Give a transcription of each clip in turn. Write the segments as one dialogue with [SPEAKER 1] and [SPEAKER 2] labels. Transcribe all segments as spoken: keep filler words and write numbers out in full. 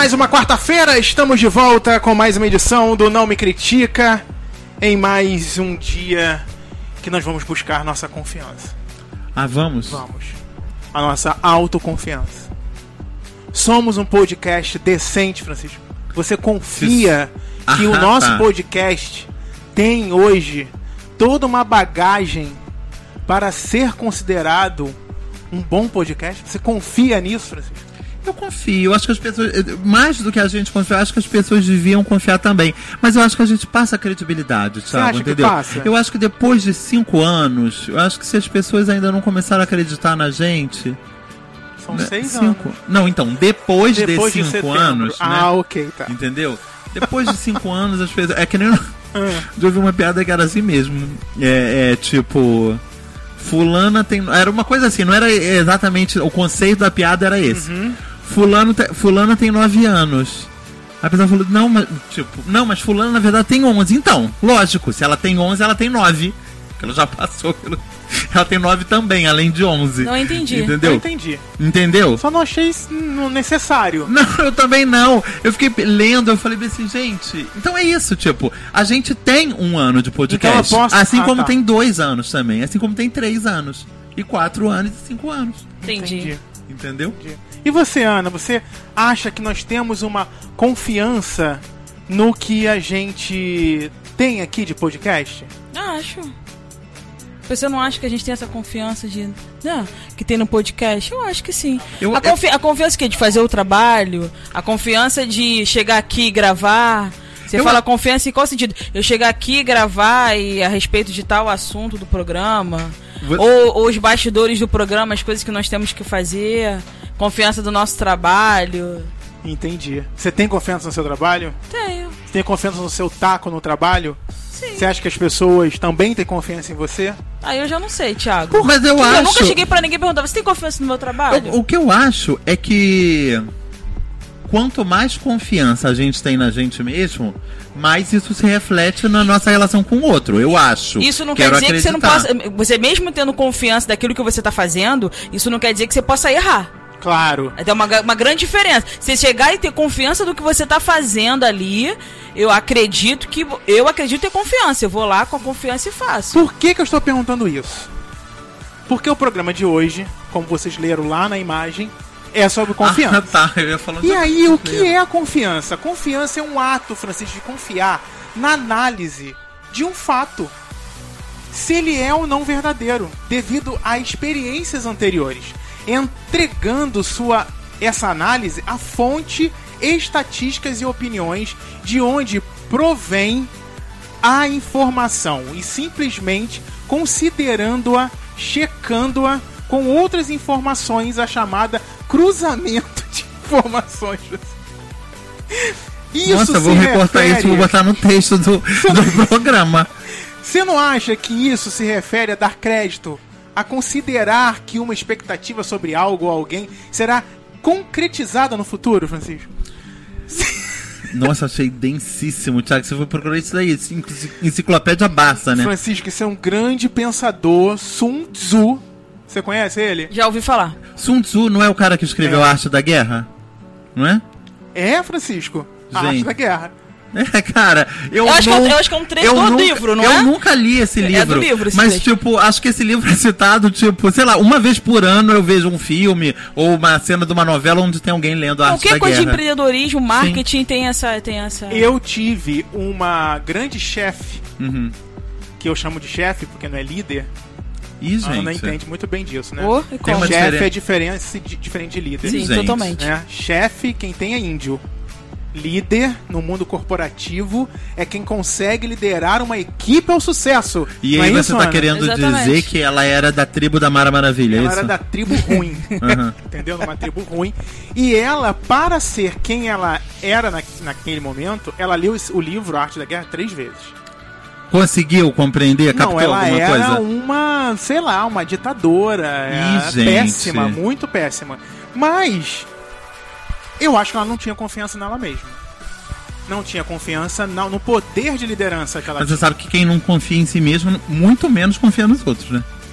[SPEAKER 1] mais uma quarta-feira, estamos de volta com mais uma edição do Não Me Critica, em mais um dia que nós vamos buscar nossa confiança.
[SPEAKER 2] Ah, vamos?
[SPEAKER 1] Vamos. A nossa autoconfiança. Somos um podcast decente, Francisco. Você confia que ah, o nosso tá. podcast tem hoje toda uma bagagem para ser considerado um bom podcast? Você confia nisso, Francisco?
[SPEAKER 2] Eu confio, eu acho que as pessoas, mais do que a gente confia, eu acho que as pessoas deviam confiar também. Mas eu acho que a gente passa a credibilidade, Thiago, entendeu?
[SPEAKER 1] Que passa?
[SPEAKER 2] Eu acho que depois de cinco anos, eu acho que se as pessoas ainda não começaram a acreditar na gente...
[SPEAKER 1] São
[SPEAKER 2] né,
[SPEAKER 1] seis
[SPEAKER 2] cinco...
[SPEAKER 1] anos.
[SPEAKER 2] Não, então, depois, depois de cinco
[SPEAKER 1] de
[SPEAKER 2] anos...
[SPEAKER 1] Ah,
[SPEAKER 2] né,
[SPEAKER 1] ok, tá.
[SPEAKER 2] Entendeu? Depois de cinco anos, as pessoas... É que nem... Eu ouvi uma piada que era assim mesmo. É, é tipo... Fulana tem... Era uma coisa assim, não era exatamente... O conceito da piada era esse.
[SPEAKER 1] Uhum.
[SPEAKER 2] Fulano te... Fulana tem nove anos. A pessoa falou, não, mas... Tipo, não, mas fulana na verdade tem onze. Então, lógico, se ela tem onze, ela tem nove. Porque ela já passou pelo... Ela tem nove também, além de onze.
[SPEAKER 3] Não entendi.
[SPEAKER 2] Entendeu?
[SPEAKER 1] Não entendi.
[SPEAKER 2] Entendeu?
[SPEAKER 1] Só não achei isso necessário.
[SPEAKER 2] Não, eu também não. Eu fiquei lendo, eu falei assim, gente... Então é isso, tipo... A gente tem um ano de podcast.
[SPEAKER 1] Então eu posso...
[SPEAKER 2] Assim
[SPEAKER 1] ah,
[SPEAKER 2] como
[SPEAKER 1] tá.
[SPEAKER 2] tem dois anos também. Assim como tem três anos. E quatro anos e cinco anos.
[SPEAKER 3] Entendi.
[SPEAKER 1] Entendi.
[SPEAKER 2] Entendeu?
[SPEAKER 1] Entendi. E você, Ana, você acha que nós temos uma confiança no que a gente tem aqui de podcast?
[SPEAKER 3] Acho. Você não acha que a gente tem essa confiança de... Não, que tem no podcast? Eu acho que sim.
[SPEAKER 2] Eu,
[SPEAKER 3] a, confi- a confiança que é de fazer o trabalho, a confiança de chegar aqui e gravar... Você
[SPEAKER 2] eu,
[SPEAKER 3] fala confiança em qual sentido? Eu chegar aqui e gravar e a respeito de tal assunto do programa... Vou... Ou, ou os bastidores do programa, as coisas que nós temos que fazer... Confiança do nosso trabalho.
[SPEAKER 1] Entendi. Você tem confiança no seu trabalho?
[SPEAKER 3] Tenho.
[SPEAKER 1] Você tem confiança no seu taco no trabalho?
[SPEAKER 3] Sim.
[SPEAKER 1] Você acha que as pessoas também têm confiança em você?
[SPEAKER 3] Aí eu já não sei, Thiago.
[SPEAKER 2] Mas eu
[SPEAKER 3] eu
[SPEAKER 2] acho...
[SPEAKER 3] Eu nunca cheguei pra ninguém perguntar, você tem confiança no meu trabalho?
[SPEAKER 2] Eu, o que eu acho é que... Quanto mais confiança a gente tem na gente mesmo, mais isso se reflete na nossa relação com o outro, eu acho.
[SPEAKER 3] Isso não
[SPEAKER 2] Quero
[SPEAKER 3] quer dizer
[SPEAKER 2] acreditar.
[SPEAKER 3] que você não possa... Você mesmo tendo confiança daquilo que você tá fazendo, isso não quer dizer que você possa errar.
[SPEAKER 1] Claro.
[SPEAKER 3] É uma, uma grande diferença. Você chegar e ter confiança do que você tá fazendo ali, eu acredito que... Eu acredito ter confiança. Eu vou lá com a confiança e faço.
[SPEAKER 1] Por que que eu estou perguntando isso? Porque o programa de hoje, como vocês leram lá na imagem... É sobre confiança.
[SPEAKER 2] Ah, tá. Eu ia falando
[SPEAKER 1] e
[SPEAKER 2] de...
[SPEAKER 1] aí, o que é a confiança? Confiança é um ato, Francisco, de confiar na análise de um fato. Se ele é ou não verdadeiro, devido a experiências anteriores. Entregando sua, essa análise a fonte, estatísticas e opiniões de onde provém a informação. E simplesmente considerando-a, checando-a com outras informações, a chamada cruzamento de informações. Isso
[SPEAKER 2] Nossa, vou recortar
[SPEAKER 1] refere...
[SPEAKER 2] isso e vou botar no texto do, do programa.
[SPEAKER 1] Você não acha que isso se refere a dar crédito, a considerar que uma expectativa sobre algo ou alguém será concretizada no futuro, Francisco?
[SPEAKER 2] Nossa, achei densíssimo, Thiago. Você foi procurar isso daí, enciclopédia Barça, né?
[SPEAKER 1] Francisco, esse é um grande pensador, Sun Tzu. Você conhece ele?
[SPEAKER 3] Já ouvi falar.
[SPEAKER 2] Sun Tzu não é o cara que escreveu
[SPEAKER 1] é.
[SPEAKER 2] A Arte da Guerra? Não é?
[SPEAKER 1] É, Francisco. A
[SPEAKER 2] Gente.
[SPEAKER 1] Arte da Guerra.
[SPEAKER 2] É, cara, eu,
[SPEAKER 3] Eu acho,
[SPEAKER 2] não,
[SPEAKER 3] que, é- eu acho que é um trecho do
[SPEAKER 2] nunca,
[SPEAKER 3] livro, não
[SPEAKER 2] eu
[SPEAKER 3] é?
[SPEAKER 2] Eu nunca li esse livro.
[SPEAKER 3] É do livro esse
[SPEAKER 2] Mas,
[SPEAKER 3] trecho.
[SPEAKER 2] tipo, acho que esse livro é citado, tipo, sei lá, uma vez por ano eu vejo um filme ou uma cena de uma novela onde tem alguém lendo A Arte
[SPEAKER 3] Qualquer
[SPEAKER 2] da
[SPEAKER 3] coisa
[SPEAKER 2] Guerra.
[SPEAKER 3] de empreendedorismo, marketing tem essa, tem essa...
[SPEAKER 1] Eu tive uma grande chefe,
[SPEAKER 2] Uhum.
[SPEAKER 1] que eu chamo de chefe porque não é líder.
[SPEAKER 2] Ih,
[SPEAKER 1] A Ana
[SPEAKER 2] gente.
[SPEAKER 1] entende muito bem disso, né?
[SPEAKER 3] Oh, e
[SPEAKER 2] Tem
[SPEAKER 3] como?
[SPEAKER 2] uma
[SPEAKER 1] Chefe
[SPEAKER 2] diferen-
[SPEAKER 1] é diferente de, diferente de líder.
[SPEAKER 3] Sim,
[SPEAKER 2] Gente.
[SPEAKER 3] totalmente.
[SPEAKER 1] Né? Chefe, quem tem é índio. Líder, no mundo corporativo, é quem consegue liderar uma equipe ao sucesso.
[SPEAKER 2] E
[SPEAKER 1] Não
[SPEAKER 2] aí
[SPEAKER 1] é
[SPEAKER 2] você
[SPEAKER 1] isso,
[SPEAKER 2] tá
[SPEAKER 1] Ana?
[SPEAKER 2] querendo
[SPEAKER 3] Exatamente.
[SPEAKER 2] dizer que ela era da tribo da Mara Maravilha, é
[SPEAKER 1] Ela
[SPEAKER 2] isso?
[SPEAKER 1] era da tribo ruim.
[SPEAKER 2] Uhum.
[SPEAKER 1] Entendeu? Numa tribo ruim. E ela, para ser quem ela era na, naquele momento, ela leu o livro A Arte da Guerra três vezes.
[SPEAKER 2] Conseguiu compreender? Captou
[SPEAKER 1] Não, ela
[SPEAKER 2] alguma
[SPEAKER 1] era
[SPEAKER 2] coisa?
[SPEAKER 1] uma, sei lá, uma ditadora.
[SPEAKER 2] Ih,
[SPEAKER 1] é,
[SPEAKER 2] gente.
[SPEAKER 1] péssima, muito péssima. Mas eu acho que ela não tinha confiança nela mesma. Não tinha confiança no, no poder de liderança que ela
[SPEAKER 2] Mas
[SPEAKER 1] tinha.
[SPEAKER 2] você sabe que quem não confia em si mesmo, muito menos confia nos outros, né?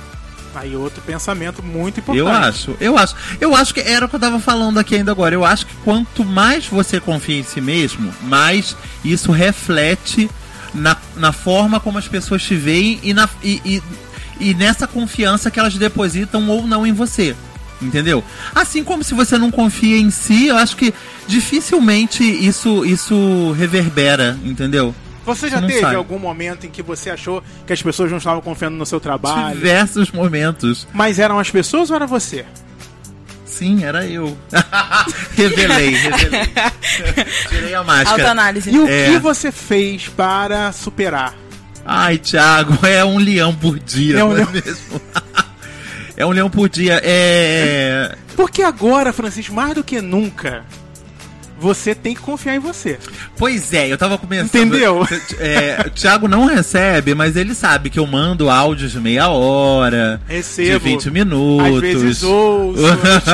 [SPEAKER 1] Aí outro pensamento muito importante.
[SPEAKER 2] Eu acho, eu acho. Eu acho que era o que eu tava falando aqui ainda agora. Eu acho que quanto mais você confia em si mesmo, mais isso reflete na, na forma como as pessoas te veem e, na, e, e, e nessa confiança que elas depositam ou não em você. Entendeu? Assim como se você não confia em si, eu acho que dificilmente isso, isso reverbera, entendeu?
[SPEAKER 1] Você já
[SPEAKER 2] não
[SPEAKER 1] teve
[SPEAKER 2] sabe.
[SPEAKER 1] algum momento em que você achou que as pessoas não estavam confiando no seu trabalho?
[SPEAKER 2] Diversos momentos.
[SPEAKER 1] Mas eram as pessoas ou era você?
[SPEAKER 2] Sim, era eu. revelei, revelei. Tirei a máscara.
[SPEAKER 3] Autoanálise.
[SPEAKER 1] E o
[SPEAKER 2] É.
[SPEAKER 1] que você fez para superar?
[SPEAKER 2] Ai, Thiago, é um leão por dia,
[SPEAKER 1] É um
[SPEAKER 2] não
[SPEAKER 1] leão-
[SPEAKER 2] é mesmo? É um leão por dia. É...
[SPEAKER 1] Porque agora, Francisco, mais do que nunca, você tem que confiar em você.
[SPEAKER 2] Pois é, eu tava começando...
[SPEAKER 1] Entendeu?
[SPEAKER 2] É, o Thiago não recebe, mas ele sabe que eu mando áudios de meia hora,
[SPEAKER 1] Recebo.
[SPEAKER 2] de vinte minutos.
[SPEAKER 1] Às vezes ouço.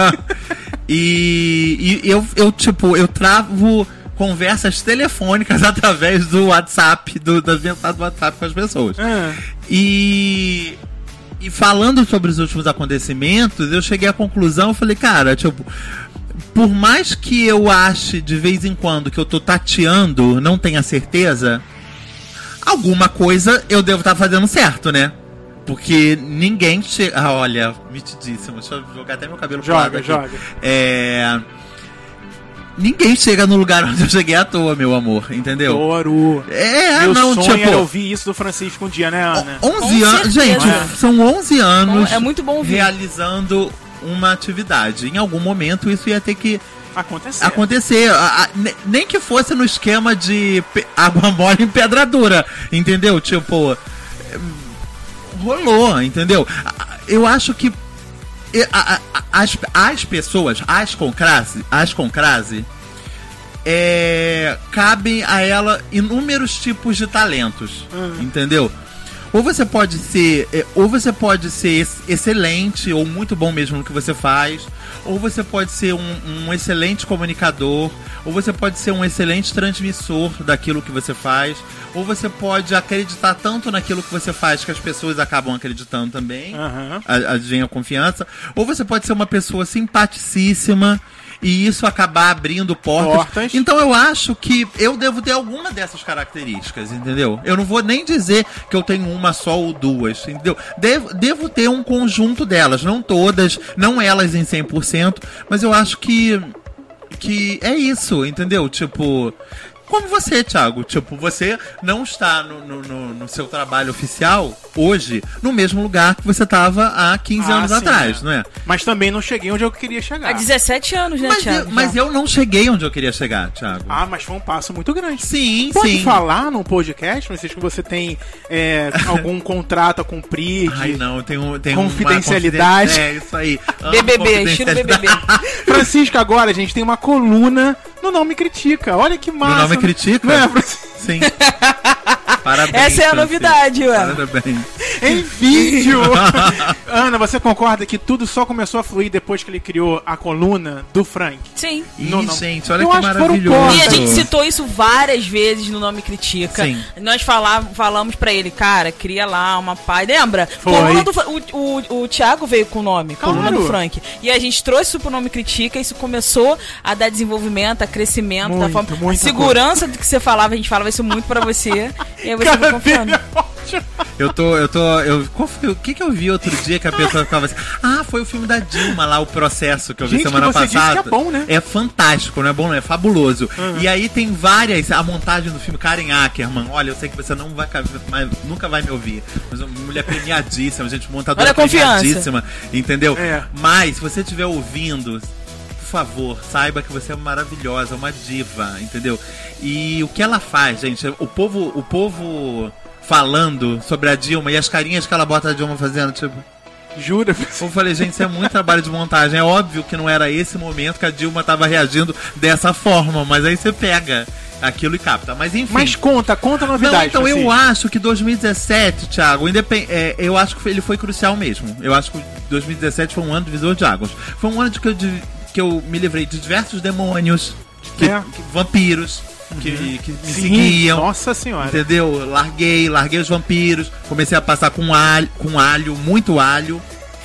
[SPEAKER 2] e e eu, eu, tipo, eu travo conversas telefônicas através do WhatsApp, do, das mensagens do WhatsApp com as pessoas.
[SPEAKER 1] Ah,
[SPEAKER 2] E, e falando sobre os últimos acontecimentos, eu cheguei à conclusão, eu falei, cara, tipo, por mais que eu ache de vez em quando que eu tô tateando, não tenha certeza, alguma coisa eu devo estar fazendo certo, né? Porque ninguém chega... Ah, olha, mitidíssimo. Deixa eu jogar até meu cabelo pro lado
[SPEAKER 1] joga,
[SPEAKER 2] aqui.
[SPEAKER 1] joga.
[SPEAKER 2] É... Ninguém chega no lugar onde eu cheguei à toa, meu amor, entendeu?
[SPEAKER 1] Adoro.
[SPEAKER 2] É,
[SPEAKER 1] Meu
[SPEAKER 2] não,
[SPEAKER 1] sonho
[SPEAKER 2] tipo...
[SPEAKER 1] era ouvir isso do Francisco um dia, né, Ana?
[SPEAKER 2] onze
[SPEAKER 3] Com
[SPEAKER 2] anos,
[SPEAKER 3] certeza.
[SPEAKER 2] gente, são onze anos
[SPEAKER 3] É muito bom ouvir.
[SPEAKER 2] realizando uma atividade. Em algum momento isso ia ter que
[SPEAKER 1] Aconteceu.
[SPEAKER 2] acontecer. A- a- ne- nem que fosse no esquema de pe- água mole em pedra dura, entendeu? Tipo, eh, rolou, entendeu? A- a- Eu acho que e- a- a- as, as pessoas, as concrase, as concrase, é, cabem a ela inúmeros tipos de talentos, entendeu? Ou você pode ser, é, ou você pode ser ex- excelente ou muito bom mesmo no que você faz, ou você pode ser um, um excelente comunicador, ou você pode ser um excelente transmissor daquilo que você faz, ou você pode acreditar tanto naquilo que você faz que as pessoas acabam acreditando também,
[SPEAKER 1] Aham.
[SPEAKER 2] a, a, vem a confiança, ou você pode ser uma pessoa simpaticíssima e isso acabar abrindo portas.
[SPEAKER 1] Portas.
[SPEAKER 2] Então eu acho que eu devo ter alguma dessas características, entendeu? Eu não vou nem dizer que eu tenho uma só ou duas, entendeu? Devo, devo ter um conjunto delas, não todas, não elas em cem por cento, mas eu acho que que é isso, entendeu? Tipo, como você, Thiago, tipo, você não está no, no, no- no seu trabalho oficial hoje no mesmo lugar que você estava há quinze
[SPEAKER 1] Ah,
[SPEAKER 2] anos
[SPEAKER 1] sim,
[SPEAKER 2] atrás,
[SPEAKER 1] é.
[SPEAKER 2] não é?
[SPEAKER 1] Mas também não cheguei onde eu queria chegar.
[SPEAKER 3] Há dezessete anos, né,
[SPEAKER 2] Mas,
[SPEAKER 3] Thiago?
[SPEAKER 2] eu, mas
[SPEAKER 3] Já.
[SPEAKER 2] eu não cheguei onde eu queria chegar, Thiago.
[SPEAKER 1] Ah, mas foi um passo muito grande.
[SPEAKER 2] Sim,
[SPEAKER 1] Pode
[SPEAKER 2] sim.
[SPEAKER 1] falar num podcast, não sei se você tem é, algum contrato a cumprir. de-
[SPEAKER 2] Ai, não, eu tenho, tenho
[SPEAKER 1] Confidencialidade.
[SPEAKER 2] Uma confiden- É, isso aí. Amo
[SPEAKER 3] B B B, estilo B B B.
[SPEAKER 1] Francisco, agora a gente tem uma coluna no Não Me Critica. Olha que massa.
[SPEAKER 2] Não Me Critica?
[SPEAKER 1] Não é, Francisco?
[SPEAKER 2] Sim. Parabéns.
[SPEAKER 3] Essa é a
[SPEAKER 2] Francisco.
[SPEAKER 3] novidade, ué.
[SPEAKER 2] Parabéns.
[SPEAKER 1] Em vídeo! Ana, você concorda que tudo só começou a fluir depois que ele criou a coluna do Frank?
[SPEAKER 3] Sim.
[SPEAKER 2] Ih,
[SPEAKER 1] Não, não.
[SPEAKER 2] gente, olha
[SPEAKER 1] Eu
[SPEAKER 2] que
[SPEAKER 1] acho que foram
[SPEAKER 2] maravilhoso.
[SPEAKER 1] cortes.
[SPEAKER 3] E a gente citou isso várias vezes no Nome Critica.
[SPEAKER 2] Sim.
[SPEAKER 3] Nós falava, falamos pra ele, cara, cria lá uma paz. Lembra?
[SPEAKER 1] Foi.
[SPEAKER 3] Coluna do, Fra- o, o, o Thiago veio com o nome, Coluna
[SPEAKER 1] Claro.
[SPEAKER 3] do Frank. E a gente trouxe isso pro Nome Critica e isso começou a dar desenvolvimento, a crescimento,
[SPEAKER 1] Muito,
[SPEAKER 3] da forma. A
[SPEAKER 1] muita
[SPEAKER 3] segurança do que você falava, a gente falava isso muito pra você. E aí você foi confiando.
[SPEAKER 2] Eu tô, eu tô, eu, qual foi, o que que eu vi outro dia que a pessoa ficava assim, ah, foi o filme da Dilma lá, o Processo, que eu vi
[SPEAKER 1] Gente,
[SPEAKER 2] semana
[SPEAKER 1] que você disse
[SPEAKER 2] passada.
[SPEAKER 1] que é bom, né?
[SPEAKER 2] É fantástico, não é bom, não é fabuloso.
[SPEAKER 1] Uhum.
[SPEAKER 2] E aí tem várias, a montagem do filme Karen Ackerman, olha, eu sei que você não vai, mais, nunca vai me ouvir, mas uma mulher premiadíssima, gente, montadora
[SPEAKER 3] Olha a confiança.
[SPEAKER 2] premiadíssima, entendeu?
[SPEAKER 1] É.
[SPEAKER 2] Mas, se você estiver ouvindo, por favor, saiba que você é maravilhosa, uma diva, entendeu? E o que ela faz, gente, o povo, o povo falando sobre a Dilma e as carinhas que ela bota a Dilma fazendo, tipo...
[SPEAKER 1] Jura?
[SPEAKER 2] Eu falei, gente, isso é muito trabalho de montagem. É óbvio que não era esse momento que a Dilma tava reagindo dessa forma, mas aí você pega aquilo e capta. Mas enfim...
[SPEAKER 1] Mas conta, conta a novidade.
[SPEAKER 2] Não, então eu
[SPEAKER 1] Francisco.
[SPEAKER 2] acho que dois mil e dezessete, Thiago, independ... é, eu acho que ele foi crucial mesmo. Eu acho que dois mil e dezessete foi um ano divisor de águas. Foi um ano de que eu, de- que eu me livrei de diversos demônios, que-
[SPEAKER 1] É.
[SPEAKER 2] que- vampiros, que, que me
[SPEAKER 1] Sim,
[SPEAKER 2] seguiam.
[SPEAKER 1] Nossa senhora.
[SPEAKER 2] Entendeu? Larguei, larguei os vampiros, comecei a passar com alho, com alho, muito alho,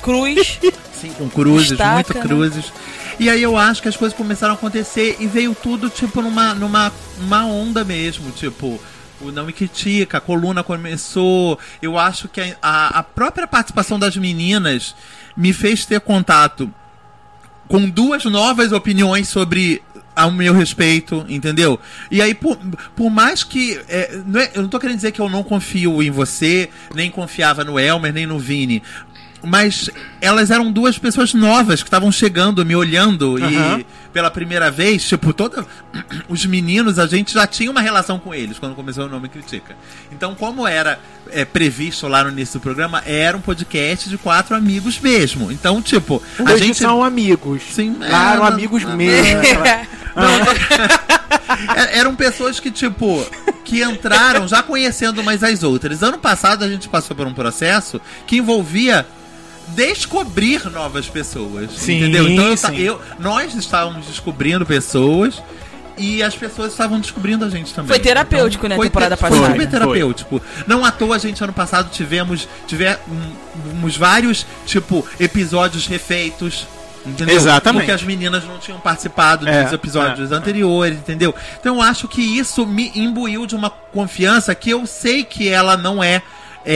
[SPEAKER 3] cruz.
[SPEAKER 2] Sim, com cruzes,
[SPEAKER 3] Destaca,
[SPEAKER 2] muito
[SPEAKER 3] né?
[SPEAKER 2] cruzes. E aí eu acho que as coisas começaram a acontecer e veio tudo, tipo, numa, numa uma onda mesmo, tipo... O Não Me Critica, a coluna começou. Eu acho que a, a própria participação das meninas me fez ter contato com duas novas opiniões sobre ao meu respeito, entendeu? E aí, por, por mais que... É, não é, eu não tô querendo dizer que eu não confio em você, nem confiava no Elmer, nem no Vini, mas elas eram duas pessoas novas que estavam chegando, me olhando, uhum. E pela primeira vez, tipo, toda... os meninos, a gente já tinha uma relação com eles quando começou o Não Me Critica. Então, como era é, previsto lá no início do programa, era um podcast de quatro amigos mesmo. Então, tipo,
[SPEAKER 1] Hoje
[SPEAKER 2] a gente...
[SPEAKER 1] são amigos.
[SPEAKER 2] Sim,
[SPEAKER 1] lá eram
[SPEAKER 2] é,
[SPEAKER 1] amigos
[SPEAKER 2] não,
[SPEAKER 1] mesmo.
[SPEAKER 2] Não, não, eram pessoas que, tipo, que entraram já conhecendo umas as outras. Ano passado a gente passou por um processo que envolvia descobrir novas pessoas.
[SPEAKER 1] Sim,
[SPEAKER 2] entendeu? Então eu,
[SPEAKER 1] sim.
[SPEAKER 2] eu, nós estávamos descobrindo pessoas e as pessoas estavam descobrindo a gente também.
[SPEAKER 3] Foi terapêutico,
[SPEAKER 2] então,
[SPEAKER 3] né, temporada
[SPEAKER 2] te,
[SPEAKER 3] passada.
[SPEAKER 2] Foi super terapêutico. Não à toa a gente ano passado tivemos, tivemos vários, tipo, episódios refeitos. Entendeu?
[SPEAKER 1] Exatamente.
[SPEAKER 2] Porque as meninas não tinham participado
[SPEAKER 1] é,
[SPEAKER 2] dos episódios
[SPEAKER 1] é,
[SPEAKER 2] anteriores, entendeu? Então eu acho que isso me imbuiu de uma confiança que eu sei que ela não é...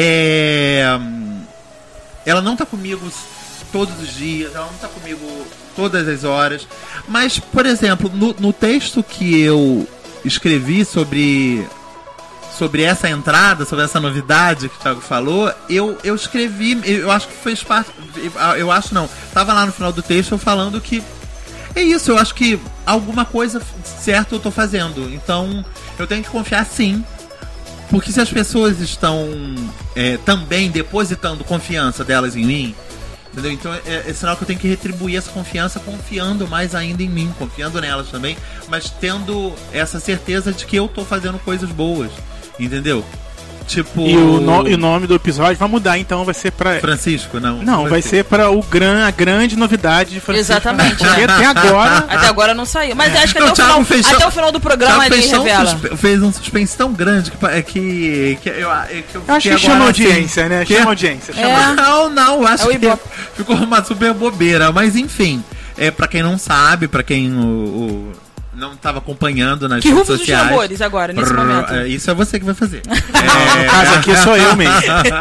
[SPEAKER 2] é ela não tá comigo todos os dias, ela não tá comigo todas as horas. Mas, por exemplo, no, no texto que eu escrevi sobre... sobre essa entrada, sobre essa novidade que o Thiago falou, eu, eu escrevi, eu acho que fez parte, eu acho não, tava lá no final do texto eu falando que é isso, eu acho que alguma coisa certa eu tô fazendo, então eu tenho que confiar sim, porque se as pessoas estão é, também depositando confiança delas em mim, entendeu? Então é, é sinal que eu tenho que retribuir essa confiança confiando mais ainda em mim, confiando nelas também, mas tendo essa certeza de que eu tô fazendo coisas boas. Entendeu? Tipo...
[SPEAKER 1] E o, no, e o nome do episódio vai mudar, então vai ser pra...
[SPEAKER 2] Francisco, não.
[SPEAKER 1] Não,
[SPEAKER 2] Francisco.
[SPEAKER 1] vai ser para o gran, a grande novidade de Francisco.
[SPEAKER 3] Exatamente.
[SPEAKER 1] Porque até agora...
[SPEAKER 3] Até agora não saiu. Mas acho que
[SPEAKER 2] Não,
[SPEAKER 3] até, o final,
[SPEAKER 2] fez,
[SPEAKER 3] até o final do programa ele
[SPEAKER 2] fez
[SPEAKER 3] revela.
[SPEAKER 2] Um suspe- fez um suspense tão grande que, que, que, eu, que eu
[SPEAKER 1] Eu acho que
[SPEAKER 2] agora,
[SPEAKER 1] chama audiência,
[SPEAKER 2] assim,
[SPEAKER 1] né?
[SPEAKER 2] que...
[SPEAKER 1] Chama audiência. Chama
[SPEAKER 3] É.
[SPEAKER 1] audiência.
[SPEAKER 2] Não, não, acho
[SPEAKER 3] É
[SPEAKER 2] que
[SPEAKER 3] Ibope.
[SPEAKER 2] ficou uma super bobeira. Mas enfim, é, pra quem não sabe, pra quem o, o, não tava acompanhando nas
[SPEAKER 3] Que
[SPEAKER 2] redes
[SPEAKER 3] rufos os
[SPEAKER 2] sociais...
[SPEAKER 3] tambores agora, nesse
[SPEAKER 2] Brrr,
[SPEAKER 3] momento.
[SPEAKER 2] é, isso é você que vai fazer.
[SPEAKER 1] É, no caso aqui sou eu mesmo.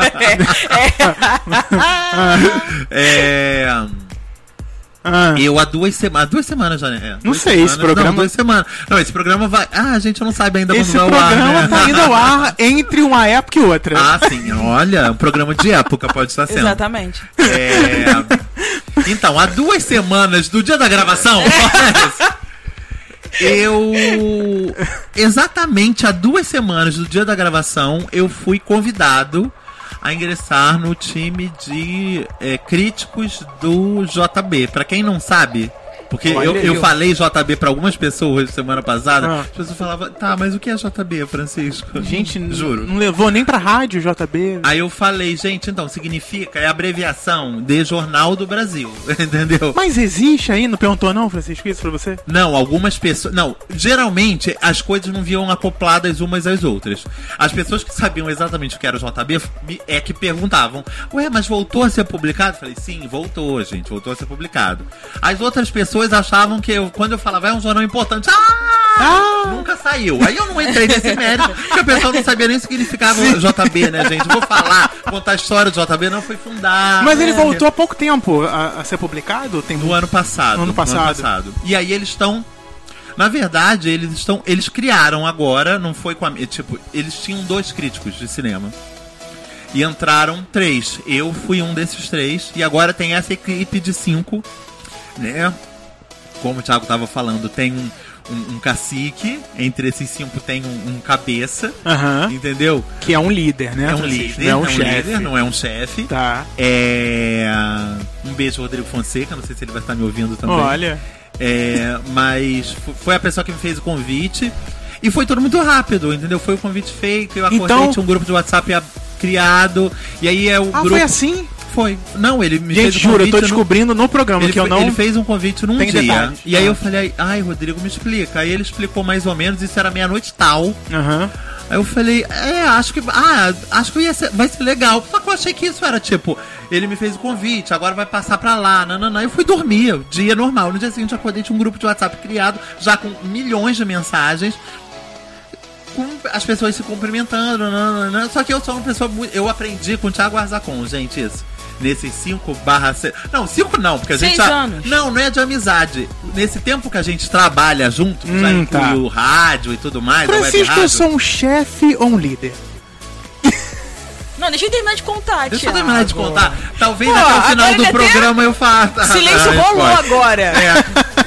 [SPEAKER 2] É...
[SPEAKER 1] Ah,
[SPEAKER 2] Eu há duas semanas. Duas semanas já, né? É,
[SPEAKER 1] Não
[SPEAKER 2] duas
[SPEAKER 1] sei,
[SPEAKER 2] semanas,
[SPEAKER 1] esse programa-
[SPEAKER 2] Não, duas semanas. Não, esse programa vai. Ah, a gente não sabe ainda
[SPEAKER 1] esse
[SPEAKER 2] quando vai ao ar.
[SPEAKER 1] programa
[SPEAKER 2] Né?
[SPEAKER 1] tá indo ao ar entre uma época e outra.
[SPEAKER 2] Ah, sim. Olha, um programa de época pode estar sendo.
[SPEAKER 3] Exatamente.
[SPEAKER 2] É... Então, há duas semanas do dia da gravação. Eu. Exatamente há duas semanas do dia da gravação, eu fui convidado a ingressar no time de é, críticos do J B. Pra quem não sabe, porque
[SPEAKER 1] Olha
[SPEAKER 2] eu,
[SPEAKER 1] aí,
[SPEAKER 2] eu
[SPEAKER 1] ó.
[SPEAKER 2] falei J B pra algumas pessoas semana passada,
[SPEAKER 1] Ah.
[SPEAKER 2] as pessoas falavam, tá, mas o que é J B, Francisco?
[SPEAKER 1] Gente,
[SPEAKER 2] juro.
[SPEAKER 1] não levou nem pra rádio J B.
[SPEAKER 2] Aí eu falei, gente, então, significa, é a abreviação de Jornal do Brasil, entendeu?
[SPEAKER 1] Mas existe aí? Não perguntou não, Francisco, isso pra você?
[SPEAKER 2] Não, algumas pessoas... Não, geralmente as coisas não vinham acopladas umas às outras. As pessoas que sabiam exatamente o que era o J B me- é que perguntavam, ué, mas voltou a ser publicado? Eu falei, sim, voltou, gente, voltou a ser publicado. As outras pessoas achavam que eu, quando eu falava, é um jornal importante, ah,
[SPEAKER 1] Ah!
[SPEAKER 2] nunca saiu. Aí eu não entrei nesse mérito, porque a pessoa não sabia nem o que significava o J B, né, gente? Vou falar, contar a história do J B, não foi fundado.
[SPEAKER 1] Mas ele
[SPEAKER 2] né?
[SPEAKER 1] voltou há pouco tempo a, a ser publicado? Tem
[SPEAKER 2] No ano passado.
[SPEAKER 1] No ano passado.
[SPEAKER 2] E aí eles estão... Na verdade, eles estão... Eles criaram agora, não foi com a... Tipo, eles tinham dois críticos de cinema. E entraram três. Eu fui um desses três. E agora tem essa equipe de cinco, né? Como o Thiago tava falando, tem um, um, um cacique. Entre esses cinco tem um, um cabeça.
[SPEAKER 1] Aham.
[SPEAKER 2] Entendeu?
[SPEAKER 1] Que é um líder, né?
[SPEAKER 2] É um
[SPEAKER 1] Francisco?
[SPEAKER 2] líder,
[SPEAKER 1] Não é um
[SPEAKER 2] é um
[SPEAKER 1] chefe.
[SPEAKER 2] líder, não é um chefe.
[SPEAKER 1] Tá.
[SPEAKER 2] É... Um beijo, Rodrigo Fonseca. Não sei se ele vai estar me ouvindo também.
[SPEAKER 1] Olha.
[SPEAKER 2] É, mas f- foi a pessoa que me fez o convite. E foi tudo muito rápido, entendeu? Foi o convite feito, eu acordei,
[SPEAKER 1] Então-
[SPEAKER 2] tinha um grupo de WhatsApp a- criado. E aí é o
[SPEAKER 1] Ah,
[SPEAKER 2] grupo...
[SPEAKER 1] foi assim?
[SPEAKER 2] Foi. Não, ele me
[SPEAKER 1] Gente,
[SPEAKER 2] fez o
[SPEAKER 1] juro, eu
[SPEAKER 2] convite
[SPEAKER 1] tô
[SPEAKER 2] no-
[SPEAKER 1] descobrindo no programa
[SPEAKER 2] Ele,
[SPEAKER 1] que eu
[SPEAKER 2] fe-
[SPEAKER 1] não...
[SPEAKER 2] ele fez um convite num
[SPEAKER 1] Tem
[SPEAKER 2] dia.
[SPEAKER 1] detalhes.
[SPEAKER 2] E aí
[SPEAKER 1] Ah.
[SPEAKER 2] eu falei, ai, Rodrigo, me explica. Aí ele explicou mais ou menos, isso era meia-noite tal.
[SPEAKER 1] Aham.
[SPEAKER 2] Aí eu falei, é, acho que. Ah, acho que ia ser, vai ser legal. Só que eu achei que isso era tipo, ele me fez o convite, agora vai passar pra lá, nananã. Eu fui dormir, dia normal. No dia seguinte eu acordei, tinha um grupo de WhatsApp criado, já com milhões de mensagens, com as pessoas se cumprimentando, nananã. Só que eu sou uma pessoa muito. Eu aprendi com o Thiago Arzacon, gente, isso. Nesses cinco barra seis. Não, cinco não, porque a gente.
[SPEAKER 3] Seis
[SPEAKER 2] já...
[SPEAKER 3] anos.
[SPEAKER 2] Não, não é de amizade. Nesse tempo que a gente trabalha junto,
[SPEAKER 1] Hum,
[SPEAKER 2] já inclui
[SPEAKER 1] tá.
[SPEAKER 2] o rádio e tudo mais. a web
[SPEAKER 1] Francisco,
[SPEAKER 2] rádio.
[SPEAKER 1] eu sou um chefe ou um líder?
[SPEAKER 3] Não, deixa eu terminar de contar,
[SPEAKER 2] Deixa eu
[SPEAKER 3] Thiago.
[SPEAKER 2] terminar de contar. Talvez
[SPEAKER 3] Pô,
[SPEAKER 2] até o final
[SPEAKER 3] agora
[SPEAKER 2] do
[SPEAKER 3] ele
[SPEAKER 2] programa eu faça.
[SPEAKER 3] Silêncio
[SPEAKER 2] Ah,
[SPEAKER 3] rolou
[SPEAKER 2] pode.
[SPEAKER 3] agora.
[SPEAKER 2] É.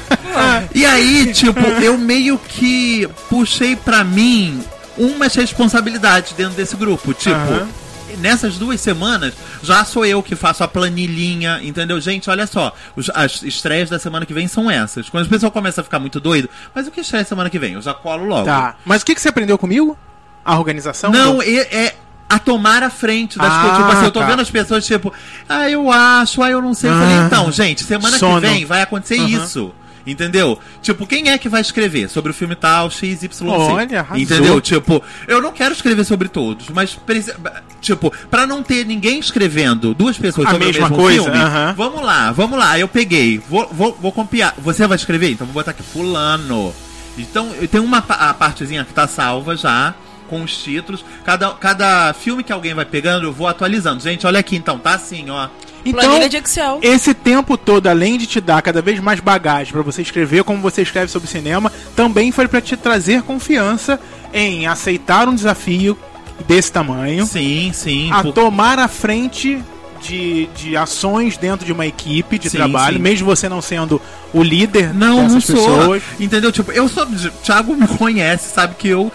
[SPEAKER 2] E aí, tipo, eu meio que puxei pra mim umas responsabilidades dentro desse grupo. Tipo,
[SPEAKER 1] Aham.
[SPEAKER 2] nessas duas semanas, já sou eu que faço a planilhinha, entendeu? Gente, olha só, os- as estreias da semana que vem são essas. Quando as pessoas começam a ficar muito doido, mas o que estreia semana que vem? Eu já colo logo.
[SPEAKER 1] Tá. Mas o que, que você aprendeu comigo? A organização?
[SPEAKER 2] Não,
[SPEAKER 1] do-
[SPEAKER 2] é, é a tomar a frente das
[SPEAKER 1] Ah,
[SPEAKER 2] coisas. Tipo assim, eu tô
[SPEAKER 1] tá.
[SPEAKER 2] vendo as pessoas, tipo, ah, eu acho, ah, eu não sei. Eu falei,
[SPEAKER 1] Ah,
[SPEAKER 2] então, gente, semana
[SPEAKER 1] sono.
[SPEAKER 2] que vem vai acontecer
[SPEAKER 1] Aham.
[SPEAKER 2] isso. Entendeu? Tipo, quem é que vai escrever sobre o filme tal, X, Y, Z?
[SPEAKER 1] Olha, arrasou.
[SPEAKER 2] Entendeu? Tipo, eu não quero escrever sobre todos, mas, preci- tipo, pra não ter ninguém escrevendo duas pessoas
[SPEAKER 1] A
[SPEAKER 2] sobre
[SPEAKER 1] mesma
[SPEAKER 2] o mesmo
[SPEAKER 1] coisa,
[SPEAKER 2] filme,
[SPEAKER 1] aham.
[SPEAKER 2] vamos lá, vamos lá. Eu peguei, vou, vou, vou copiar. Você vai escrever? Então vou botar aqui, fulano. Então, eu tenho uma pa- a partezinha que tá salva já, com os títulos. Cada, cada filme que alguém vai pegando, eu vou atualizando. Gente, olha aqui, então, tá assim, ó.
[SPEAKER 1] Então,
[SPEAKER 3] Planilha de Excel.
[SPEAKER 1] esse tempo todo, além de te dar cada vez mais bagagem pra você escrever como você escreve sobre cinema, também foi pra te trazer confiança em aceitar um desafio desse tamanho,
[SPEAKER 2] Sim, sim.
[SPEAKER 1] a
[SPEAKER 2] por-
[SPEAKER 1] tomar a frente de, de ações dentro de uma equipe de
[SPEAKER 2] Sim,
[SPEAKER 1] trabalho,
[SPEAKER 2] sim.
[SPEAKER 1] mesmo você não sendo o líder
[SPEAKER 2] Não, não
[SPEAKER 1] dessas
[SPEAKER 2] sou.
[SPEAKER 1] pessoas.
[SPEAKER 2] Entendeu? Tipo, eu sou. Thiago me conhece, sabe que eu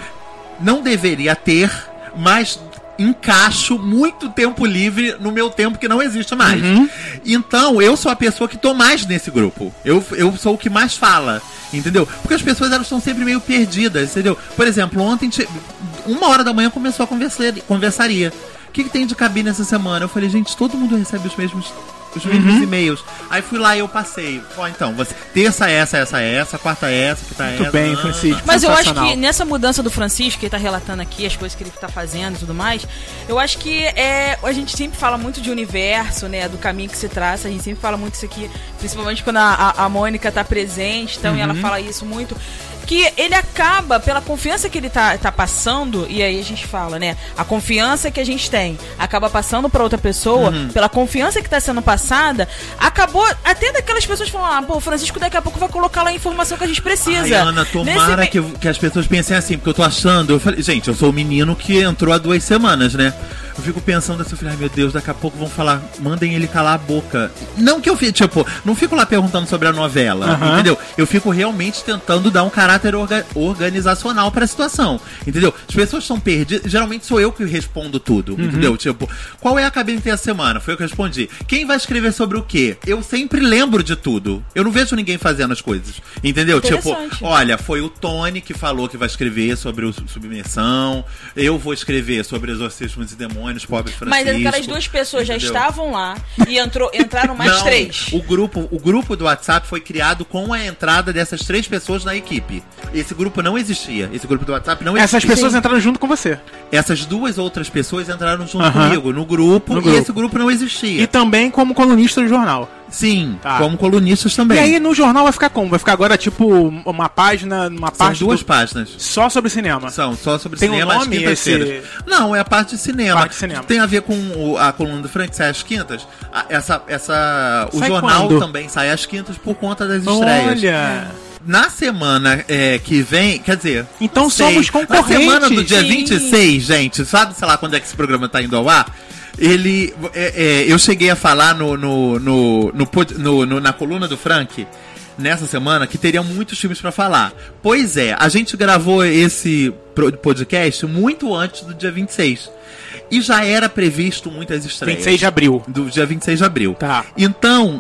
[SPEAKER 2] não deveria ter, mas encaixo muito tempo livre no meu tempo que não existe mais.
[SPEAKER 1] Uhum.
[SPEAKER 2] Então, eu sou a pessoa que tô mais nesse grupo. Eu, eu sou o que mais fala, entendeu? Porque as pessoas, elas estão sempre meio perdidas, entendeu? Por exemplo, ontem, che- uma hora da manhã, começou a conversar, conversaria. O que, que tem de cabine essa semana? Eu falei, gente, todo mundo recebe os mesmos... Os mesmos
[SPEAKER 1] Uhum.
[SPEAKER 2] e-mails. Aí fui lá e eu passei. Ó, então, você, terça é essa, essa é essa, quarta é essa, que tá
[SPEAKER 1] Muito
[SPEAKER 2] essa.
[SPEAKER 1] bem,
[SPEAKER 2] ah,
[SPEAKER 1] Francisco.
[SPEAKER 3] Mas eu acho
[SPEAKER 1] Sensacional.
[SPEAKER 3] que nessa mudança do Francisco, que ele tá relatando aqui, as coisas que ele tá fazendo e tudo mais, eu acho que é, a gente sempre fala muito de universo, né? Do caminho que se traça, a gente sempre fala muito isso aqui, principalmente quando a, a, a Mônica tá presente, então, e ela fala isso muito. Que ele acaba, pela confiança que ele tá, tá passando, e aí a gente fala, né? A confiança que a gente tem acaba passando pra outra pessoa, pela confiança que tá sendo passada, acabou até daquelas pessoas falando, ah, pô, o Francisco daqui a pouco vai colocar lá a informação que a gente precisa.
[SPEAKER 2] Ai, Ana, tomara
[SPEAKER 3] Nesse
[SPEAKER 2] que, que as pessoas pensem assim, porque eu tô achando. Eu falei, gente, eu sou o menino que entrou há duas semanas, né? Eu fico pensando assim, eu falei, ai meu Deus, daqui a pouco vão falar, mandem ele calar a boca. Não que eu fique, tipo, não fico lá perguntando sobre a novela,
[SPEAKER 1] Aham.
[SPEAKER 2] entendeu? Eu fico realmente tentando dar um caráter orga- organizacional pra situação, entendeu? As pessoas estão perdidas, geralmente sou eu que respondo tudo, entendeu? Tipo, qual é a cabine que tem essa semana? Foi eu que respondi. Quem vai escrever sobre o quê? Eu sempre lembro de tudo. Eu não vejo ninguém fazendo as coisas, entendeu? Tipo,
[SPEAKER 3] Interessante.
[SPEAKER 2] olha, foi o Tony que falou que vai escrever sobre o Submersão, eu vou escrever sobre exorcismos e demônios, pobres Francisco.
[SPEAKER 3] Mas aquelas duas pessoas já
[SPEAKER 2] entendeu?
[SPEAKER 3] estavam lá e entrou, entraram mais
[SPEAKER 2] Não,
[SPEAKER 3] três.
[SPEAKER 2] O grupo, o grupo do WhatsApp foi criado com a entrada dessas três pessoas na equipe. Esse grupo não existia. Esse grupo do WhatsApp não existia.
[SPEAKER 1] Essas pessoas entraram junto com você.
[SPEAKER 2] Essas duas outras pessoas entraram junto
[SPEAKER 1] Aham.
[SPEAKER 2] comigo no grupo,
[SPEAKER 1] No
[SPEAKER 2] e
[SPEAKER 1] grupo.
[SPEAKER 2] esse grupo não existia.
[SPEAKER 1] E também como colunista do jornal.
[SPEAKER 2] Sim,
[SPEAKER 1] Tá.
[SPEAKER 2] como colunistas também.
[SPEAKER 1] E aí no jornal vai ficar como? Vai ficar agora tipo uma página, uma
[SPEAKER 2] São
[SPEAKER 1] parte
[SPEAKER 2] duas
[SPEAKER 1] do-
[SPEAKER 2] páginas.
[SPEAKER 1] só sobre cinema.
[SPEAKER 2] São só sobre
[SPEAKER 1] Tem um
[SPEAKER 2] cinema às
[SPEAKER 1] nome
[SPEAKER 2] quintas-feiras.
[SPEAKER 1] esse-
[SPEAKER 2] Não, é a parte de cinema.
[SPEAKER 1] Parte de cinema.
[SPEAKER 2] Tem a ver com o- a coluna do Frank, sai às quintas. A- essa, essa, o
[SPEAKER 1] Sai
[SPEAKER 2] jornal
[SPEAKER 1] quando?
[SPEAKER 2] também sai às quintas por conta das estreias.
[SPEAKER 1] Olha.
[SPEAKER 2] Na semana é, que vem, quer dizer...
[SPEAKER 1] Então
[SPEAKER 2] sei,
[SPEAKER 1] somos concorrentes.
[SPEAKER 2] Na semana do dia
[SPEAKER 3] Sim.
[SPEAKER 2] vinte e seis, gente, sabe, sei lá, quando é que esse programa tá indo ao ar? Ele... é, é, eu cheguei a falar no, no, no, no, pod- no- no- na coluna do Frank, nessa semana, que teriam muitos filmes pra falar. Pois é, a gente gravou esse pro- podcast muito antes do dia vinte e seis. E já era previsto muitas estreias.
[SPEAKER 1] vinte e seis de abril.
[SPEAKER 2] Do dia vinte e seis de abril.
[SPEAKER 1] Tá.
[SPEAKER 2] Então,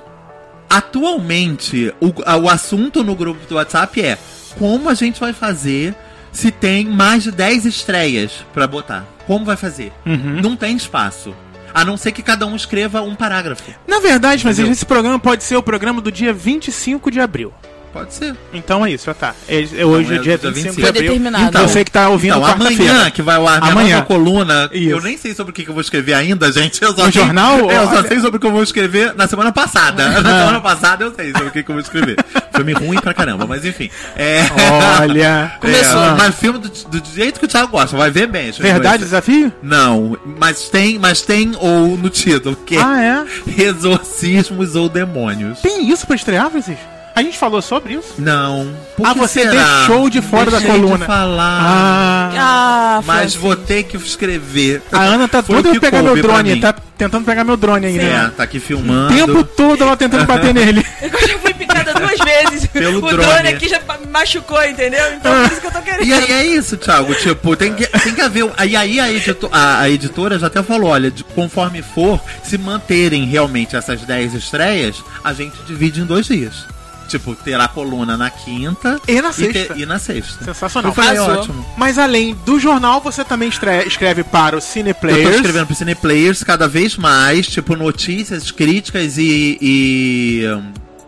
[SPEAKER 2] atualmente, o, a- o assunto no grupo do WhatsApp é como a gente vai fazer se tem mais de dez estreias pra botar. Como vai fazer?
[SPEAKER 1] Uhum.
[SPEAKER 2] Não tem espaço. A não ser que cada um escreva um parágrafo.
[SPEAKER 1] Na verdade, mas
[SPEAKER 2] Entendeu?
[SPEAKER 1] esse programa pode ser o programa do dia vinte e cinco de abril.
[SPEAKER 2] Pode ser.
[SPEAKER 1] Então é isso, tá. É, é hoje é dia vinte e cinco de
[SPEAKER 3] Foi
[SPEAKER 1] abril.
[SPEAKER 3] determinado.
[SPEAKER 1] Então, eu sei que tá ouvindo
[SPEAKER 2] Então,
[SPEAKER 1] quarta-feira.
[SPEAKER 2] amanhã que vai ao ar minha
[SPEAKER 1] Amanhã.
[SPEAKER 2] nova coluna.
[SPEAKER 1] Isso.
[SPEAKER 2] Eu nem sei sobre o que que eu vou escrever ainda, gente. Eu só
[SPEAKER 1] No
[SPEAKER 2] sei-
[SPEAKER 1] jornal?
[SPEAKER 2] É, eu só
[SPEAKER 1] Olha.
[SPEAKER 2] sei sobre o que eu vou escrever na semana passada. Na semana passada eu sei sobre o que que eu vou escrever. Filme ruim pra caramba, mas enfim. É...
[SPEAKER 1] Olha.
[SPEAKER 3] Começou.
[SPEAKER 2] É, mas filme do, do jeito que o Thiago gosta, vai ver bem.
[SPEAKER 1] Verdade, desafio?
[SPEAKER 2] Não, mas tem, mas tem ou no título, que
[SPEAKER 1] Ah, é?
[SPEAKER 2] Exorcismos ou Demônios.
[SPEAKER 1] Tem isso pra estrear, Francisco? A gente falou sobre isso?
[SPEAKER 2] Não. Por
[SPEAKER 1] Ah,
[SPEAKER 2] que
[SPEAKER 1] você
[SPEAKER 2] será?
[SPEAKER 1] deixou de fora da
[SPEAKER 2] Deixei
[SPEAKER 1] coluna.
[SPEAKER 2] de falar.
[SPEAKER 1] Ah.
[SPEAKER 3] Ah,
[SPEAKER 2] Mas
[SPEAKER 3] Francisco.
[SPEAKER 2] vou ter que escrever.
[SPEAKER 1] A Ana tá
[SPEAKER 2] Foi
[SPEAKER 1] doida
[SPEAKER 2] o
[SPEAKER 1] pra
[SPEAKER 2] que
[SPEAKER 1] pegar meu
[SPEAKER 2] coube pra
[SPEAKER 1] drone.
[SPEAKER 2] mim.
[SPEAKER 1] Tá tentando pegar meu drone ainda.
[SPEAKER 2] É,
[SPEAKER 1] né?
[SPEAKER 2] tá aqui
[SPEAKER 1] O
[SPEAKER 2] filmando.
[SPEAKER 1] tempo todo ela tentando bater nele.
[SPEAKER 3] Eu já fui picada duas vezes.
[SPEAKER 2] Pelo
[SPEAKER 3] o
[SPEAKER 2] drone.
[SPEAKER 3] drone aqui já me machucou, entendeu? Então por isso que eu tô querendo.
[SPEAKER 2] E aí é isso, Thiago, tipo, tem que, tem que haver. Aí, aí a, edito, a, a editora já até falou: olha, de, conforme for, se manterem realmente essas dez estreias, a gente divide em dois dias. Tipo, terá a coluna na quinta
[SPEAKER 1] E na
[SPEAKER 2] te-
[SPEAKER 1] sexta.
[SPEAKER 2] E, na sexta.
[SPEAKER 1] Sensacional.
[SPEAKER 2] Eu falei,
[SPEAKER 3] Arrasou.
[SPEAKER 2] ótimo.
[SPEAKER 1] Mas além do jornal, você também estre- escreve para o Cine
[SPEAKER 2] Eu tô
[SPEAKER 1] Players.
[SPEAKER 2] escrevendo pro Cineplayers cada vez mais, tipo, notícias, críticas e. e,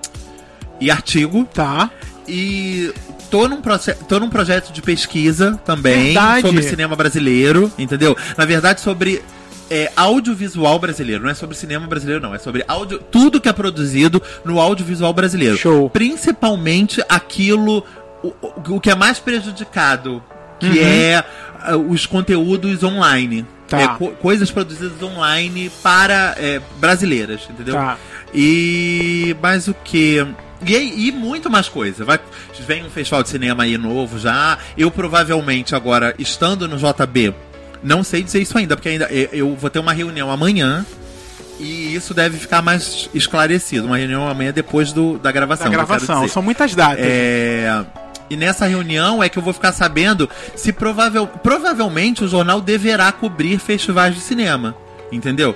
[SPEAKER 2] e artigo.
[SPEAKER 1] Tá.
[SPEAKER 2] E tô num, proce- tô num projeto de pesquisa também
[SPEAKER 1] Verdade.
[SPEAKER 2] sobre cinema brasileiro, entendeu? Na verdade, sobre é, audiovisual brasileiro. Não é sobre cinema brasileiro, não. É sobre audio, tudo que é produzido no audiovisual brasileiro.
[SPEAKER 1] Show.
[SPEAKER 2] Principalmente aquilo, o, o- o que é mais prejudicado, que
[SPEAKER 1] Uhum.
[SPEAKER 2] é ah, os conteúdos online.
[SPEAKER 1] Tá.
[SPEAKER 2] É, co- coisas produzidas online para é, brasileiras, entendeu?
[SPEAKER 1] Tá.
[SPEAKER 2] E mais o que? E, e muito mais coisa. Vai, vem um festival de cinema aí novo já. Eu provavelmente agora, estando no J B, não sei dizer isso ainda, porque ainda eu, eu vou ter uma reunião amanhã e isso deve ficar mais esclarecido. Uma reunião amanhã depois do, da gravação.
[SPEAKER 1] Da
[SPEAKER 2] eu quero
[SPEAKER 1] gravação.
[SPEAKER 2] dizer.
[SPEAKER 1] São muitas datas.
[SPEAKER 2] É, e nessa reunião é que eu vou ficar sabendo se provável, provavelmente o jornal deverá cobrir festivais de cinema. Entendeu?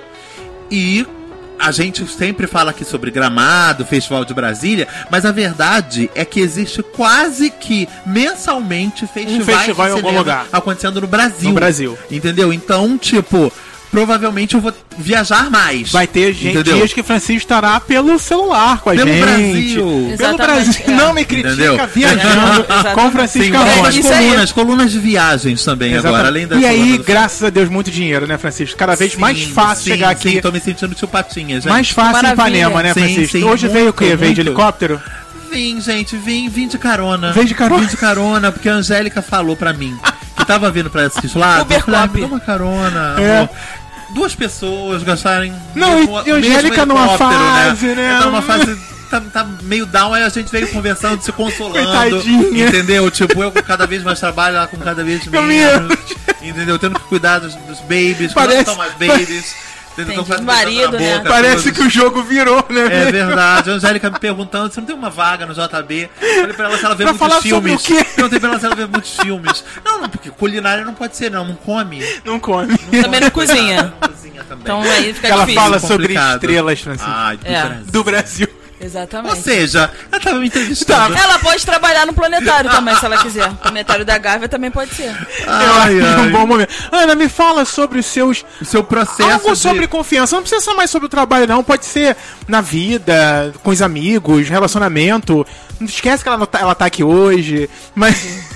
[SPEAKER 2] E a gente sempre fala aqui sobre Gramado, Festival de Brasília, mas a verdade é que existe quase que mensalmente festivais
[SPEAKER 1] festival
[SPEAKER 2] de
[SPEAKER 1] em algum
[SPEAKER 2] cinema
[SPEAKER 1] lugar.
[SPEAKER 2] acontecendo no Brasil.
[SPEAKER 1] No Brasil.
[SPEAKER 2] Entendeu? Então, tipo, provavelmente eu vou viajar mais.
[SPEAKER 1] Vai ter gente,
[SPEAKER 2] Entendeu?
[SPEAKER 1] dias que Francisco estará pelo celular com a
[SPEAKER 2] Pelo
[SPEAKER 1] gente.
[SPEAKER 2] Brasil.
[SPEAKER 1] Pelo
[SPEAKER 3] Exatamente,
[SPEAKER 1] Brasil.
[SPEAKER 3] é.
[SPEAKER 1] Não me critica
[SPEAKER 2] Entendeu?
[SPEAKER 1] viajando
[SPEAKER 3] Exatamente.
[SPEAKER 1] com Francisco
[SPEAKER 2] Sim,
[SPEAKER 1] Carrão.
[SPEAKER 2] bom, as
[SPEAKER 3] isso aí.
[SPEAKER 2] colunas, colunas de viagens também
[SPEAKER 1] Exatamente.
[SPEAKER 2] agora, além da
[SPEAKER 1] E aí,
[SPEAKER 2] coluna do-
[SPEAKER 1] graças a Deus, muito dinheiro, né, Francisco? Cada vez
[SPEAKER 2] Sim,
[SPEAKER 1] mais fácil
[SPEAKER 2] sim,
[SPEAKER 1] chegar aqui.
[SPEAKER 2] Sim, tô me sentindo tio Patinha, gente.
[SPEAKER 1] Mais fácil em
[SPEAKER 3] Maravilha.
[SPEAKER 1] Ipanema, né,
[SPEAKER 2] Sim,
[SPEAKER 1] Francisco?
[SPEAKER 2] sim,
[SPEAKER 1] Hoje veio o quê?
[SPEAKER 2] muito,
[SPEAKER 1] Veio de
[SPEAKER 2] muito.
[SPEAKER 1] helicóptero?
[SPEAKER 2] Vim, gente, vim, vim de carona.
[SPEAKER 1] Veio de carona?
[SPEAKER 2] Vim de carona, porque a Angélica falou pra mim que tava vindo pra esses lados.
[SPEAKER 3] Uber
[SPEAKER 2] Eu falei, ah,
[SPEAKER 3] Cop.
[SPEAKER 2] me dá uma carona,
[SPEAKER 1] É.
[SPEAKER 2] amor. Duas pessoas gastarem.
[SPEAKER 1] Não,
[SPEAKER 2] mesmo-
[SPEAKER 1] e- e a Angélica
[SPEAKER 2] mesmo
[SPEAKER 1] numa
[SPEAKER 2] helicóptero,
[SPEAKER 1] fase, né?
[SPEAKER 2] Tá numa fase. Tá, tá meio down, aí a gente veio conversando, se consolando.
[SPEAKER 1] Coitadinha.
[SPEAKER 2] Entendeu? Tipo, eu com cada vez mais trabalho, ela com cada vez
[SPEAKER 1] Meu
[SPEAKER 2] menos. Entendeu? Tendo que cuidar dos, dos babies, que
[SPEAKER 1] Parece-
[SPEAKER 2] não são mais babies. Entendeu?
[SPEAKER 3] Entendi.
[SPEAKER 2] Tão fazendo
[SPEAKER 3] Marido,
[SPEAKER 2] beijando na
[SPEAKER 3] né?
[SPEAKER 2] boca,
[SPEAKER 1] Parece
[SPEAKER 2] todos.
[SPEAKER 1] que o jogo virou, né?
[SPEAKER 2] É verdade. A Angélica me perguntando se não tem uma vaga no J B. Falei pra ela se ela vê
[SPEAKER 1] Pra
[SPEAKER 2] muitos
[SPEAKER 1] falar sobre
[SPEAKER 2] filmes.
[SPEAKER 1] o quê?
[SPEAKER 2] Perguntei pra ela se ela vê muitos filmes. Não, não, porque culinária não pode ser, não. Não come.
[SPEAKER 1] Não come.
[SPEAKER 3] Também não cozinha.
[SPEAKER 2] Não cozinha também.
[SPEAKER 3] Então aí fica
[SPEAKER 1] Ela
[SPEAKER 3] difícil.
[SPEAKER 1] fala sobre
[SPEAKER 2] complicado.
[SPEAKER 1] estrelas, Francisco.
[SPEAKER 2] Ai, do
[SPEAKER 3] É.
[SPEAKER 2] Brasil.
[SPEAKER 1] Do Brasil.
[SPEAKER 2] Ou
[SPEAKER 3] Exatamente.
[SPEAKER 2] seja, ela tava me entrevistando.
[SPEAKER 3] Ela pode trabalhar no planetário também, se ela quiser. O planetário da Gávea também pode ser.
[SPEAKER 1] Eu
[SPEAKER 2] Ai,
[SPEAKER 1] acho um
[SPEAKER 2] ai.
[SPEAKER 1] bom momento. Ana, me fala sobre os seus.
[SPEAKER 2] O seu processo
[SPEAKER 1] Algo
[SPEAKER 2] de...
[SPEAKER 1] sobre confiança. Não precisa ser mais sobre o trabalho, não. Pode ser na vida, com os amigos, relacionamento. Não esquece que ela, não tá, ela tá aqui hoje. Mas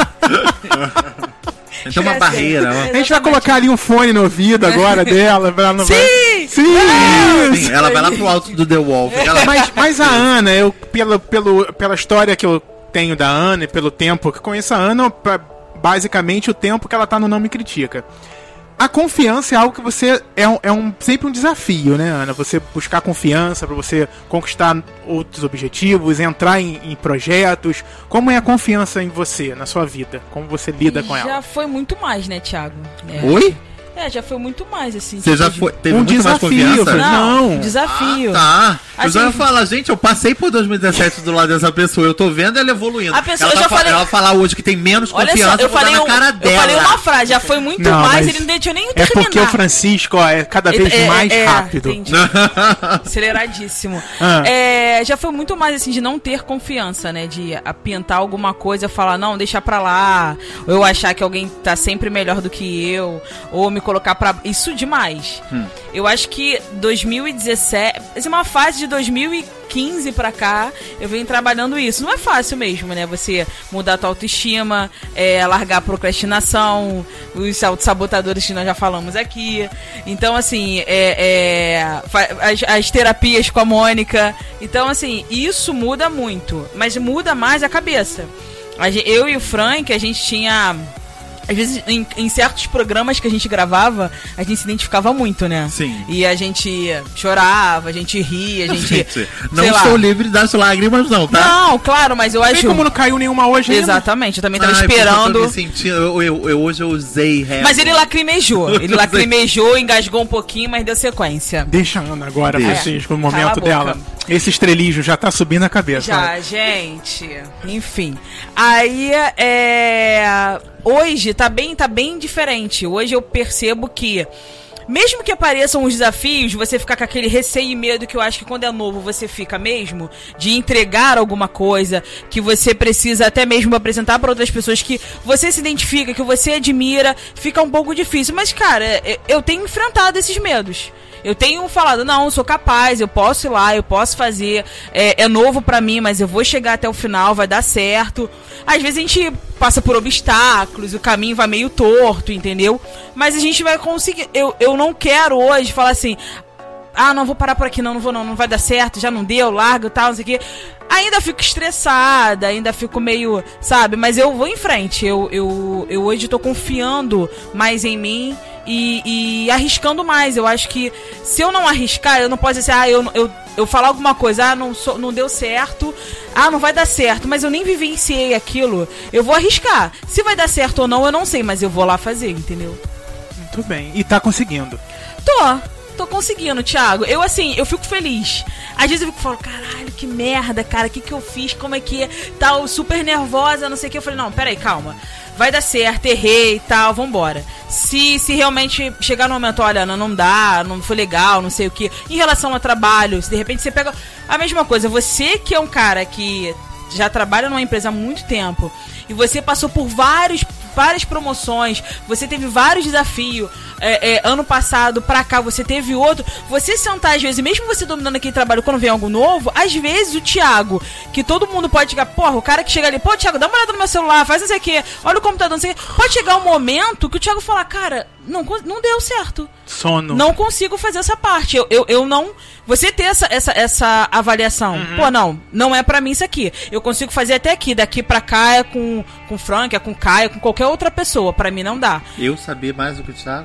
[SPEAKER 2] Tem uma
[SPEAKER 3] Esquece.
[SPEAKER 2] barreira. ó.
[SPEAKER 1] a gente vai
[SPEAKER 3] Exatamente.
[SPEAKER 1] colocar ali um fone no ouvido agora dela. Pra ela não
[SPEAKER 3] Sim!
[SPEAKER 1] vai... Sim!
[SPEAKER 2] Sim,
[SPEAKER 1] Isso!
[SPEAKER 2] ela vai lá pro alto do The Wall. fica lá-
[SPEAKER 1] Mas, mas a Ana, eu, pela, pelo, pela história que eu tenho da Ana e pelo tempo que conheço a Ana, pra- basicamente o tempo que ela tá no Não Me Critica. A confiança é algo que você. É, um, é um, sempre um desafio, né, Ana? Você buscar confiança pra você conquistar outros objetivos, entrar em, em projetos. Como é a confiança em você, na sua vida? Como você lida com
[SPEAKER 3] Já
[SPEAKER 1] ela?
[SPEAKER 3] foi muito mais, né, Thiago? É.
[SPEAKER 2] Oi?
[SPEAKER 3] É, já foi muito mais, assim.
[SPEAKER 2] Você já
[SPEAKER 3] tipo,
[SPEAKER 2] foi, teve
[SPEAKER 1] Um
[SPEAKER 2] muito mais
[SPEAKER 1] desafio,
[SPEAKER 2] confiança?
[SPEAKER 1] Fran-
[SPEAKER 3] Não,
[SPEAKER 1] Não.
[SPEAKER 3] desafio.
[SPEAKER 2] Ah, tá. Eu já ia
[SPEAKER 3] Assim-
[SPEAKER 2] falar, gente, eu passei por dois mil e dezessete do lado dessa pessoa. Eu tô vendo ela evoluindo.
[SPEAKER 3] A pessoa-
[SPEAKER 2] ela
[SPEAKER 3] eu já
[SPEAKER 2] fa-
[SPEAKER 3] falei-
[SPEAKER 2] Ela falar hoje que tem menos
[SPEAKER 3] Olha
[SPEAKER 2] confiança,
[SPEAKER 3] só, eu
[SPEAKER 2] vou dar
[SPEAKER 3] falei,
[SPEAKER 2] na
[SPEAKER 3] um,
[SPEAKER 2] cara
[SPEAKER 3] eu
[SPEAKER 2] dela.
[SPEAKER 3] falei uma frase, já foi muito
[SPEAKER 1] Não,
[SPEAKER 3] mais,
[SPEAKER 1] mas
[SPEAKER 3] ele não deixou nem eu
[SPEAKER 1] É
[SPEAKER 3] terminar.
[SPEAKER 1] porque o Francisco ó, é cada vez
[SPEAKER 3] É,
[SPEAKER 1] mais
[SPEAKER 3] é,
[SPEAKER 1] rápido.
[SPEAKER 3] entendi. Aceleradíssimo.
[SPEAKER 1] Ah.
[SPEAKER 3] É, já foi muito mais assim de não ter confiança, né? De pintar alguma coisa e falar, não, deixa pra lá. Ou eu achar que alguém tá sempre melhor do que eu. Ou me colocar pra. Isso demais.
[SPEAKER 2] Hum.
[SPEAKER 3] Eu acho que dois mil e dezessete. Assim, uma fase de dois mil e quinze pra cá, eu venho trabalhando isso. Não é fácil mesmo, né? Você mudar a tua autoestima, é, largar a procrastinação, os autossabotadores que nós já falamos aqui. Então, assim, é, é, as, as terapias com a Mônica. Então, assim, isso muda muito. Mas muda mais a cabeça. Eu e o Frank, a gente tinha... Às vezes, em, em certos programas que a gente gravava, a gente se identificava muito, né?
[SPEAKER 2] Sim.
[SPEAKER 3] E a gente chorava, a gente ria, a gente...
[SPEAKER 2] gente não estou livre das lágrimas, não, tá?
[SPEAKER 3] Não, claro, mas eu acho...
[SPEAKER 1] Nem como não caiu nenhuma hoje ainda.
[SPEAKER 3] Exatamente, eu também tava
[SPEAKER 2] Ai,
[SPEAKER 3] esperando...
[SPEAKER 2] Eu, tô me sentindo, eu, eu, eu hoje eu usei régua.
[SPEAKER 3] Mas ele lacrimejou. Ele lacrimejou, engasgou um pouquinho, mas deu sequência.
[SPEAKER 1] Deixa a Ana agora,
[SPEAKER 2] Deixa.
[SPEAKER 1] Francisco, no momento dela. Esse estrelijo já tá subindo a cabeça.
[SPEAKER 3] Já,
[SPEAKER 1] né?
[SPEAKER 3] gente. Enfim. Aí, é... Hoje tá bem, tá bem diferente. Hoje eu percebo que, mesmo que apareçam os desafios, você ficar com aquele receio e medo que eu acho que quando é novo você fica mesmo, de entregar alguma coisa que você precisa até mesmo apresentar para outras pessoas que você se identifica, que você admira, fica um pouco difícil. Mas, cara, eu tenho enfrentado esses medos. Eu tenho falado, não, eu sou capaz, eu posso ir lá, eu posso fazer, é, é novo pra mim, mas eu vou chegar até o final, vai dar certo. Às vezes a gente passa por obstáculos, o caminho vai meio torto, entendeu? Mas a gente vai conseguir. Eu, eu não quero hoje falar assim, ah, não vou parar por aqui, não, não vou não, não vai dar certo, já não deu, largo e tal, não sei o quê. Ainda fico estressada, ainda fico meio, sabe? Mas eu vou em frente, eu, eu, eu hoje tô confiando mais em mim. E, e arriscando mais. Eu acho que se eu não arriscar, eu não posso dizer, ah, eu, eu, eu falar alguma coisa, ah, não, sou, não deu certo, ah, não vai dar certo, mas eu nem vivenciei aquilo, eu vou arriscar. Se vai dar certo ou não, eu não sei, mas eu vou lá fazer, entendeu?
[SPEAKER 1] Muito bem. E tá conseguindo?
[SPEAKER 3] Tô. Tô conseguindo, Thiago. Eu, assim, eu fico feliz. Às vezes eu fico falando, caralho, que merda, cara, o que que eu fiz, como é que é, tal, super nervosa, não sei o que. Eu falei, não, peraí, calma. Vai dar certo, errei e tal, vambora. Se, se realmente chegar no momento, olha, não, não dá, não foi legal, não sei o que. Em relação ao trabalho, se de repente você pega a mesma coisa, você que é um cara que já trabalha numa empresa há muito tempo e você passou por vários, várias promoções, você teve vários desafios, é, é, ano passado pra cá você teve outro, você sentar às vezes, mesmo você dominando aquele trabalho, quando vem algo novo, às vezes o Thiago, que todo mundo pode chegar, porra, o cara que chega ali, pô, Thiago, dá uma olhada no meu celular, faz não sei o que, olha o computador, não sei o que, pode chegar um momento que o Thiago fala, cara, não, não deu certo.
[SPEAKER 1] Sono.
[SPEAKER 3] Não consigo fazer essa parte, eu, eu, eu não... Você ter essa, essa, essa avaliação, uhum. Pô, não, não é pra mim isso aqui. Eu consigo fazer até aqui, daqui pra cá é com, com o Frank, é com o Caio, é com qualquer outra pessoa. Pra mim não dá.
[SPEAKER 2] Eu saber mais do que o Thiago?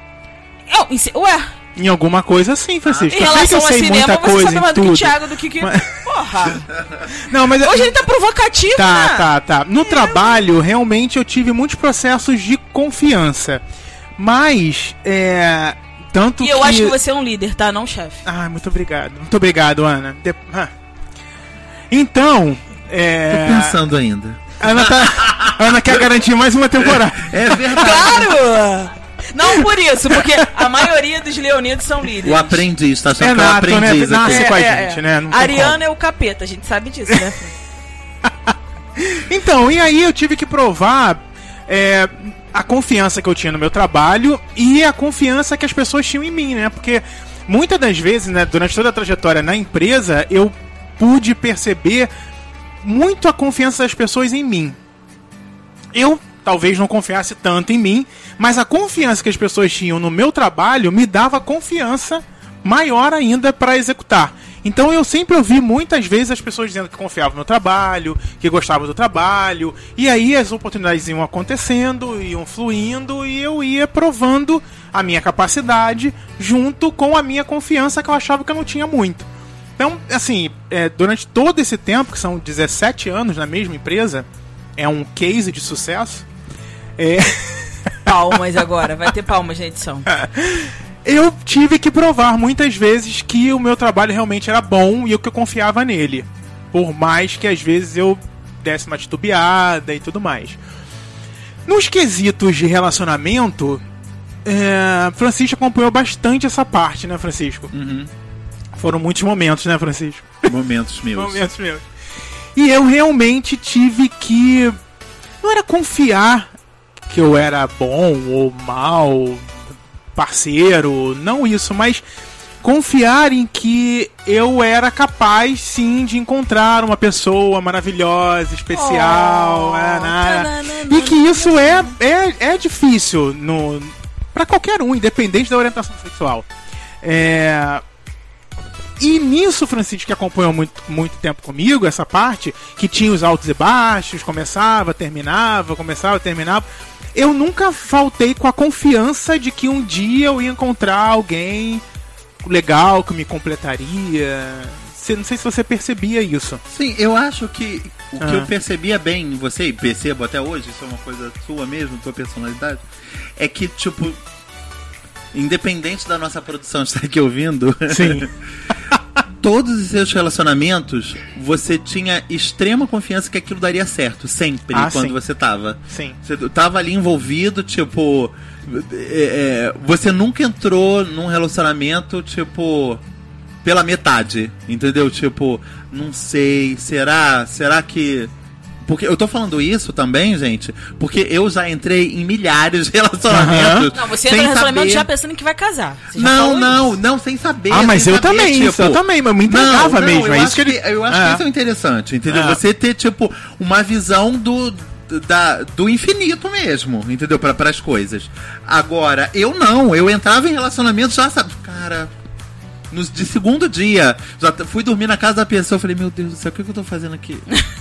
[SPEAKER 3] Eu, ué...
[SPEAKER 1] Em alguma coisa sim, Francisco.
[SPEAKER 3] Ah, em relação ao cinema, você sabe mais do que o Thiago, do que... que...
[SPEAKER 1] Mas...
[SPEAKER 3] Porra!
[SPEAKER 1] Não, mas...
[SPEAKER 3] Hoje ele tá provocativo,
[SPEAKER 1] tá,
[SPEAKER 3] né?
[SPEAKER 1] Tá, tá, tá. No é. trabalho, realmente, eu tive muitos processos de confiança. Mas, é... Tanto
[SPEAKER 3] e eu
[SPEAKER 1] que...
[SPEAKER 3] acho que você é um líder, tá? Não, chefe.
[SPEAKER 1] Ah, muito obrigado. Muito obrigado, Ana. De... Ah. Então, é...
[SPEAKER 2] Tô pensando ainda.
[SPEAKER 1] Ana, tá... Ana quer garantir mais uma temporada.
[SPEAKER 2] É verdade.
[SPEAKER 3] Claro! Não por isso, porque a maioria dos leoninos são líderes.
[SPEAKER 2] O aprendiz, tá achando
[SPEAKER 1] é
[SPEAKER 2] que é o aprendiz
[SPEAKER 1] né? Nasce
[SPEAKER 2] aqui.
[SPEAKER 1] com a
[SPEAKER 3] é,
[SPEAKER 1] gente,
[SPEAKER 3] é.
[SPEAKER 1] né? Não
[SPEAKER 3] Ariana é o capeta, a gente sabe disso, né?
[SPEAKER 1] Então, e aí eu tive que provar... É... a confiança que eu tinha no meu trabalho e a confiança que as pessoas tinham em mim, né? Porque muitas das vezes, né, durante toda a trajetória na empresa, eu pude perceber muito a confiança das pessoas em mim. Eu talvez não confiasse tanto em mim, mas a confiança que as pessoas tinham no meu trabalho me dava confiança maior ainda para executar. Então eu sempre ouvi muitas vezes as pessoas dizendo que confiavam no meu trabalho, que gostavam do trabalho, e aí as oportunidades iam acontecendo, iam fluindo, e eu ia provando a minha capacidade junto com a minha confiança que eu achava que eu não tinha muito. Então, assim, é, durante todo esse tempo, que são dezessete anos na mesma empresa, é um case de sucesso. É...
[SPEAKER 3] Palmas agora, vai ter palmas na edição.
[SPEAKER 1] Eu tive que provar muitas vezes que o meu trabalho realmente era bom e eu que eu confiava nele. Por mais que às vezes eu desse uma titubeada e tudo mais. Nos quesitos de relacionamento, é, Francisco acompanhou bastante essa parte, né, Francisco?
[SPEAKER 2] Uhum.
[SPEAKER 1] Foram muitos momentos, né, Francisco?
[SPEAKER 2] Momentos meus.
[SPEAKER 1] Momentos meus. E eu realmente tive que... Não era confiar que eu era bom ou mal... parceiro, não isso, mas confiar em que eu era capaz, sim, de encontrar uma pessoa maravilhosa, especial,
[SPEAKER 3] Oh,
[SPEAKER 1] é, né?
[SPEAKER 3] tananana.
[SPEAKER 1] E que isso é, é, é difícil no, pra qualquer um, independente da orientação sexual. É... E nisso, Francisco, que acompanhou muito, muito tempo comigo, essa parte, que tinha os altos e baixos, começava, terminava, começava, terminava, eu nunca faltei com a confiança de que um dia eu ia encontrar alguém legal, que me completaria. Não sei se você percebia isso.
[SPEAKER 2] Sim, eu acho que o que
[SPEAKER 1] Ah.
[SPEAKER 2] eu percebia bem em você, e percebo até hoje, isso é uma coisa sua mesmo, tua personalidade, é que, tipo, independente da nossa produção estar aqui ouvindo,
[SPEAKER 1] Sim.
[SPEAKER 2] todos os seus relacionamentos, você tinha extrema confiança que aquilo daria certo, sempre,
[SPEAKER 1] Ah,
[SPEAKER 2] quando
[SPEAKER 1] sim.
[SPEAKER 2] você tava.
[SPEAKER 1] Sim.
[SPEAKER 2] Você tava ali envolvido, tipo... é, é, você nunca entrou num relacionamento, tipo... pela metade, entendeu? Tipo, não sei, será? Será que... Porque eu tô falando isso também, gente, porque eu já entrei em milhares de relacionamentos.
[SPEAKER 3] Não, você
[SPEAKER 2] sem
[SPEAKER 3] entra no relacionamento
[SPEAKER 2] saber...
[SPEAKER 3] já pensando que vai casar. Você já
[SPEAKER 2] Não,
[SPEAKER 3] falou
[SPEAKER 2] não,
[SPEAKER 3] isso.
[SPEAKER 2] não, sem saber.
[SPEAKER 1] Ah, mas
[SPEAKER 2] sem
[SPEAKER 1] eu
[SPEAKER 2] saber,
[SPEAKER 1] também,
[SPEAKER 2] tipo...
[SPEAKER 1] isso eu também, mas eu me entregava
[SPEAKER 2] não, não,
[SPEAKER 1] mesmo.
[SPEAKER 2] Eu
[SPEAKER 1] É
[SPEAKER 2] acho
[SPEAKER 1] isso que ele.
[SPEAKER 2] que, eu acho
[SPEAKER 1] É.
[SPEAKER 2] que isso é interessante, entendeu?
[SPEAKER 1] É.
[SPEAKER 2] Você ter, tipo, uma visão do... Da, do infinito mesmo, entendeu? Para as coisas. Agora, eu não, eu entrava em relacionamento já, sabe, cara, no, de segundo dia, já t- fui dormir na casa da pessoa, eu falei, meu Deus do céu, o que, que eu tô fazendo aqui?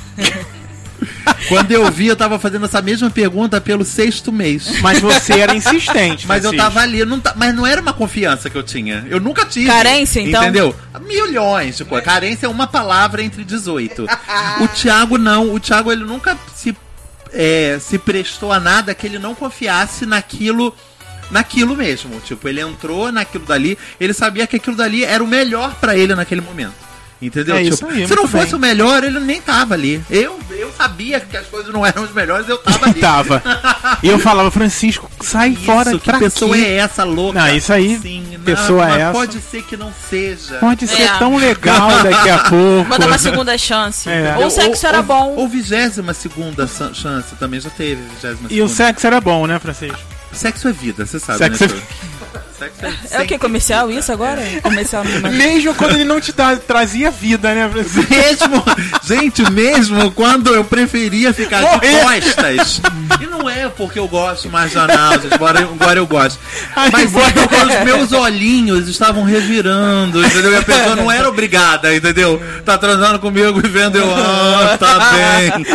[SPEAKER 2] Quando eu vi, eu tava fazendo essa mesma pergunta pelo sexto mês.
[SPEAKER 1] Mas você era insistente.
[SPEAKER 2] Mas eu
[SPEAKER 1] Francisco.
[SPEAKER 2] tava ali, não tá, mas não era uma confiança que eu tinha. Eu nunca tive.
[SPEAKER 3] Carência, então?
[SPEAKER 2] Entendeu? Milhões, tipo, carência é uma palavra entre dezoito. O Thiago não, o Thiago ele nunca se, é, se prestou a nada que ele não confiasse naquilo, naquilo mesmo. Tipo, ele entrou naquilo dali, ele sabia que aquilo dali era o melhor pra ele naquele momento. Entendeu?
[SPEAKER 1] É
[SPEAKER 2] Tipo,
[SPEAKER 1] isso aí,
[SPEAKER 2] se não
[SPEAKER 1] muito
[SPEAKER 2] fosse
[SPEAKER 1] bem.
[SPEAKER 2] o melhor, ele nem tava ali. Eu, eu sabia que as coisas não eram os melhores, eu tava ali.
[SPEAKER 1] Tava. E eu falava, Francisco, sai
[SPEAKER 2] Isso,
[SPEAKER 1] fora
[SPEAKER 2] que
[SPEAKER 1] pra
[SPEAKER 2] pessoa
[SPEAKER 1] quê?
[SPEAKER 2] é essa louca?
[SPEAKER 1] Não, isso aí,
[SPEAKER 2] Sim,
[SPEAKER 1] pessoa
[SPEAKER 2] mas
[SPEAKER 1] é essa.
[SPEAKER 2] pode ser que não seja.
[SPEAKER 1] Pode ser
[SPEAKER 3] É.
[SPEAKER 1] tão legal daqui a pouco.
[SPEAKER 3] Vou dar uma segunda chance.
[SPEAKER 1] É.
[SPEAKER 3] Ou o sexo era
[SPEAKER 2] ou,
[SPEAKER 3] bom.
[SPEAKER 2] Ou vigésima segunda san- chance também, já teve vigésima
[SPEAKER 1] E o
[SPEAKER 2] segunda.
[SPEAKER 1] sexo era bom, né, Francisco?
[SPEAKER 2] Sexo é vida, você sabe,
[SPEAKER 1] Sexo
[SPEAKER 2] né?
[SPEAKER 1] é-
[SPEAKER 2] Tio? Sexo
[SPEAKER 3] É o que? Comercial isso agora? Comercial no...
[SPEAKER 1] Mesmo quando ele não te dá- trazia vida, né, Francisco?
[SPEAKER 2] Mesmo, gente, mesmo quando eu preferia ficar de
[SPEAKER 1] Morrer.
[SPEAKER 2] costas. E não é porque eu gosto mais de anal, gente, agora, eu- agora eu gosto.
[SPEAKER 1] Ai,
[SPEAKER 2] Mas
[SPEAKER 1] bora.
[SPEAKER 2] é porque os meus olhinhos estavam revirando, entendeu? E a pessoa não era obrigada, entendeu? Tá transando comigo e vendo eu, ah, tá bem.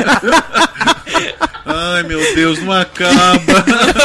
[SPEAKER 2] Ai, meu Deus, não acaba.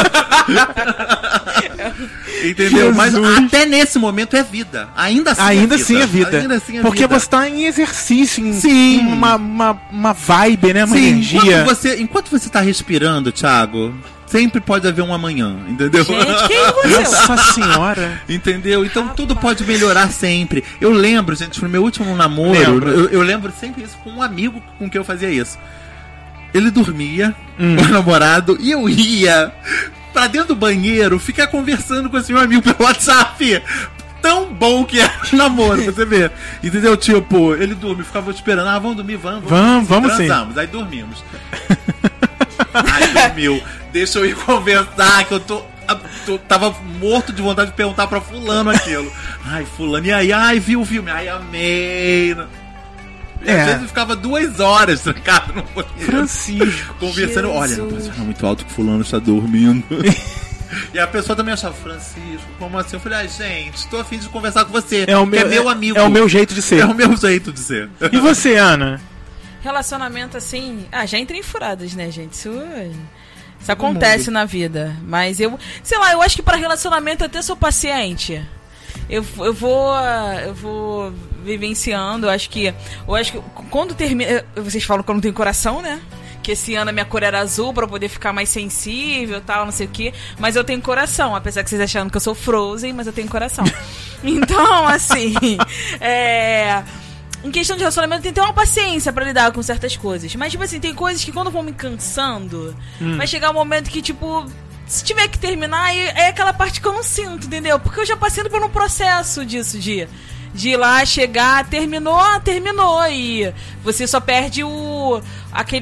[SPEAKER 2] Entendeu? Mas
[SPEAKER 1] Jesus.
[SPEAKER 2] até nesse momento é vida. Ainda assim
[SPEAKER 1] Ainda
[SPEAKER 2] é vida.
[SPEAKER 1] assim é vida.
[SPEAKER 2] Ainda assim é
[SPEAKER 1] Porque
[SPEAKER 2] vida.
[SPEAKER 1] você tá em exercício, em
[SPEAKER 2] Sim.
[SPEAKER 1] em uma, uma, uma vibe, né? Uma
[SPEAKER 2] Sim,
[SPEAKER 1] energia.
[SPEAKER 2] enquanto você, enquanto você tá respirando, Thiago, sempre pode haver um amanhã, entendeu?
[SPEAKER 3] Gente, que aconteceu?
[SPEAKER 1] Nossa senhora.
[SPEAKER 2] Entendeu? Então tudo pode melhorar sempre. Eu lembro, gente, no meu último namoro,
[SPEAKER 1] Lembro.
[SPEAKER 2] eu, eu lembro sempre isso com um amigo com quem eu fazia isso. Ele dormia
[SPEAKER 1] Hum.
[SPEAKER 2] com o namorado e eu ia pra dentro do banheiro ficar conversando com esse meu amigo pelo WhatsApp. Tão bom que é o namoro, você vê. Entendeu? Tipo, ele dorme, ficava esperando. Ah, vamos dormir, vamos.
[SPEAKER 1] Vamos, vamos sim.
[SPEAKER 2] Transamos, aí dormimos. Aí dormiu. Deixa eu ir conversar, que eu tô, tô... Tava morto de vontade de perguntar pra fulano aquilo. Ai, fulano, e aí? Ai, viu o filme? Ai, amei. E
[SPEAKER 1] É.
[SPEAKER 2] às vezes eu ficava duas horas trancado no banheiro.
[SPEAKER 1] Francisco.
[SPEAKER 2] Conversando. Olha,
[SPEAKER 3] Jesus.
[SPEAKER 2] não pode falar muito alto que fulano está dormindo. E a pessoa também achava, Francisco, como assim? Eu falei, ai, gente, tô a fim de conversar com você.
[SPEAKER 1] É o
[SPEAKER 2] que
[SPEAKER 1] meu,
[SPEAKER 2] é meu amigo.
[SPEAKER 1] É o meu jeito de ser.
[SPEAKER 2] É o meu jeito de ser.
[SPEAKER 1] E você, Ana?
[SPEAKER 3] Relacionamento assim. Ah, já entrei em furadas, né, gente? Isso, isso acontece na vida. Mas eu. Sei lá, eu acho que pra relacionamento eu até sou paciente. Eu, eu vou. Eu vou vivenciando. Eu acho que. Eu acho que quando termina. Vocês falam que eu não tenho coração, né? Que esse ano a minha cor era azul pra eu poder ficar mais sensível e tal, não sei o que. Mas eu tenho coração, apesar que vocês achando que eu sou Frozen, mas eu tenho coração. Então, assim. É. Em questão de relacionamento, tem que ter uma paciência pra lidar com certas coisas. Mas, tipo assim, tem coisas que quando vão me cansando,
[SPEAKER 1] Hum.
[SPEAKER 3] vai chegar um momento que, tipo, se tiver que terminar, é é aquela parte que eu não sinto, entendeu? Porque eu já passei por um processo disso, de, de ir lá, chegar, terminou, terminou. E você só perde o aquele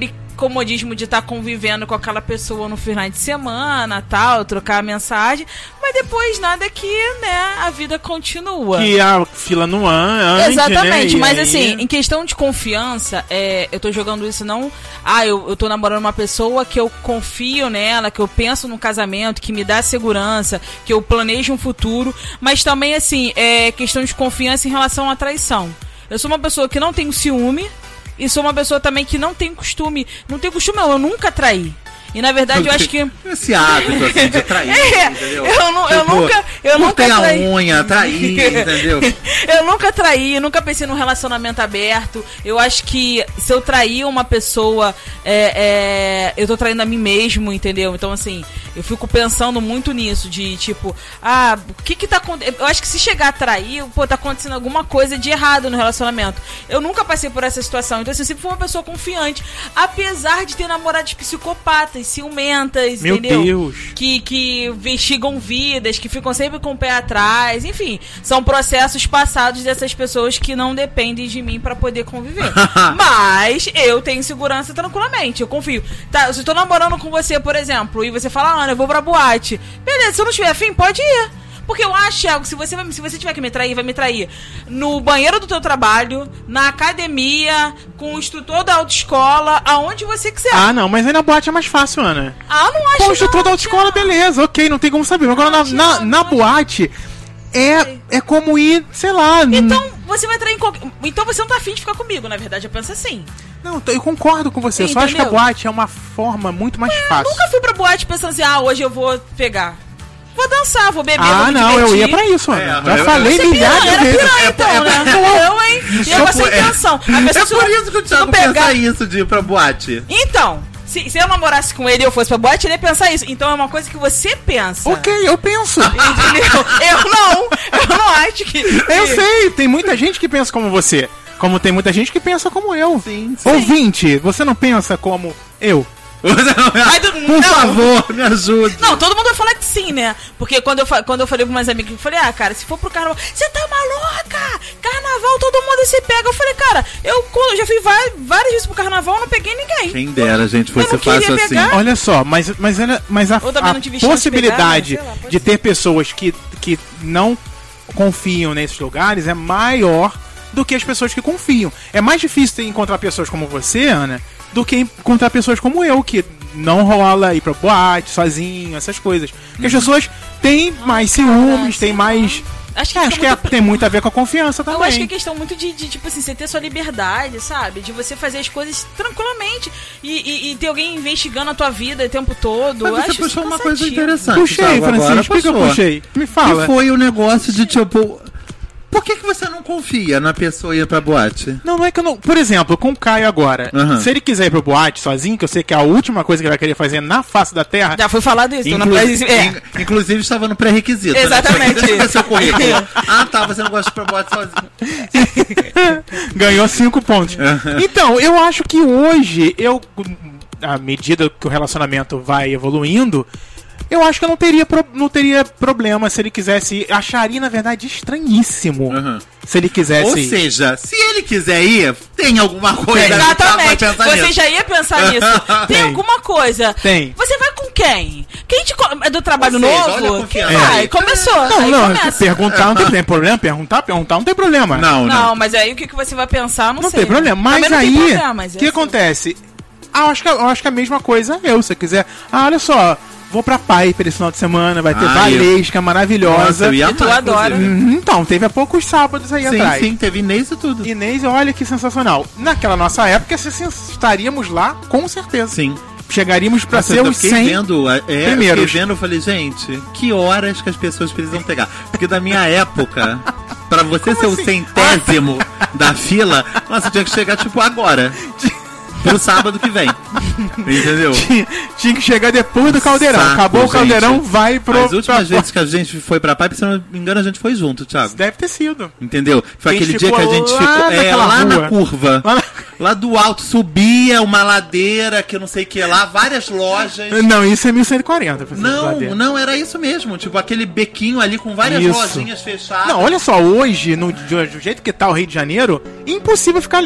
[SPEAKER 3] comodismo de estar convivendo com aquela pessoa no final de semana, tal, trocar a mensagem, mas depois nada que, né, a vida continua.
[SPEAKER 1] Que a fila não anda.
[SPEAKER 3] Exatamente,
[SPEAKER 1] né?
[SPEAKER 3] mas
[SPEAKER 1] aí...
[SPEAKER 3] assim, em questão de confiança, é, eu tô jogando isso não... Ah, eu, eu tô namorando uma pessoa que eu confio nela, que eu penso no casamento, que me dá segurança, que eu planejo um futuro, mas também, assim, é questão de confiança em relação à traição. Eu sou uma pessoa que não tenho ciúme e sou uma pessoa também que não tem costume, não tenho costume não, eu nunca traí. E na verdade eu acho que...
[SPEAKER 2] Esse hábito assim de trair,
[SPEAKER 3] é,
[SPEAKER 2] entendeu?
[SPEAKER 3] Eu, não, eu
[SPEAKER 2] tipo,
[SPEAKER 3] nunca... Eu nunca
[SPEAKER 2] a
[SPEAKER 3] traí.
[SPEAKER 2] unha, trair, entendeu?
[SPEAKER 3] Eu nunca traí, nunca pensei num relacionamento aberto. Eu acho que se eu trair uma pessoa, é, é, eu tô traindo a mim mesmo, entendeu? Então assim, eu fico pensando muito nisso, de tipo, ah, o que que tá acontecendo? Eu acho que se chegar a trair, pô, tá acontecendo alguma coisa de errado no relacionamento. Eu nunca passei por essa situação, então assim, eu sempre fui uma pessoa confiante, apesar de ter namorados psicopatas, ciumentas,
[SPEAKER 1] Meu
[SPEAKER 3] entendeu?
[SPEAKER 1] Deus.
[SPEAKER 3] Que, que investigam vidas, que ficam sempre com o pé atrás, enfim, são processos passados dessas pessoas que não dependem de mim pra poder conviver. Mas eu tenho segurança tranquilamente, eu confio. Tá, se eu tô namorando com você, por exemplo, e você fala, Ana, eu vou pra boate. Beleza, se eu não tiver afim, pode ir. Porque eu acho, Thiago, se você, vai, se você tiver que me trair, vai me trair no banheiro do teu trabalho, na academia, com o instrutor da autoescola, aonde você quiser.
[SPEAKER 1] Ah, não, mas aí na boate é mais fácil, Ana.
[SPEAKER 3] Ah, não acho.
[SPEAKER 1] Com o instrutor
[SPEAKER 3] não,
[SPEAKER 1] da autoescola,
[SPEAKER 3] Thiago.
[SPEAKER 1] beleza, ok, não tem como saber. Agora
[SPEAKER 3] Não,
[SPEAKER 1] na,
[SPEAKER 3] Thiago,
[SPEAKER 1] na, na
[SPEAKER 3] não
[SPEAKER 1] boate é, é como ir, sei lá...
[SPEAKER 3] Então você vai trair em qualquer... Então você não tá afim de ficar comigo, na verdade, eu penso assim.
[SPEAKER 1] Não, eu concordo com você, eu só acho que a boate é uma forma muito mais
[SPEAKER 3] Eu
[SPEAKER 1] fácil.
[SPEAKER 3] nunca fui pra boate pensando assim, ah, hoje eu vou pegar. Vou dançar, vou beber,
[SPEAKER 1] Ah,
[SPEAKER 3] vou me
[SPEAKER 1] não, eu
[SPEAKER 3] divertir.
[SPEAKER 1] ia pra isso, Ana.
[SPEAKER 2] É,
[SPEAKER 1] Já
[SPEAKER 2] eu-
[SPEAKER 1] falei
[SPEAKER 3] Você
[SPEAKER 1] milhares de
[SPEAKER 3] piranha, era
[SPEAKER 1] vezes.
[SPEAKER 3] piranha, então, né? Eu, hein? Ia com essa
[SPEAKER 2] é-
[SPEAKER 3] intenção. A pessoa
[SPEAKER 2] É
[SPEAKER 3] se
[SPEAKER 2] por
[SPEAKER 3] não-
[SPEAKER 2] isso que o
[SPEAKER 3] se não
[SPEAKER 2] Thiago
[SPEAKER 3] pegar...
[SPEAKER 2] pensa isso de ir pra boate.
[SPEAKER 3] Então, se, se eu namorasse com ele e eu fosse pra boate, ele ia pensar isso. Então é uma coisa que você pensa.
[SPEAKER 1] Ok, eu penso.
[SPEAKER 3] Entendeu? Eu não. Eu não acho que...
[SPEAKER 1] Eu sei, tem muita gente que pensa como você. Como tem muita gente que pensa como eu.
[SPEAKER 2] Sim, sim.
[SPEAKER 1] Ouvinte, você não pensa como eu.
[SPEAKER 3] Ai, do-
[SPEAKER 2] Por
[SPEAKER 3] não.
[SPEAKER 2] favor, me ajude.
[SPEAKER 3] Não, todo mundo vai falar que sim, né? Porque quando eu, fa- quando eu falei com meus amigos, eu falei, ah, cara, se for pro carnaval, você tá maluca? Carnaval, todo mundo se pega. Eu falei, cara, eu, eu já fui vai- várias vezes pro carnaval, não peguei ninguém.
[SPEAKER 2] Quem dera, gente,
[SPEAKER 3] Eu não
[SPEAKER 2] fosse
[SPEAKER 3] queria
[SPEAKER 2] fácil assim.
[SPEAKER 3] pegar.
[SPEAKER 1] Olha só, mas, mas, ela- mas a,
[SPEAKER 3] Ou também
[SPEAKER 1] a
[SPEAKER 3] não tive chance de
[SPEAKER 1] possibilidade
[SPEAKER 3] pegar, né? Sei lá, pode
[SPEAKER 1] de
[SPEAKER 3] ser.
[SPEAKER 1] ter pessoas que, que não confiam nesses lugares é maior do que as pessoas que confiam. É mais difícil ter- encontrar pessoas como você, Ana, do que encontrar pessoas como eu, que não rola ir pra boate sozinho, essas coisas. Porque as pessoas têm mais ciúmes, têm
[SPEAKER 3] sei
[SPEAKER 1] mais...
[SPEAKER 3] Acho que,
[SPEAKER 1] É,
[SPEAKER 3] fica
[SPEAKER 1] acho que é-
[SPEAKER 3] muito-
[SPEAKER 1] tem muito a ver com a confiança também.
[SPEAKER 3] Eu acho que é questão muito de, de, tipo assim, você ter sua liberdade, sabe? De você fazer as coisas tranquilamente e, e, e ter alguém investigando a tua vida o tempo todo. Eu
[SPEAKER 2] Mas
[SPEAKER 3] acho
[SPEAKER 2] você
[SPEAKER 3] isso
[SPEAKER 2] puxou uma coisa
[SPEAKER 3] cansativo.
[SPEAKER 2] interessante.
[SPEAKER 1] Puxei,
[SPEAKER 2] Thiago, agora
[SPEAKER 1] Francisco, por que eu
[SPEAKER 2] puxou.
[SPEAKER 1] puxei? Me fala.
[SPEAKER 2] Que foi o negócio de tipo. Por que, que você não confia na pessoa ir pra boate?
[SPEAKER 1] Não, não é que eu não... Por exemplo, com o Caio agora,
[SPEAKER 2] Uhum.
[SPEAKER 1] se ele quiser ir pro boate sozinho, que eu sei que é a última coisa que ele vai querer fazer na face da Terra...
[SPEAKER 3] Já foi falado isso. então
[SPEAKER 2] Inclu-
[SPEAKER 3] não precisa- é.
[SPEAKER 2] in- Inclusive estava no pré-requisito.
[SPEAKER 3] Exatamente.
[SPEAKER 2] Né? Deixa eu ver seu currículo. Ah, tá, você não gosta de ir pra boate sozinho.
[SPEAKER 1] Ganhou cinco pontos. Então, eu acho que hoje, eu, à medida que o relacionamento vai evoluindo, eu acho que eu não teria, pro- não teria problema se ele quisesse ir. Acharia, na verdade, estranhíssimo
[SPEAKER 2] Uhum.
[SPEAKER 1] se ele quisesse
[SPEAKER 2] Ou
[SPEAKER 1] ir.
[SPEAKER 2] seja, se ele quiser ir, tem alguma coisa. que o Thiago vai
[SPEAKER 3] Exatamente.
[SPEAKER 2] pensar
[SPEAKER 3] Você
[SPEAKER 2] nisso.
[SPEAKER 3] já ia pensar nisso. Tem,
[SPEAKER 1] Tem.
[SPEAKER 3] alguma coisa.
[SPEAKER 1] Tem.
[SPEAKER 3] Você vai com quem? Quem te co- é do trabalho
[SPEAKER 2] Ou seja, olha a
[SPEAKER 3] novo? Quem
[SPEAKER 2] confiança
[SPEAKER 3] vai?
[SPEAKER 2] aí.
[SPEAKER 3] Começou.
[SPEAKER 1] Não,
[SPEAKER 3] aí
[SPEAKER 1] não,
[SPEAKER 3] começa.
[SPEAKER 1] perguntar não tem, tem problema, perguntar, perguntar não tem problema.
[SPEAKER 2] Não, não.
[SPEAKER 3] Não, mas aí o que, que você vai pensar, não,
[SPEAKER 1] Não
[SPEAKER 3] sei.
[SPEAKER 1] tem problema, mas
[SPEAKER 3] Também não
[SPEAKER 1] aí,
[SPEAKER 3] tem problema, mas
[SPEAKER 1] o
[SPEAKER 3] é
[SPEAKER 1] que
[SPEAKER 3] assim.
[SPEAKER 1] acontece? Ah, eu acho que, eu acho que a mesma coisa eu, se você quiser. Ah, olha só, vou pra Piper esse final de semana, vai ter
[SPEAKER 2] Ah,
[SPEAKER 1] Valesca,
[SPEAKER 2] Nossa,
[SPEAKER 1] maravilhosa.
[SPEAKER 2] eu ia
[SPEAKER 3] E tu
[SPEAKER 2] amar,
[SPEAKER 3] adora.
[SPEAKER 2] inclusive.
[SPEAKER 1] Hum, Então, teve há poucos sábados aí
[SPEAKER 2] Sim,
[SPEAKER 1] atrás.
[SPEAKER 2] sim, teve Inês e tudo.
[SPEAKER 1] Inês, olha que sensacional. Naquela nossa época, se- se- estaríamos lá, com certeza.
[SPEAKER 2] Sim.
[SPEAKER 1] Chegaríamos pra
[SPEAKER 2] Nossa,
[SPEAKER 1] ser
[SPEAKER 2] eu
[SPEAKER 1] os
[SPEAKER 2] fiquei
[SPEAKER 1] cem
[SPEAKER 2] vendo, é, eu
[SPEAKER 1] primeiros.
[SPEAKER 2] fiquei vendo, eu falei, gente, que horas que as pessoas precisam pegar? Porque da minha época, pra você ser o
[SPEAKER 1] assim?
[SPEAKER 2] centésimo da fila, nossa, tinha que chegar tipo agora. Pro sábado que vem. Entendeu?
[SPEAKER 1] Tinha, tinha que chegar depois do caldeirão.
[SPEAKER 2] Saco,
[SPEAKER 1] Acabou o
[SPEAKER 2] gente.
[SPEAKER 1] caldeirão, vai pro...
[SPEAKER 2] As últimas
[SPEAKER 1] pra-
[SPEAKER 2] vezes que a gente foi pra Pipe, se eu não me engano, a gente foi junto, Thiago.
[SPEAKER 1] Deve ter sido.
[SPEAKER 2] Entendeu? Foi
[SPEAKER 1] A gente
[SPEAKER 2] aquele dia que a
[SPEAKER 1] ficou
[SPEAKER 2] gente
[SPEAKER 1] lá
[SPEAKER 2] ficou é,
[SPEAKER 1] naquela
[SPEAKER 2] lá
[SPEAKER 1] rua.
[SPEAKER 2] na curva.
[SPEAKER 1] Lá
[SPEAKER 2] Lá,
[SPEAKER 1] na-
[SPEAKER 2] do alto, subia uma ladeira que eu não sei o que lá, várias lojas.
[SPEAKER 1] Não, isso é mil cento e quarenta. pra ser
[SPEAKER 2] Não,
[SPEAKER 1] verdadeiro.
[SPEAKER 2] não, era isso mesmo. Tipo, aquele bequinho ali com várias
[SPEAKER 1] Isso.
[SPEAKER 2] lojinhas fechadas.
[SPEAKER 1] Não, olha só, hoje, no, do, do jeito que tá o Rio de Janeiro, impossível ficar ali.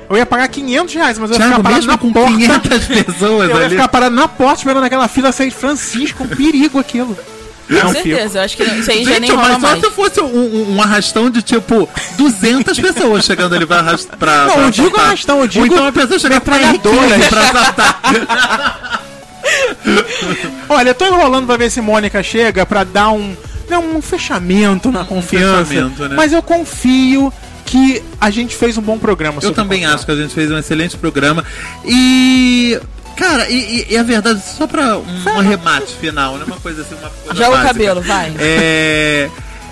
[SPEAKER 1] Eu ia pagar quinhentos reais, mas eu ia
[SPEAKER 2] Thiago,
[SPEAKER 1] ficar parado
[SPEAKER 2] mesmo
[SPEAKER 1] na
[SPEAKER 2] com
[SPEAKER 1] porta.
[SPEAKER 2] quinhentas pessoas
[SPEAKER 1] Eu ia
[SPEAKER 2] ali.
[SPEAKER 1] ficar parado na porta esperando aquela fila sair de Francisco. Um perigo aquilo.
[SPEAKER 3] Com
[SPEAKER 1] Não,
[SPEAKER 3] certeza, eu acho que isso aí já
[SPEAKER 2] Gente,
[SPEAKER 3] nem rola
[SPEAKER 2] mas só
[SPEAKER 3] mais.
[SPEAKER 2] se fosse um, um- um arrastão de tipo duzentas pessoas chegando ali pra arrastar. Pra,
[SPEAKER 1] Não,
[SPEAKER 2] pra
[SPEAKER 1] eu digo
[SPEAKER 2] assaltar.
[SPEAKER 1] arrastão, eu digo
[SPEAKER 2] Ou então uma pessoa chega pra
[SPEAKER 1] metralhadoras.
[SPEAKER 2] pra assaltar.
[SPEAKER 1] Olha, eu tô enrolando pra ver se Mônica chega pra dar um, não, um fechamento na confiança.
[SPEAKER 2] fechamento, né?
[SPEAKER 1] Mas eu confio que a gente fez um bom programa.
[SPEAKER 2] Eu
[SPEAKER 1] sobre
[SPEAKER 2] também
[SPEAKER 1] confiança.
[SPEAKER 2] acho que a gente fez um excelente programa. E. Cara, e, e, e a verdade, só pra um, um arremate final, né? Uma coisa assim, uma coisa
[SPEAKER 3] Joga o
[SPEAKER 2] básica.
[SPEAKER 3] cabelo, vai.
[SPEAKER 2] É.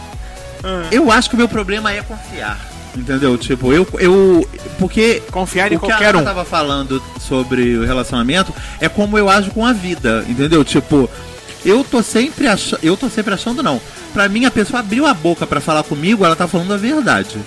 [SPEAKER 2] Eu acho que o meu problema é confiar. Entendeu? Tipo, eu. eu porque.
[SPEAKER 1] Confiar em
[SPEAKER 2] o que
[SPEAKER 1] qualquer
[SPEAKER 2] a Ana
[SPEAKER 1] um.
[SPEAKER 2] tava falando sobre o relacionamento é como eu ajo com a vida. Entendeu? Tipo. Eu tô sempre achando. Eu tô sempre achando, não. Pra mim, a pessoa abriu a boca pra falar comigo, ela tá falando a verdade.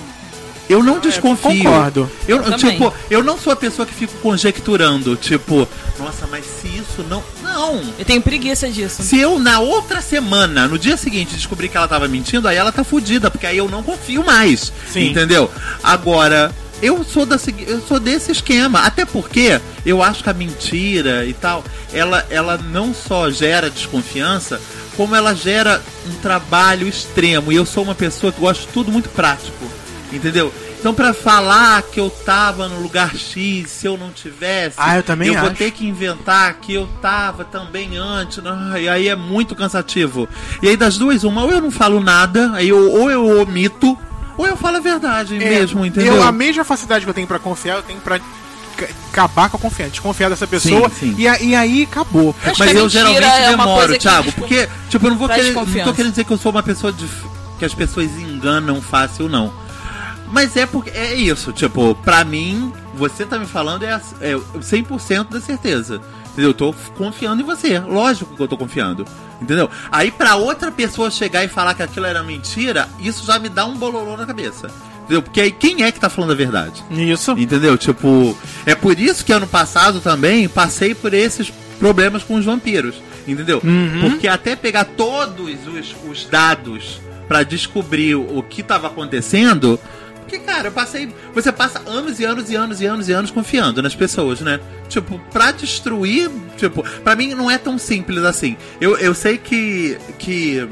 [SPEAKER 2] Eu não desconfio.
[SPEAKER 1] concordo.
[SPEAKER 2] Eu,
[SPEAKER 3] Eu também.
[SPEAKER 2] tipo, eu não sou a pessoa que fico conjecturando, tipo, nossa, mas se isso não. Não!
[SPEAKER 3] Eu tenho preguiça disso.
[SPEAKER 2] Se eu, na outra semana, no dia seguinte, descobrir que ela tava mentindo, aí ela tá fudida, porque aí eu não confio mais.
[SPEAKER 1] Sim.
[SPEAKER 2] Entendeu? Agora, eu sou, da, segui- eu sou desse esquema. Até porque eu acho que a mentira e tal, ela, ela não só gera desconfiança, como ela gera um trabalho extremo. E eu sou uma pessoa que gosta de tudo muito prático. Entendeu? Então, pra falar que eu tava no lugar X, se eu não tivesse,
[SPEAKER 1] Ah, eu também
[SPEAKER 2] vou
[SPEAKER 1] acho.
[SPEAKER 2] ter que inventar que eu tava também antes. Ah, e aí é muito cansativo. E aí, das duas, uma, ou eu não falo nada, aí eu, ou eu omito, ou eu falo a verdade
[SPEAKER 1] É,
[SPEAKER 2] mesmo, entendeu?
[SPEAKER 1] Eu, a mesma facilidade que eu tenho pra confiar, eu tenho pra ca- acabar com a confiança. Desconfiar dessa pessoa.
[SPEAKER 2] Sim, sim.
[SPEAKER 1] E, a- e aí acabou.
[SPEAKER 3] Acho
[SPEAKER 2] Mas
[SPEAKER 3] que a
[SPEAKER 2] eu
[SPEAKER 3] mentira
[SPEAKER 2] geralmente
[SPEAKER 3] é uma
[SPEAKER 2] demoro,
[SPEAKER 3] coisa que
[SPEAKER 2] Thiago,
[SPEAKER 3] descon-
[SPEAKER 2] porque, tipo, eu não vou
[SPEAKER 3] traz
[SPEAKER 2] querer, não tô
[SPEAKER 3] desconfiança.
[SPEAKER 2] querendo dizer que eu sou uma pessoa de, que as pessoas enganam fácil, não. Mas é porque é isso, tipo, pra mim, você tá me falando é, é cem por cento da certeza. Entendeu? Eu tô confiando em você. Lógico que eu tô confiando. Entendeu? Aí pra outra pessoa chegar e falar que aquilo era mentira, isso já me dá um bololô na cabeça. Entendeu? Porque aí quem é que tá falando a verdade?
[SPEAKER 1] Isso.
[SPEAKER 2] Entendeu? Tipo, é por isso que ano passado também passei por esses problemas com os vampiros. Entendeu?
[SPEAKER 1] Uhum.
[SPEAKER 2] Porque até pegar todos os, os dados pra descobrir o que tava acontecendo. Porque, cara, eu passei. Você passa anos e anos e anos e anos e anos confiando nas pessoas, né? Tipo, pra destruir. Tipo, pra mim não é tão simples assim. Eu, eu sei que. que.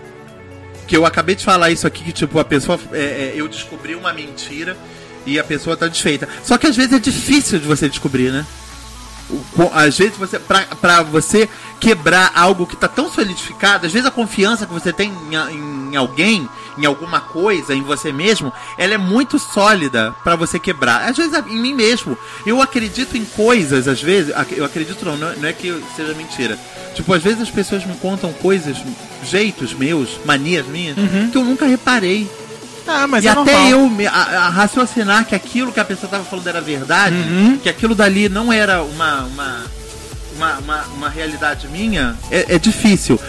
[SPEAKER 2] Que eu acabei de falar isso aqui, que tipo, a pessoa. É, é, eu descobri uma mentira e a pessoa tá desfeita. Só que às vezes é difícil de você descobrir, né? O- Às vezes você. Pra, pra você quebrar algo que tá tão solidificado, às vezes a confiança que você tem em, em alguém, em alguma coisa, em você mesmo, ela é muito sólida pra você quebrar. Às vezes em mim mesmo. Eu acredito em coisas, às vezes. ac- Eu acredito não, não é- não é que seja mentira. Tipo, às vezes as pessoas me contam coisas, jeitos meus, manias minhas, que eu nunca reparei.
[SPEAKER 1] Ah, mas
[SPEAKER 2] E
[SPEAKER 1] é
[SPEAKER 2] até
[SPEAKER 1] normal.
[SPEAKER 2] eu me, a, a raciocinar que aquilo que a pessoa estava falando era verdade,
[SPEAKER 1] Uhum.
[SPEAKER 2] que aquilo dali não era uma, uma, uma, uma, uma realidade minha, é, é difícil.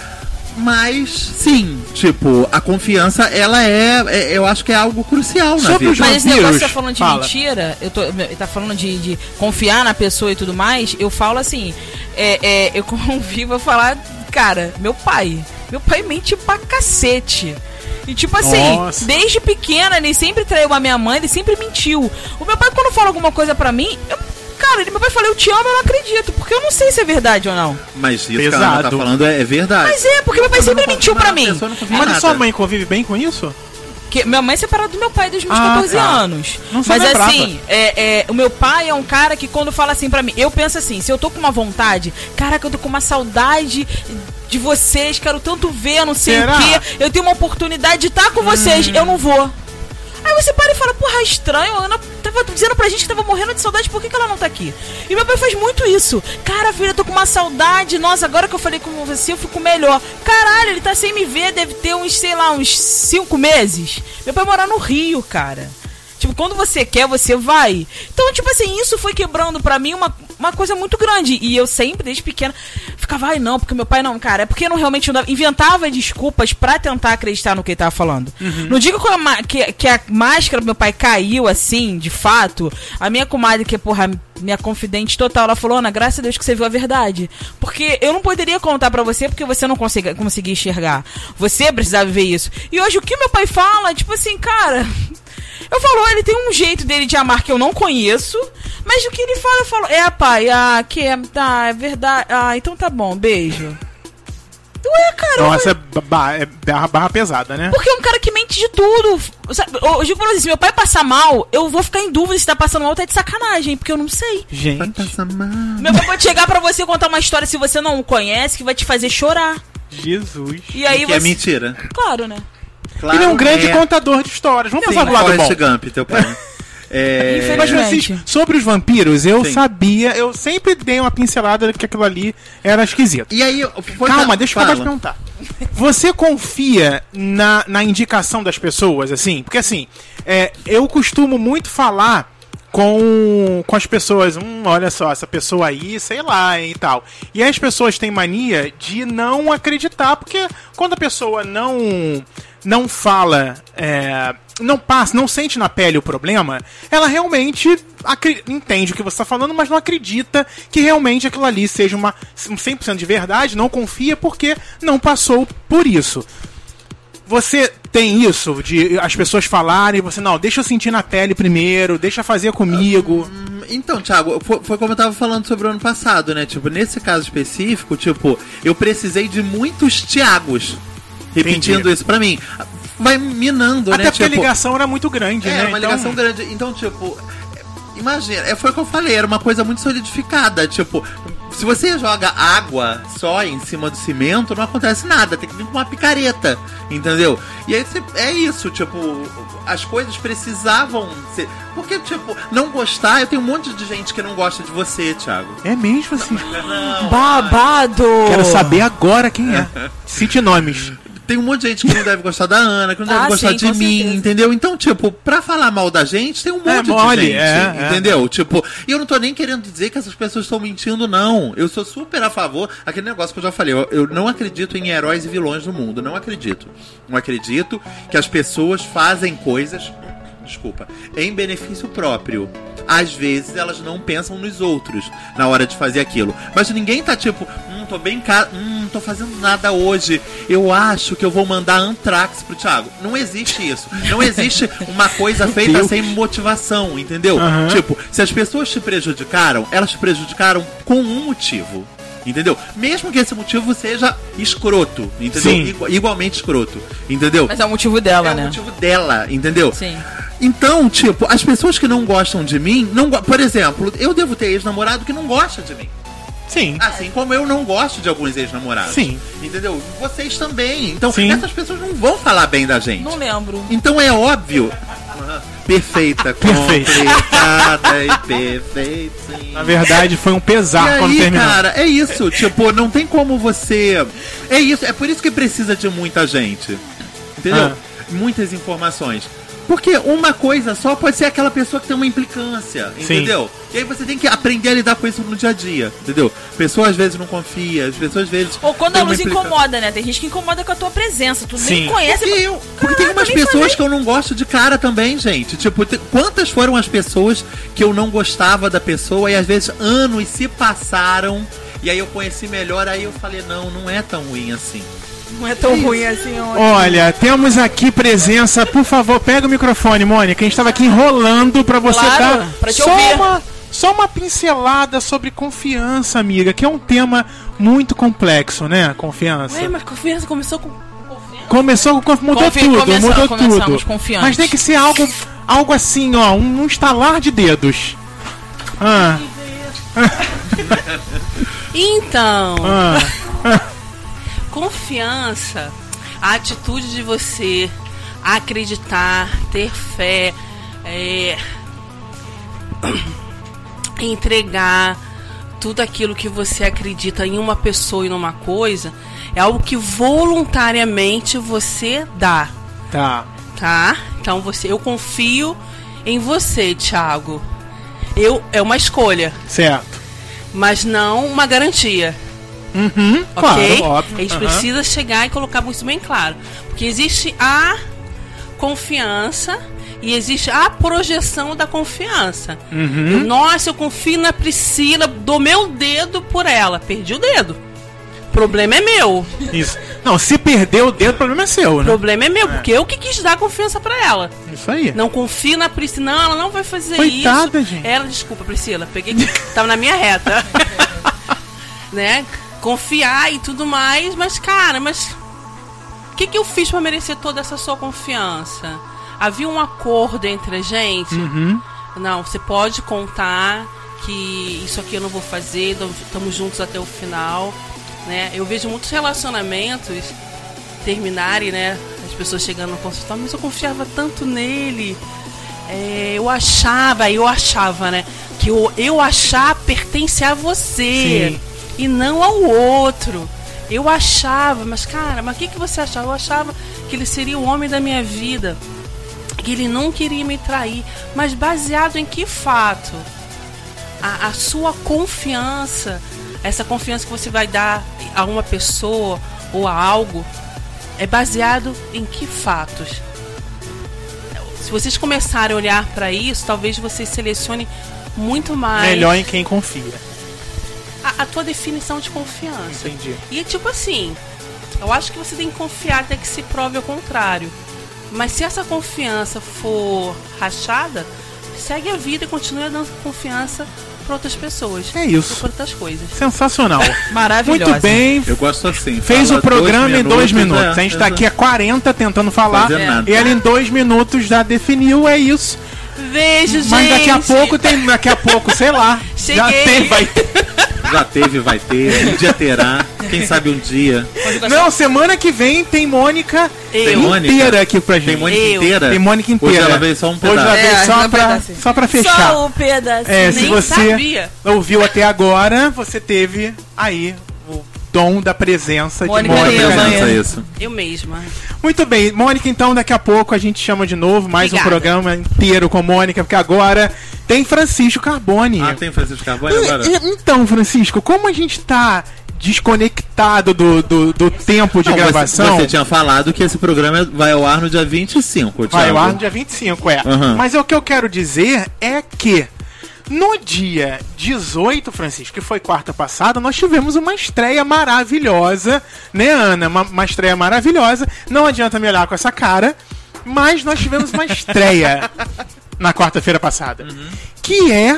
[SPEAKER 2] Mas, sim, tipo, a confiança, ela é, é- eu acho que é algo crucial na
[SPEAKER 1] Sobre
[SPEAKER 2] vida.
[SPEAKER 1] os
[SPEAKER 3] Mas esse
[SPEAKER 1] vampiros,
[SPEAKER 3] negócio que tá falando de
[SPEAKER 1] fala.
[SPEAKER 3] mentira, eu tô, ele tá falando de, de confiar na pessoa e tudo mais, eu falo assim, é, é, eu convivo a falar, cara, meu pai, meu pai mente pra cacete. E tipo assim,
[SPEAKER 1] Nossa.
[SPEAKER 3] desde pequena ele sempre traiu a minha mãe, ele sempre mentiu. O meu pai quando fala alguma coisa pra mim, eu, cara, ele, meu pai fala, eu te amo, eu não acredito, porque eu não sei se é verdade ou não.
[SPEAKER 2] Mas isso que a
[SPEAKER 1] Pesado.
[SPEAKER 2] Ana tá falando é, é verdade.
[SPEAKER 3] Mas é, porque meu pai
[SPEAKER 2] Eu
[SPEAKER 3] sempre
[SPEAKER 2] não
[SPEAKER 3] mentiu
[SPEAKER 2] confio,
[SPEAKER 3] pra
[SPEAKER 2] mas a
[SPEAKER 3] mim.
[SPEAKER 2] pessoa não confia em
[SPEAKER 1] Mas a
[SPEAKER 2] nada.
[SPEAKER 1] sua mãe convive bem com isso?
[SPEAKER 3] Que minha mãe é separada do meu pai desde meus
[SPEAKER 1] Ah,
[SPEAKER 3] catorze
[SPEAKER 1] tá.
[SPEAKER 3] anos.
[SPEAKER 1] Não sou
[SPEAKER 3] Mas
[SPEAKER 1] lembrava.
[SPEAKER 3] assim, é, é, o meu pai é um cara que quando fala assim pra mim, eu penso assim, se eu tô com uma vontade, caraca, eu tô com uma saudade de vocês, quero tanto ver, não sei
[SPEAKER 1] Será?
[SPEAKER 3] o quê, eu tenho uma oportunidade de estar com vocês, eu não vou. Aí você para e fala, porra, estranho, a Ana tava dizendo pra gente que tava morrendo de saudade, por que, que ela não tá aqui? E meu pai faz muito isso. Cara, filha, eu tô com uma saudade, nossa, agora que eu falei com você, eu fico melhor. Caralho, ele tá sem me ver, deve ter uns, sei lá, uns cinco meses. Meu pai mora no Rio, cara. Tipo, quando você quer, você vai. Então, tipo assim, isso foi quebrando pra mim uma, uma coisa muito grande. E eu sempre, desde pequena, ficava, ai não, porque meu pai não, cara. É porque eu não realmente não dava, inventava desculpas pra tentar acreditar no que ele tava falando.
[SPEAKER 1] Uhum.
[SPEAKER 3] No dia que a, ma- que, que a máscara do meu pai caiu, assim, de fato, a minha comadre, que é, porra, minha confidente total, ela falou, Ana, graças a Deus que você viu a verdade. Porque eu não poderia contar pra você porque você não conseguia, conseguia enxergar. Você precisava ver isso. E hoje o que meu pai fala, tipo assim, cara... Eu falo, ele tem um jeito dele de amar que eu não conheço, mas o que ele fala, eu falo, é, pai, ah, que é, tá, é verdade, ah, então tá bom, beijo. Ué, cara.
[SPEAKER 1] Nossa, é, ba é barra, barra pesada, né?
[SPEAKER 3] Porque é um cara que mente de tudo. Sabe, eu digo pra você, se meu pai passar mal, eu vou ficar em dúvida se tá passando mal ou tá de sacanagem, porque eu não sei.
[SPEAKER 1] Gente.
[SPEAKER 2] Passa mal.
[SPEAKER 3] Meu pai pode chegar pra você contar uma história se você não o conhece, que vai te fazer chorar.
[SPEAKER 1] Jesus.
[SPEAKER 3] E aí
[SPEAKER 2] que
[SPEAKER 3] você...
[SPEAKER 2] é mentira.
[SPEAKER 3] Claro, né?
[SPEAKER 2] Claro,
[SPEAKER 1] ele é um grande
[SPEAKER 2] é.
[SPEAKER 1] contador de histórias. Vamos
[SPEAKER 2] Sim,
[SPEAKER 1] pensar do lado bom.
[SPEAKER 2] Forrest Gump, teu pai. É...
[SPEAKER 1] Mas, Francisco, sobre os vampiros, eu
[SPEAKER 2] Sim.
[SPEAKER 1] sabia, eu sempre dei uma pincelada que aquilo ali era esquisito.
[SPEAKER 2] E aí, foi
[SPEAKER 1] Calma,
[SPEAKER 2] da...
[SPEAKER 1] deixa eu acabar de perguntar. Você confia na, na indicação das pessoas, assim? Porque, assim, é, eu costumo muito falar com, com as pessoas, hum, olha só, essa pessoa aí, sei lá, hein, e tal. E aí as pessoas têm mania de não acreditar, porque quando a pessoa não, não fala... É, não passa, não sente na pele o problema, ela realmente entende o que você está falando, mas não acredita que realmente aquilo ali seja uma cem por cento de verdade, não confia porque não passou por isso. Você tem isso, de as pessoas falarem, você, não, deixa eu sentir na pele primeiro, deixa fazer comigo.
[SPEAKER 2] Então, Thiago, foi, foi como eu tava falando sobre o ano passado, né? Tipo, nesse caso específico, tipo, eu precisei de muitos Thiagos repetindo
[SPEAKER 1] Entendi.
[SPEAKER 2] isso pra mim. Vai minando,
[SPEAKER 1] Até
[SPEAKER 2] né?
[SPEAKER 1] porque
[SPEAKER 2] tipo,
[SPEAKER 1] a ligação era muito grande,
[SPEAKER 2] é,
[SPEAKER 1] né?
[SPEAKER 2] uma
[SPEAKER 1] então...
[SPEAKER 2] ligação grande. Então, tipo, imagina, é, foi o que eu falei, era uma coisa muito solidificada. Tipo, se você joga água só em cima do cimento, não acontece nada, tem que vir com uma picareta, entendeu? E aí você, é isso, tipo, as coisas precisavam ser. Porque, tipo, não gostar, eu tenho um monte de gente que não gosta de você, Thiago.
[SPEAKER 1] É mesmo, assim.
[SPEAKER 2] Não,
[SPEAKER 3] Babado!
[SPEAKER 1] Quero saber agora quem é. Cite nomes.
[SPEAKER 2] tem um monte de gente que não deve gostar da Ana, que não deve
[SPEAKER 3] Ah,
[SPEAKER 2] gostar
[SPEAKER 3] sim,
[SPEAKER 2] de
[SPEAKER 3] com
[SPEAKER 2] mim,
[SPEAKER 3] certeza.
[SPEAKER 2] entendeu? Então, tipo, pra falar mal da gente, tem um monte
[SPEAKER 1] É,
[SPEAKER 2] de
[SPEAKER 1] mole,
[SPEAKER 2] gente,
[SPEAKER 1] é,
[SPEAKER 2] entendeu? Tipo, e eu não tô nem querendo dizer que essas pessoas estão mentindo, não. Eu sou super a favor, aquele negócio que eu já falei, eu, eu não acredito em heróis e vilões no mundo, não acredito. Não acredito que as pessoas fazem coisas, desculpa, em benefício próprio. Às vezes elas não pensam nos outros na hora de fazer aquilo. Mas ninguém tá tipo, hum, tô bem ca... hum, não tô fazendo nada hoje. Eu acho que eu vou mandar Anthrax pro Thiago. Não existe isso. Não existe uma coisa feita
[SPEAKER 1] Deus.
[SPEAKER 2] sem motivação, entendeu?
[SPEAKER 1] Uhum.
[SPEAKER 2] Tipo, se as pessoas te prejudicaram, elas te prejudicaram com um motivo. Entendeu? Mesmo que esse motivo seja escroto, entendeu?
[SPEAKER 1] Sim.
[SPEAKER 2] Igu- igualmente escroto, entendeu?
[SPEAKER 3] Mas é o motivo dela,
[SPEAKER 2] é
[SPEAKER 3] né?
[SPEAKER 2] o motivo dela, entendeu?
[SPEAKER 3] Sim.
[SPEAKER 2] Então, tipo, as pessoas que não gostam de mim, não go- por exemplo, eu devo ter ex-namorado que não gosta de mim.
[SPEAKER 1] Sim.
[SPEAKER 2] Assim como eu não gosto de alguns ex-namorados.
[SPEAKER 1] Sim.
[SPEAKER 2] Entendeu? Vocês também. Então,
[SPEAKER 1] Sim.
[SPEAKER 2] essas pessoas não vão falar bem da gente.
[SPEAKER 3] Não lembro.
[SPEAKER 2] Então é óbvio. Perfeita,
[SPEAKER 1] Perfeito.
[SPEAKER 2] complicada e perfeita. Sim.
[SPEAKER 1] Na verdade, foi um pesar
[SPEAKER 2] E
[SPEAKER 1] quando
[SPEAKER 2] aí,
[SPEAKER 1] terminou.
[SPEAKER 2] cara, é isso. Tipo, não tem como você. É isso. É por isso que precisa de muita gente. Entendeu?
[SPEAKER 1] Ah.
[SPEAKER 2] Muitas informações. Porque uma coisa só pode ser aquela pessoa que tem uma implicância,
[SPEAKER 1] Sim.
[SPEAKER 2] entendeu? E aí você tem que aprender a lidar com isso no dia a dia, entendeu? Pessoas às vezes não confia, as pessoas às vezes.
[SPEAKER 3] Ou quando
[SPEAKER 2] têm
[SPEAKER 3] a
[SPEAKER 2] uma
[SPEAKER 3] luz
[SPEAKER 2] implica-
[SPEAKER 3] incomoda, né? Tem gente que incomoda com a tua presença. Tu
[SPEAKER 1] Sim.
[SPEAKER 3] nem conhece.
[SPEAKER 2] Porque, eu, porque tem
[SPEAKER 3] Caraca,
[SPEAKER 2] umas
[SPEAKER 3] nem
[SPEAKER 2] pessoas
[SPEAKER 3] falei.
[SPEAKER 2] que eu não gosto de cara também, gente. Tipo, te- quantas foram as pessoas que eu não gostava da pessoa e às vezes anos se passaram e aí eu conheci melhor, aí eu falei, não, não é tão ruim assim.
[SPEAKER 3] Não é tão ruim assim, ó.
[SPEAKER 1] Olha, temos aqui presença. Por favor, pega o microfone, Mônica. A gente estava aqui enrolando pra você
[SPEAKER 3] Claro,
[SPEAKER 1] dar
[SPEAKER 3] pra te
[SPEAKER 1] só
[SPEAKER 3] ouvir.
[SPEAKER 1] uma, só uma pincelada sobre confiança, amiga, que é um tema muito complexo, né? Confiança.
[SPEAKER 3] Ué, mas confiança começou com.
[SPEAKER 1] Começou com mudou
[SPEAKER 3] Confi-
[SPEAKER 1] tudo,
[SPEAKER 3] começamos-
[SPEAKER 1] mudou
[SPEAKER 3] começamos
[SPEAKER 1] tudo.
[SPEAKER 3] confiantes.
[SPEAKER 1] Mas tem que ser algo, algo assim, ó, um, um estalar de dedos. Ah,
[SPEAKER 4] Então,
[SPEAKER 1] ah.
[SPEAKER 4] confiança, a atitude de você acreditar, ter fé, é, entregar tudo aquilo que você acredita em uma pessoa e numa coisa, é algo que voluntariamente você dá,
[SPEAKER 1] Tá.
[SPEAKER 4] tá? Então você, eu confio em você, Thiago. Eu, é uma escolha,
[SPEAKER 1] Certo.
[SPEAKER 4] mas não uma garantia.
[SPEAKER 1] Uhum,
[SPEAKER 4] Ok?
[SPEAKER 1] claro, óbvio.
[SPEAKER 4] A gente
[SPEAKER 1] Aham.
[SPEAKER 4] precisa chegar e colocar isso bem claro. Porque existe a confiança e existe a projeção da confiança.
[SPEAKER 1] Uhum.
[SPEAKER 4] Eu, nossa, eu confio na Priscila, dou meu dedo por ela. Perdi o dedo. problema é meu.
[SPEAKER 1] Isso. Não, se perder o dedo, o problema é seu,
[SPEAKER 4] O
[SPEAKER 1] né?
[SPEAKER 4] problema é meu, porque eu que quis dar confiança pra ela.
[SPEAKER 1] Isso aí.
[SPEAKER 4] Não confio na Priscila. Não, ela não vai fazer
[SPEAKER 1] Coitada,
[SPEAKER 4] isso.
[SPEAKER 1] gente.
[SPEAKER 4] Ela, desculpa, Priscila. Peguei. Tava na minha reta. Né? Confiar e tudo mais. Mas, cara, mas... O que, que eu fiz pra merecer toda essa sua confiança? Havia um acordo entre a gente?
[SPEAKER 1] Uhum.
[SPEAKER 4] Não, você pode contar que isso aqui eu não vou fazer, estamos juntos até o final, né? Eu vejo muitos relacionamentos terminarem, né? As pessoas chegando no consultório, mas eu confiava tanto nele. É, eu achava, eu achava, né? Que eu, eu achar pertence a você.
[SPEAKER 1] Sim.
[SPEAKER 4] E não ao outro. Eu achava, mas cara, mas o que, que você achava? Eu achava que ele seria o homem da minha vida, que ele não queria me trair. Mas baseado em que fato? A, a sua confiança, essa confiança que você vai dar a uma pessoa ou a algo, é baseado em que fatos? Se vocês começarem a olhar para isso, talvez vocês selecionem muito mais
[SPEAKER 1] Melhor em quem confia.
[SPEAKER 4] a, a tua definição de confiança.
[SPEAKER 1] Entendi.
[SPEAKER 4] E é tipo assim, eu acho que você tem que confiar até que se prove ao contrário. Mas se essa confiança for rachada, segue a vida e continue dando confiança para outras pessoas.
[SPEAKER 1] É isso.
[SPEAKER 4] Ou para outras coisas.
[SPEAKER 1] Sensacional.
[SPEAKER 3] Maravilhosa.
[SPEAKER 1] Muito bem.
[SPEAKER 2] Eu gosto assim.
[SPEAKER 1] Fez
[SPEAKER 2] fala
[SPEAKER 1] o programa
[SPEAKER 2] dois
[SPEAKER 1] em dois minutos.
[SPEAKER 2] é,
[SPEAKER 1] a gente tá aqui há quarenta tentando falar.
[SPEAKER 2] Fazendo nada.
[SPEAKER 1] E ela em dois minutos já definiu, é isso.
[SPEAKER 4] Beijo, gente.
[SPEAKER 1] Mas daqui a pouco tem. Daqui a pouco, sei lá. Já
[SPEAKER 4] Cheguei.
[SPEAKER 1] tem, vai ter.
[SPEAKER 2] Já teve, vai ter, um dia terá, quem sabe um dia.
[SPEAKER 1] Não, semana que vem tem Mônica
[SPEAKER 4] Eu.
[SPEAKER 2] Mônica?
[SPEAKER 1] inteira aqui pra gente.
[SPEAKER 2] Tem Mônica
[SPEAKER 4] Eu.
[SPEAKER 2] inteira?
[SPEAKER 1] Tem Mônica inteira.
[SPEAKER 2] Hoje ela veio só um
[SPEAKER 1] Hoje ela
[SPEAKER 2] pedaço.
[SPEAKER 1] veio
[SPEAKER 3] É,
[SPEAKER 1] só,
[SPEAKER 3] só um
[SPEAKER 1] pra,
[SPEAKER 3] pedacinho.
[SPEAKER 1] só pra fechar.
[SPEAKER 3] Só um pedacinho.
[SPEAKER 1] É, se
[SPEAKER 4] Nem
[SPEAKER 1] você
[SPEAKER 4] sabia.
[SPEAKER 1] ouviu até agora, você teve aí o dom da presença
[SPEAKER 3] Mônica
[SPEAKER 1] de
[SPEAKER 2] Boa
[SPEAKER 1] Mônica.
[SPEAKER 3] Deus,
[SPEAKER 2] presença,
[SPEAKER 3] né?
[SPEAKER 2] isso.
[SPEAKER 4] Eu mesma.
[SPEAKER 1] Muito bem, Mônica, então daqui a pouco a gente chama de novo mais
[SPEAKER 4] Obrigada.
[SPEAKER 1] um programa inteiro com Mônica, porque agora tem Francisco Carboni.
[SPEAKER 2] Ah, tem Francisco Carboni
[SPEAKER 1] E-
[SPEAKER 2] agora?
[SPEAKER 1] e- então, Francisco, como a gente tá desconectado do, do, do tempo de
[SPEAKER 2] Não, você-
[SPEAKER 1] gravação,
[SPEAKER 2] Você, tinha falado que esse programa vai ao ar no dia vinte e cinco,
[SPEAKER 1] vai
[SPEAKER 2] Thiago.
[SPEAKER 1] ao ar no dia vinte e cinco, é.
[SPEAKER 2] Uhum.
[SPEAKER 1] Mas é o que eu quero dizer é que no dia dezoito, Francisco, que foi quarta passada, nós tivemos uma estreia maravilhosa, né, Ana? Uma, uma estreia maravilhosa. Não adianta me olhar com essa cara, mas nós tivemos uma estreia na quarta-feira passada, que é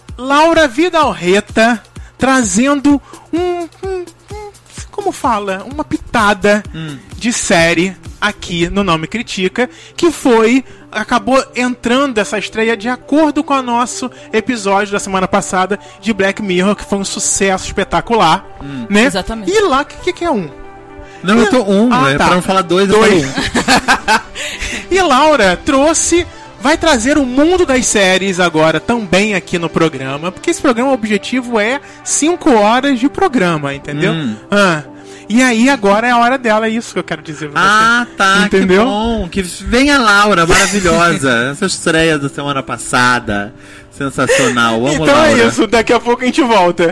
[SPEAKER 1] Laura Vidalreta trazendo um, um- um- como fala, uma pitada de série aqui no Não Me Critica, que foi, acabou entrando essa estreia de acordo com o nosso episódio da semana passada de Black Mirror, que foi um sucesso espetacular, né?
[SPEAKER 3] Exatamente.
[SPEAKER 1] E lá, o que, que é um?
[SPEAKER 2] Não, eu tô um,
[SPEAKER 1] Ah,
[SPEAKER 2] é
[SPEAKER 1] tá.
[SPEAKER 2] pra não falar dois,
[SPEAKER 1] Dois.
[SPEAKER 2] eu falo um.
[SPEAKER 1] E Laura trouxe, vai trazer o mundo das séries agora também aqui no programa, porque esse programa, o objetivo é cinco horas de programa, entendeu?
[SPEAKER 2] Hum.
[SPEAKER 1] Ah, e aí agora é a hora dela, é isso que eu quero dizer pra você.
[SPEAKER 2] Ah, tá,
[SPEAKER 1] Entendeu?
[SPEAKER 2] que bom. Que vem a Laura, maravilhosa. Essa estreia da semana passada, sensacional. Vamos,
[SPEAKER 1] Então
[SPEAKER 2] Laura.
[SPEAKER 1] é isso, daqui a pouco a gente volta.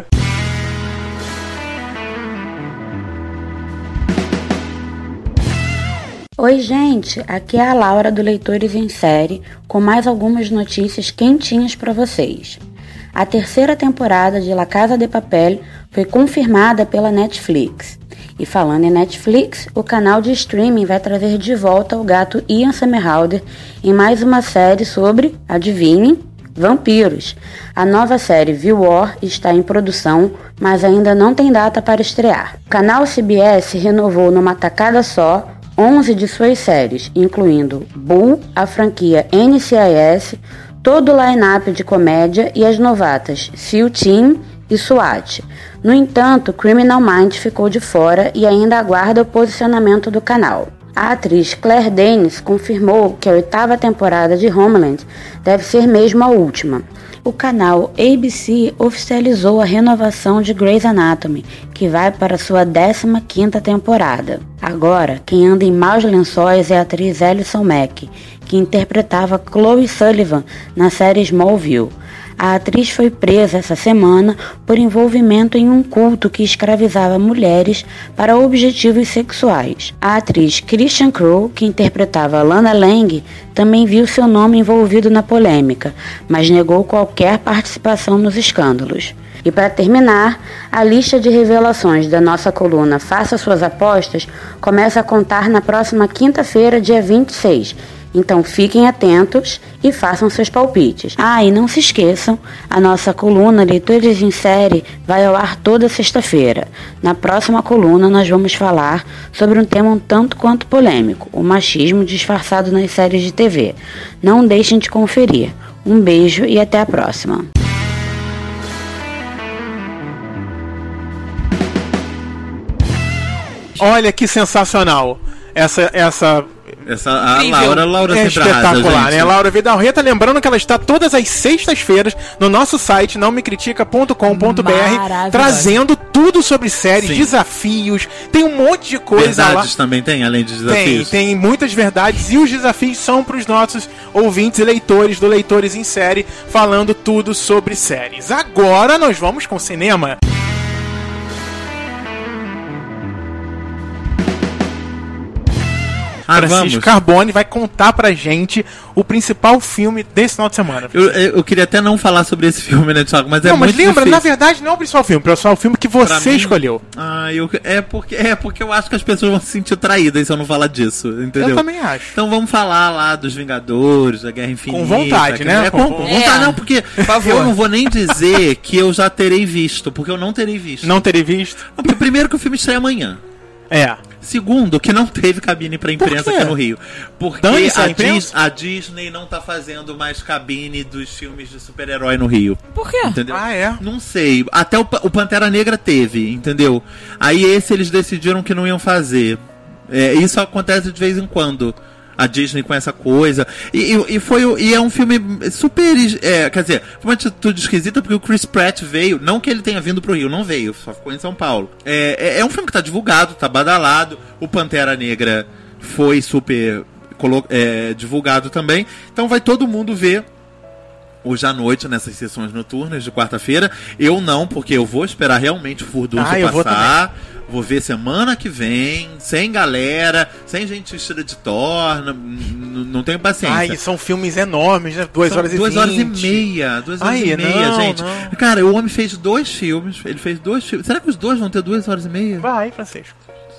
[SPEAKER 5] Oi, gente, aqui é a Laura do Leitores em Série, com mais algumas notícias quentinhas para vocês. A terceira temporada de La Casa de Papel foi confirmada pela Netflix. E falando em Netflix, o canal de streaming vai trazer de volta o gato Ian Somerhalder em mais uma série sobre, adivinhem, vampiros. A nova série View War está em produção, mas ainda não tem data para estrear. O canal C B S renovou numa tacada só onze de suas séries, incluindo Bull, a franquia N C I S, todo o line-up de comédia e as novatas SEAL Team e SWAT. No entanto, Criminal Minds ficou de fora e ainda aguarda o posicionamento do canal. A atriz Claire Danes confirmou que a oitava temporada de Homeland deve ser mesmo a última. O canal A B C oficializou a renovação de Grey's Anatomy, que vai para sua décima quinta temporada. Agora, quem anda em maus lençóis é a atriz Alison Mack, que interpretava Chloe Sullivan na série Smallville. A atriz foi presa essa semana por envolvimento em um culto que escravizava mulheres para objetivos sexuais. A atriz Christian Crowe, que interpretava Lana Lang, também viu seu nome envolvido na polêmica, mas negou qualquer participação nos escândalos. E para terminar, a lista de revelações da nossa coluna Faça Suas Apostas começa a contar na próxima quinta-feira, dia vinte e seis. Então fiquem atentos e façam seus palpites. Ah, e não se esqueçam, a nossa coluna Leitores em Série vai ao ar toda sexta-feira. Na próxima coluna nós vamos falar sobre um tema um tanto quanto polêmico, o machismo disfarçado nas séries de T V. Não deixem de conferir. Um beijo e até a próxima.
[SPEAKER 1] Olha que sensacional essa essa
[SPEAKER 2] Essa, a Laura, Laura
[SPEAKER 1] é
[SPEAKER 2] sempre
[SPEAKER 1] espetacular,
[SPEAKER 2] arrasa,
[SPEAKER 1] né? Laura Vidal-Reta, lembrando que ela está todas as sextas-feiras no nosso site não me critica ponto com ponto b r, trazendo tudo sobre séries,
[SPEAKER 2] Sim.
[SPEAKER 1] desafios, tem um monte de coisa lá.
[SPEAKER 2] Verdades também tem, além de
[SPEAKER 1] Tem,
[SPEAKER 2] desafios.
[SPEAKER 1] tem muitas verdades e os desafios são para os nossos ouvintes e leitores do Leitores em Série, falando tudo sobre séries. Agora nós vamos com o cinema.
[SPEAKER 2] Ah,
[SPEAKER 1] Francisco
[SPEAKER 2] vamos.
[SPEAKER 1] Carbone vai contar pra gente o principal filme desse final de semana.
[SPEAKER 2] Eu, eu queria até não falar sobre esse filme, né, Thiago? Mas é
[SPEAKER 1] não, mas
[SPEAKER 2] muito
[SPEAKER 1] lembra,
[SPEAKER 2] difícil.
[SPEAKER 1] na verdade não é o principal filme, é só o filme que
[SPEAKER 2] Pra
[SPEAKER 1] você
[SPEAKER 2] mim-
[SPEAKER 1] escolheu.
[SPEAKER 2] Ah, eu, é, porque, é porque eu acho que as pessoas vão se sentir traídas se eu não falar disso, entendeu?
[SPEAKER 1] Eu também acho.
[SPEAKER 2] Então vamos falar lá dos Vingadores, da Guerra Infinita.
[SPEAKER 1] Com vontade,
[SPEAKER 2] que
[SPEAKER 1] né?
[SPEAKER 2] É, com,
[SPEAKER 1] Com-
[SPEAKER 2] com
[SPEAKER 3] É.
[SPEAKER 2] vontade, não, porque
[SPEAKER 1] favor.
[SPEAKER 2] eu não vou nem dizer que eu já terei visto, porque eu não terei visto.
[SPEAKER 1] Não terei visto?
[SPEAKER 2] Não, porque primeiro que o filme estreia amanhã.
[SPEAKER 1] É.
[SPEAKER 2] Segundo, que não teve cabine pra imprensa
[SPEAKER 1] Por quê?
[SPEAKER 2] aqui no Rio. Porque
[SPEAKER 1] Dane-se a
[SPEAKER 2] a,
[SPEAKER 1] imprensa.
[SPEAKER 2] Dis- a Disney não tá fazendo mais cabine dos filmes de super-herói no Rio.
[SPEAKER 3] Por quê?
[SPEAKER 2] Entendeu?
[SPEAKER 1] Ah, é?
[SPEAKER 2] Não sei. Até o, Pa- o Pantera Negra teve, entendeu? Aí esse eles decidiram que não iam fazer. É, isso acontece de vez em quando. A Disney com essa coisa. E, e, e foi, o- e é um filme super. É, quer dizer, foi uma atitude esquisita porque o Chris Pratt veio. Não que ele tenha vindo pro Rio, não veio, só ficou em São Paulo. É, é, é um filme que tá divulgado, tá badalado. O Pantera Negra foi super colo- é, divulgado também. Então vai todo mundo ver hoje à noite, nessas sessões noturnas de quarta-feira. Eu não, porque eu vou esperar realmente o Furdunço
[SPEAKER 1] Ah, eu vou
[SPEAKER 2] passar. Vou ver semana que vem, sem galera, sem gente vestida de Thor, não, não não tenho paciência.
[SPEAKER 1] Ai, são filmes enormes, né? Duas
[SPEAKER 2] São
[SPEAKER 1] horas e
[SPEAKER 2] duas
[SPEAKER 1] vinte.
[SPEAKER 2] horas e meia, duas horas
[SPEAKER 1] Ai,
[SPEAKER 2] e meia,
[SPEAKER 1] não,
[SPEAKER 2] gente.
[SPEAKER 1] não.
[SPEAKER 2] Cara, o homem fez dois filmes, ele fez dois filmes. Será que os dois vão ter duas horas e meia?
[SPEAKER 1] Vai, Francisco.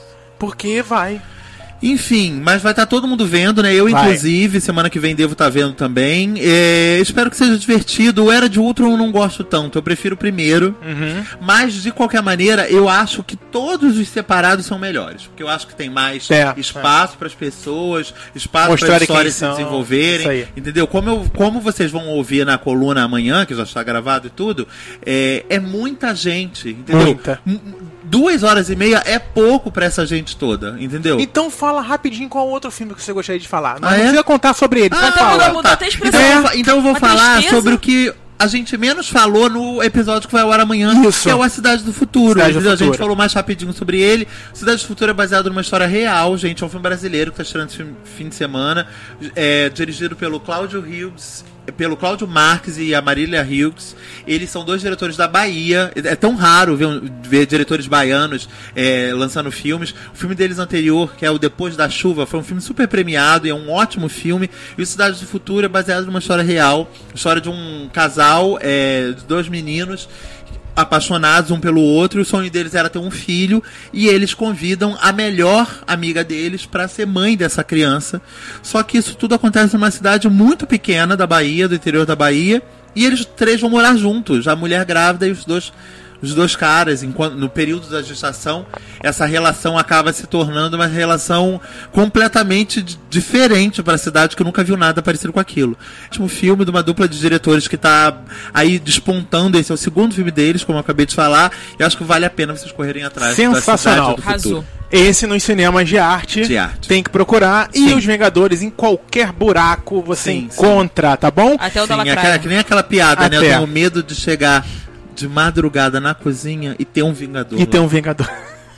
[SPEAKER 1] Porque vai.
[SPEAKER 2] Enfim, mas vai estar todo mundo vendo, né? Eu,
[SPEAKER 1] Vai.
[SPEAKER 2] inclusive, semana que vem devo estar vendo também. É, espero que seja divertido. O Era de Ultron eu não gosto tanto, eu prefiro o primeiro.
[SPEAKER 1] Uhum.
[SPEAKER 2] Mas, de qualquer maneira, eu acho que todos os separados são melhores. Porque eu acho que tem mais
[SPEAKER 1] É,
[SPEAKER 2] espaço para as pessoas, espaço para
[SPEAKER 1] Mostrarem
[SPEAKER 2] as histórias
[SPEAKER 1] quem
[SPEAKER 2] se
[SPEAKER 1] são. Isso
[SPEAKER 2] desenvolverem.
[SPEAKER 1] aí.
[SPEAKER 2] Entendeu? Como, eu, como vocês vão ouvir na coluna amanhã, que já está gravado e tudo, é, é muita gente, entendeu?
[SPEAKER 1] Muita.
[SPEAKER 2] M- Duas horas e meia é pouco pra essa gente toda, entendeu?
[SPEAKER 1] Então fala rapidinho qual outro filme que você gostaria de falar. Não
[SPEAKER 2] Ah, é?
[SPEAKER 1] precisa contar sobre ele,
[SPEAKER 2] Ah,
[SPEAKER 1] só
[SPEAKER 2] tá,
[SPEAKER 1] fala.
[SPEAKER 3] mudou, mudou até a expressão.
[SPEAKER 2] Então, eu vou fa- então eu vou
[SPEAKER 3] Uma
[SPEAKER 2] falar
[SPEAKER 3] tristeza.
[SPEAKER 2] sobre o que a gente menos falou no episódio que vai ao ar amanhã,
[SPEAKER 1] Isso.
[SPEAKER 2] que é o A Cidade do Futuro.
[SPEAKER 1] Cidade do
[SPEAKER 2] entendeu? A gente
[SPEAKER 1] Futuro.
[SPEAKER 2] falou mais rapidinho sobre ele. Cidade do Futuro é baseado numa história real, gente. É um filme brasileiro que tá estreando esse fim, fim de semana. É dirigido pelo Cláudio Hughes, pelo Cláudio Marques e a Marília Hughes. Eles são dois diretores da Bahia. É tão raro ver, um- ver diretores baianos é, lançando filmes. O filme deles anterior, que é o Depois da Chuva, foi um filme super premiado e é um ótimo filme. E o Cidade do Futuro é baseado numa história real. História de um casal, é, de dois meninos apaixonados um pelo outro, e o sonho deles era ter um filho, e eles convidam a melhor amiga deles para ser mãe dessa criança. Só que isso tudo acontece numa cidade muito pequena da Bahia, do interior da Bahia, e eles três vão morar juntos, a mulher grávida e os dois os dois caras, enquanto, no período da gestação, essa relação acaba se tornando uma relação completamente d- diferente para a cidade, que eu nunca viu nada parecido com aquilo. Um filme de uma dupla de diretores que está aí despontando. Esse é o segundo filme deles, como eu acabei de falar, e acho que vale a pena vocês correrem atrás.
[SPEAKER 1] Sensacional.
[SPEAKER 2] Da Cidade do Futuro.
[SPEAKER 3] Arrasou.
[SPEAKER 1] Esse nos cinemas de arte.
[SPEAKER 2] De arte.
[SPEAKER 1] Tem que procurar. E
[SPEAKER 2] Sim.
[SPEAKER 1] os Vingadores, em qualquer buraco, você
[SPEAKER 2] Sim,
[SPEAKER 1] encontra, tá bom?
[SPEAKER 3] Até o da
[SPEAKER 2] Sim,
[SPEAKER 3] lacraia.
[SPEAKER 2] aquela, que nem aquela piada, né? Eu
[SPEAKER 1] Até.
[SPEAKER 2] tenho medo de chegar de madrugada na cozinha e ter um Vingador.
[SPEAKER 1] E tem
[SPEAKER 2] lá.
[SPEAKER 1] um Vingador.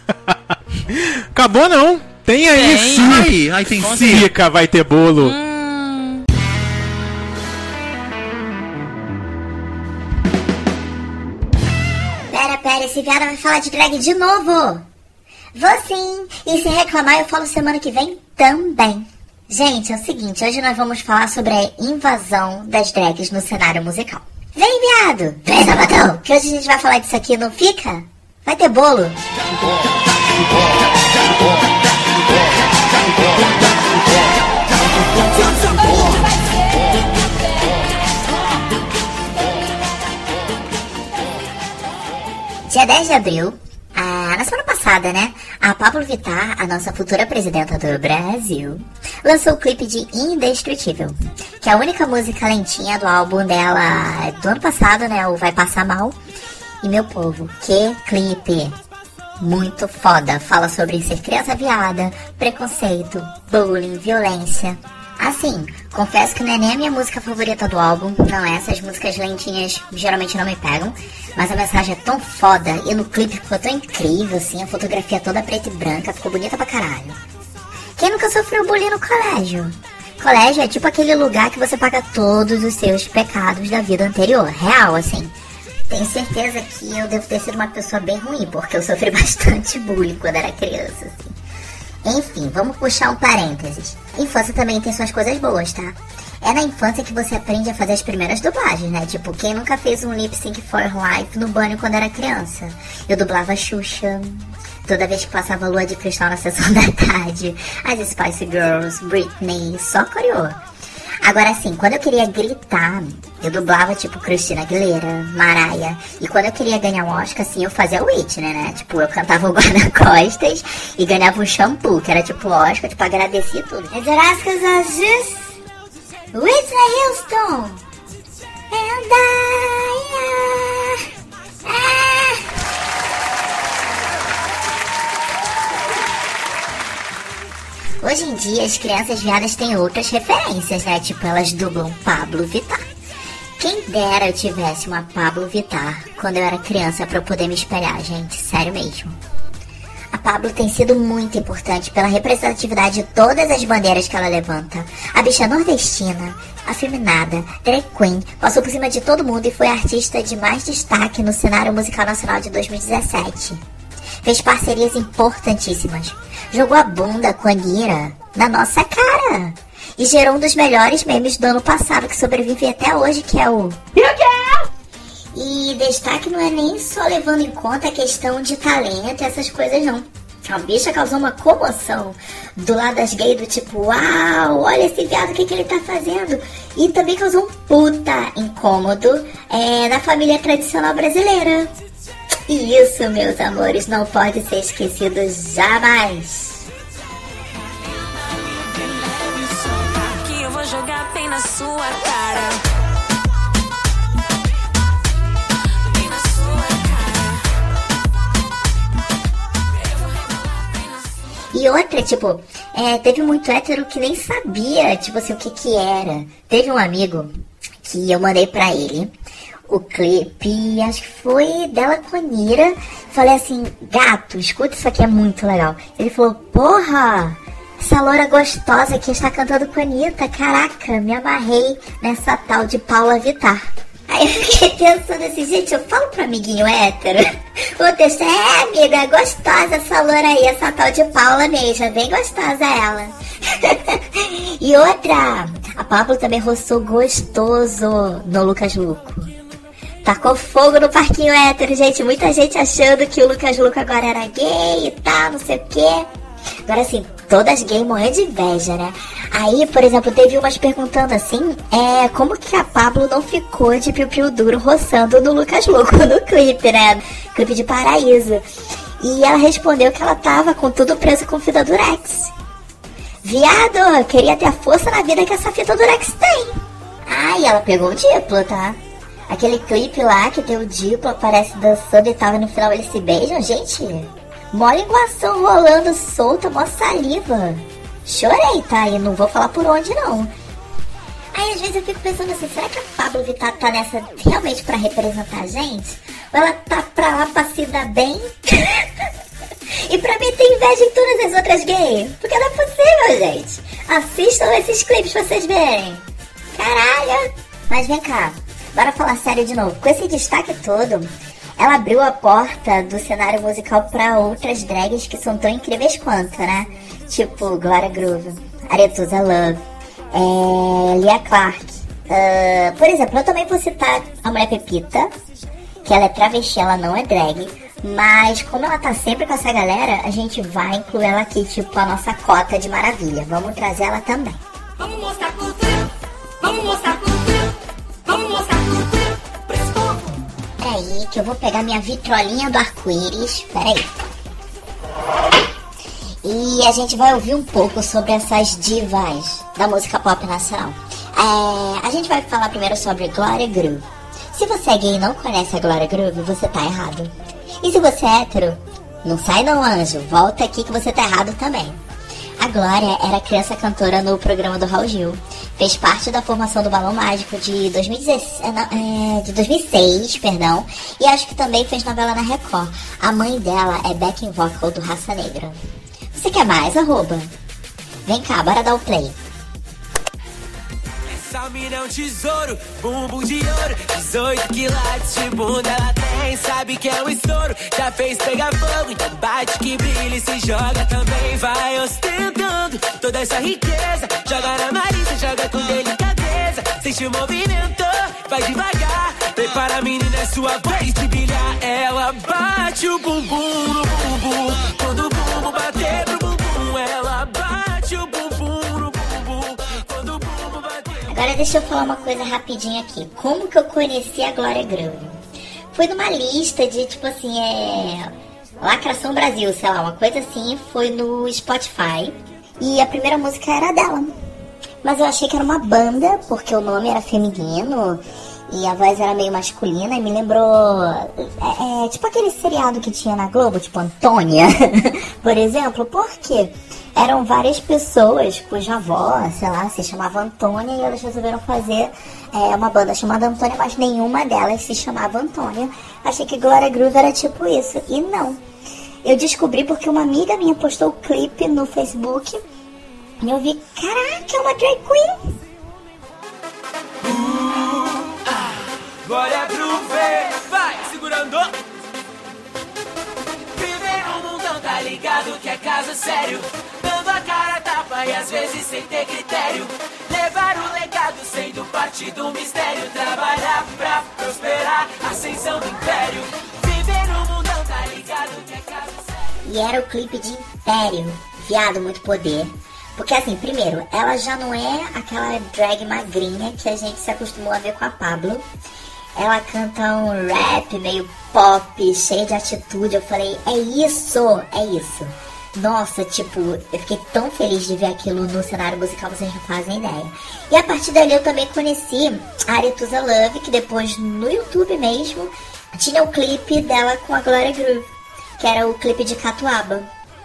[SPEAKER 1] Acabou não. Tem aí
[SPEAKER 3] Tem.
[SPEAKER 1] sim.
[SPEAKER 2] Ai, ai, tem sim.
[SPEAKER 1] Fica, vai ter bolo.
[SPEAKER 3] Hum,
[SPEAKER 6] Pera, pera, esse viado vai falar de drag de novo. Vou sim. E se reclamar, eu falo semana que vem também. Gente, é o seguinte, hoje nós vamos falar sobre a invasão das drags no cenário musical. Vem, viado! Vem, sapatão! Que hoje a gente vai falar disso aqui, não fica? Vai ter bolo! Dia dez de abril, ah, na semana passada, né? A Pablo Vittar, a nossa futura presidenta do Brasil, lançou o clipe de Indestrutível, que é a única música lentinha do álbum dela do ano passado, né? O Vai Passar Mal. E, meu povo, que clipe! Muito foda. Fala sobre ser criança viada, preconceito, bullying, violência. Assim, confesso que não é nem a minha música favorita do álbum. Não é, essas músicas lentinhas geralmente não me pegam. Mas a mensagem é tão foda e no clipe ficou tão incrível, assim. A fotografia toda preta e branca, ficou bonita pra caralho. Quem nunca sofreu bullying no colégio? Colégio é tipo aquele lugar que você paga todos os seus pecados da vida anterior. Real, assim. Tenho certeza que eu devo ter sido uma pessoa bem ruim, porque eu sofri bastante bullying quando era criança, assim. Enfim, vamos puxar um parênteses. Infância também tem suas coisas boas, tá? É na infância que você aprende a fazer as primeiras dublagens, né? Tipo, quem nunca fez um lip sync for life no banho quando era criança? Eu dublava Xuxa, toda vez que passava Lua de Cristal na sessão da tarde, as Spice Girls, Britney, só coreô. Agora sim, quando eu queria gritar, eu dublava tipo Christina Aguilera, Mariah. E quando eu queria ganhar um Oscar, assim, eu fazia Whitney, né? Tipo, eu cantava o guarda-costas e ganhava um shampoo, que era tipo Oscar, tipo, agradecia tudo. As Oscars Aziz, Whitney Houston, and I, ah. Hoje em dia, as crianças viadas têm outras referências, né? Tipo, elas dublam Pablo Vittar. Quem dera eu tivesse uma Pablo Vittar quando eu era criança pra eu poder me espelhar, gente. Sério mesmo. A Pablo tem sido muito importante pela representatividade de todas as bandeiras que ela levanta. A bicha nordestina, afeminada, drag queen, passou por cima de todo mundo e foi a artista de mais destaque no cenário musical nacional de dois mil e dezessete. Fez parcerias importantíssimas. Jogou a bunda com a Anira na nossa cara. E gerou um dos melhores memes do ano passado que sobrevive até hoje, que é o... You can! E destaque não é nem só levando em conta a questão de talento e essas coisas, não. A bicha causou uma comoção do lado das gays, do tipo, uau, olha esse viado, o que, que ele tá fazendo? E também causou um puta incômodo é, na família tradicional brasileira. E isso, meus amores, não pode ser esquecido jamais. Que eu vou jogar bem na sua cara. Bem na sua cara. E outra, tipo, é, teve muito hétero que nem sabia, tipo assim, o que que era. Teve um amigo que eu mandei pra ele o clipe, acho que foi dela com a Anira. Falei assim, gato, escuta isso aqui, é muito legal. Ele falou, porra, essa loura gostosa que está cantando com a Anitta, caraca, me amarrei nessa tal de Paula Vittar. Aí eu fiquei pensando assim, gente, eu falo pro amiguinho hétero, o texto é, amiga, é gostosa essa loura aí, essa tal de Paula mesmo, bem gostosa ela. E outra, a Pablo também roçou gostoso no Lucas Luco. Tacou fogo no parquinho hétero, gente. Muita gente achando que o Lucas Luco agora era gay e tal, não sei o quê. Agora, assim, todas gays morrendo de inveja, né? Aí, por exemplo, teve umas perguntando assim, é, como que a Pablo não ficou de piu-piu duro roçando no Lucas Luco no clipe, né? Clipe de Paraíso. E ela respondeu que ela tava com tudo preso com fita Durex. Viado, queria ter a força na vida que essa fita Durex tem. Ah, e ela pegou o diplo, tá? Aquele clipe lá que tem o Diplo, aparece dançando e tal, e no final eles se beijam, gente. Mó linguação rolando solta, mó saliva. Chorei, tá? E não vou falar por onde, não. Aí às vezes eu fico pensando assim, será que a Pablo Vittar tá nessa realmente pra representar a gente? Ou ela tá pra lá pra se dar bem? E pra mim tem inveja em todas as outras gays? Porque não é possível, gente. Assistam esses clipes pra vocês verem. Caralho. Mas vem cá. Bora falar sério de novo. Com esse destaque todo, ela abriu a porta do cenário musical pra outras drags que são tão incríveis quanto, né? Tipo Glória Groove, Aretusa Love, é, Lia Clark, Uh, por exemplo, eu também vou citar a Mulher Pepita, que ela é travesti, ela não é drag, mas como ela tá sempre com essa galera, a gente vai incluir ela aqui, tipo a nossa cota de maravilha. Vamos trazer ela também. Vamos mostrar cultura, vamos mostrar cultura, vamos mostrar cultura. Peraí, que eu vou pegar minha vitrolinha do arco-íris. Peraí. E a gente vai ouvir um pouco sobre essas divas da música pop nacional. É, a gente vai falar primeiro sobre Glória Groove. Se você é gay e não conhece a Glória Groove, você tá errado. E se você é hétero, não sai não, anjo. Volta aqui que você tá errado também. A Glória era criança cantora no programa do Raul Gil. Fez parte da formação do Balão Mágico de dois mil e dezesseis, é, de dois mil e seis, perdão. E acho que também fez novela na Record. A mãe dela é backing vocal do Raça Negra. Você quer mais, arroba? Vem cá, bora dar o play.
[SPEAKER 7] Essa mina é um tesouro, bumbum de ouro, dezoito quilates de bunda ela tem, sabe que é um estouro, já fez pegar fogo, então bate que brilha e se joga também, vai ostentando toda essa riqueza, joga na Marisa, joga com delicadeza, sente o movimento, vai devagar, prepara a menina, é sua vez de brilhar, ela bate o bumbum no bumbum, quando o bumbum bater pro bumbum, ela bate o bumbum no bumbum, quando o bumbum bater.
[SPEAKER 6] Agora deixa eu falar uma coisa rapidinho aqui. Como que eu conheci a Glória Groove? Foi numa lista de, tipo assim, é... Lacração Brasil, sei lá, uma coisa assim. Foi no Spotify. E a primeira música era dela. Mas eu achei que era uma banda, porque o nome era feminino e a voz era meio masculina. E me lembrou... É, é, tipo aquele seriado que tinha na Globo, tipo Antônia, por exemplo. Por quê? Eram várias pessoas cuja avó, sei lá, se chamava Antônia e elas resolveram fazer é, uma banda chamada Antônia, mas nenhuma delas se chamava Antônia. Achei que Glória Groove era tipo isso, e não. Eu descobri porque uma amiga minha postou o clipe no Facebook e eu vi, caraca, é uma drag queen.
[SPEAKER 7] Uh, ah, Glória Groove, vai, segurando. Viver no mundão, tá ligado que é caso sério. Dando a cara a tapa e às vezes sem ter critério. Levar o legado sendo parte do mistério. Trabalhar pra prosperar, ascensão do império. Viver no mundão, tá ligado que é caso sério.
[SPEAKER 6] E era o clipe de Império. Viado, muito poder. Porque assim, primeiro, ela já não é aquela drag magrinha que a gente se acostumou a ver com a Pablo. Ela canta um rap meio pop, cheio de atitude. Eu falei, é isso, é isso. Nossa, tipo, eu fiquei tão feliz de ver aquilo no cenário musical, vocês não fazem ideia. E a partir dali eu também conheci a Aretusa Love, que depois no YouTube mesmo tinha o clipe dela com a Glória Groove, que era o clipe de Catuaba.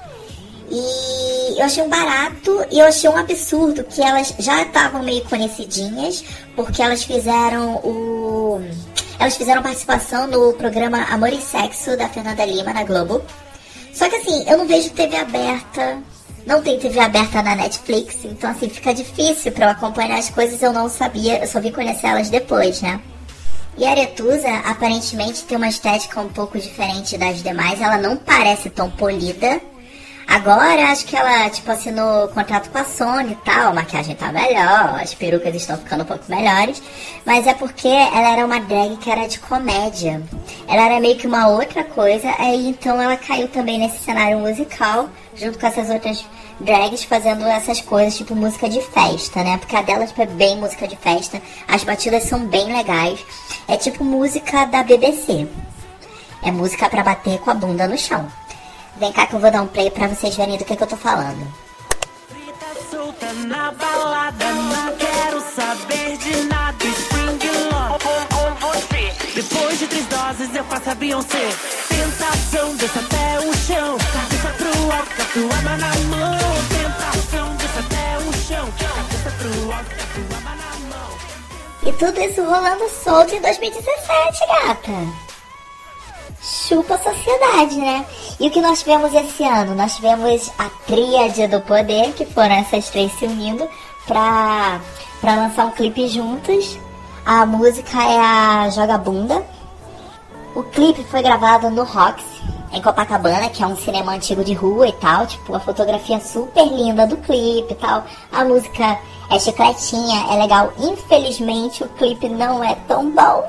[SPEAKER 6] E eu achei um barato e eu achei um absurdo que elas já estavam meio conhecidinhas, porque elas fizeram o... Elas fizeram participação no programa Amor e Sexo da Fernanda Lima na Globo. Só que assim, eu não vejo T V aberta, não tem T V aberta na Netflix, então assim, fica difícil pra eu acompanhar as coisas, eu não sabia, eu só vim conhecer elas depois, né? E a Aretusa, aparentemente, tem uma estética um pouco diferente das demais, ela não parece tão polida. Agora, acho que ela, tipo, assinou contrato com a Sony e tal, a maquiagem tá melhor, as perucas estão ficando um pouco melhores, mas é porque ela era uma drag que era de comédia. Ela era meio que uma outra coisa, aí então ela caiu também nesse cenário musical, junto com essas outras drags, fazendo essas coisas, tipo música de festa, né? Porque a dela, tipo, é bem música de festa, as batidas são bem legais, é tipo música da B B C. É música pra bater com a bunda no chão. Vem cá que eu vou dar um play pra vocês verem do que, que eu tô falando.
[SPEAKER 7] Frita solta na balada, não quero saber de nada. Spring Love com você. Depois de três doses eu faço a Beyoncé. Tentação, desce até o chão. Cabeça pro alto, com a tua arma na mão. Tentação, desce até o chão. Cabeça pro alto, com a tua arma na mão.
[SPEAKER 6] E tudo isso rolando solto em dois mil e dezessete, gata. Chupa a sociedade, né? E o que nós tivemos esse ano? Nós tivemos a Tríade do Poder, que foram essas três se unindo pra, pra lançar um clipe juntas. A música é a Joga Bunda. O clipe foi gravado no Roxy, em Copacabana, que é um cinema antigo de rua e tal. Tipo, a fotografia super linda do clipe e tal. A música É chicletinha, é legal. Infelizmente o clipe não é tão bom.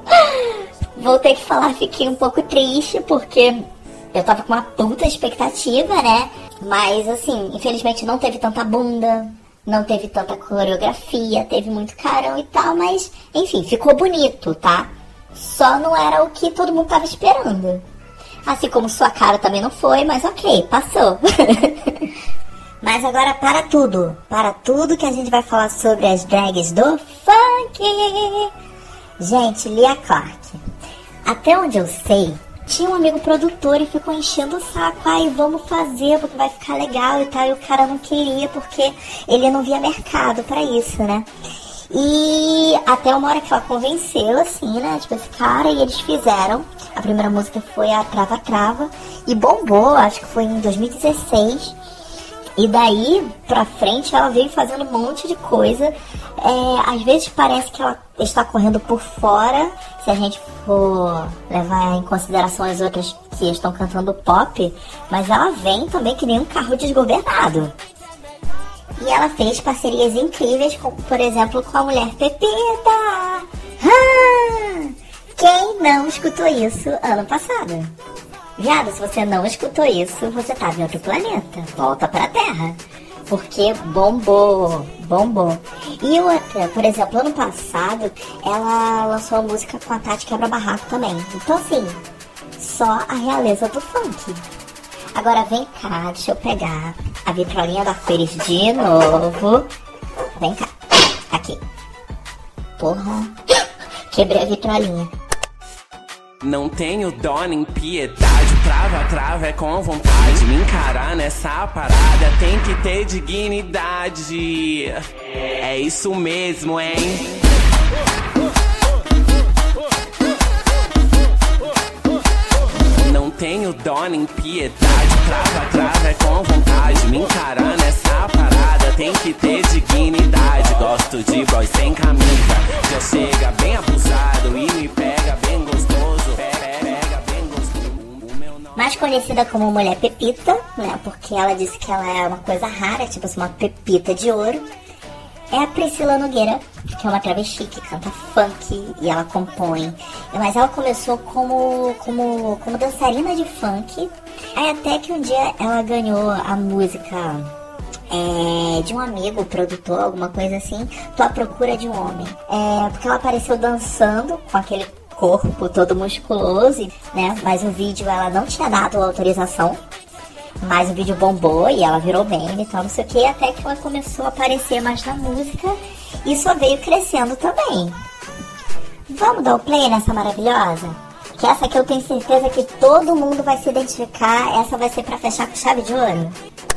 [SPEAKER 6] Vou ter que falar, fiquei um pouco triste, porque eu tava com uma puta expectativa, né? Mas assim, infelizmente não teve tanta bunda, não teve tanta coreografia, teve muito carão e tal, mas enfim, ficou bonito, tá? Só não era o que todo mundo tava esperando. Assim como sua cara também não foi, mas ok, passou. Mas agora para tudo, para tudo que a gente vai falar sobre as drags do funk. Gente, Lia Clark. Até onde eu sei, tinha um amigo produtor e ficou enchendo o saco. Ai, vamos fazer porque vai ficar legal e tal. E o cara não queria porque ele não via mercado pra isso, né? E até uma hora que ela convenceu, assim, né? Tipo, esse cara, e eles fizeram. A primeira música foi a Trava Trava e bombou, acho que foi em dois mil e dezesseis. E daí pra frente ela veio fazendo um monte de coisa. É, às vezes parece que ela está correndo por fora, se a gente for levar em consideração as outras que estão cantando pop, mas ela vem também que nem um carro desgovernado. E ela fez parcerias incríveis, como por exemplo com a mulher Pepita. Ah, quem não escutou isso ano passado? Viado, se você não escutou isso, você tá em outro planeta. Volta pra Terra. Porque bombou, bombou. E outra, por exemplo, ano passado, ela lançou uma música com a Tati Quebra-Barraco também. Então, assim, só a realeza do funk. Agora vem cá, deixa eu pegar a vitrolinha da Arco-Íris de novo. Vem cá. Aqui. Porra. Quebrei a vitrolinha.
[SPEAKER 7] Não tenho dó nem piedade, trava, trava é com vontade. Me encarar nessa parada tem que ter dignidade. É isso mesmo, hein? Não tenho dó nem piedade, trava, trava é com vontade. Me encarar nessa parada tem que ter dignidade. Gosto de boy sem camisa, já chega bem abusado e me pega bem gostoso.
[SPEAKER 6] Mais conhecida como Mulher Pepita, né? Porque ela disse que ela é uma coisa rara, tipo assim, uma pepita de ouro. É a Priscila Nogueira, que é uma travesti que canta funk e ela compõe. Mas ela começou como, como, como dançarina de funk. Aí até que um dia ela ganhou a música é, de um amigo, produtor, alguma coisa assim, Tô à Procura de um Homem. É, porque ela apareceu dançando com aquele corpo todo musculoso, né? Mas o vídeo ela não tinha dado autorização. Mas o vídeo bombou e ela virou meme e tal, não sei o que, até que ela começou a aparecer mais na música e só veio crescendo também. Vamos dar o play nessa maravilhosa? Que essa aqui eu tenho certeza que todo mundo vai se identificar, essa vai ser pra fechar com chave de ouro.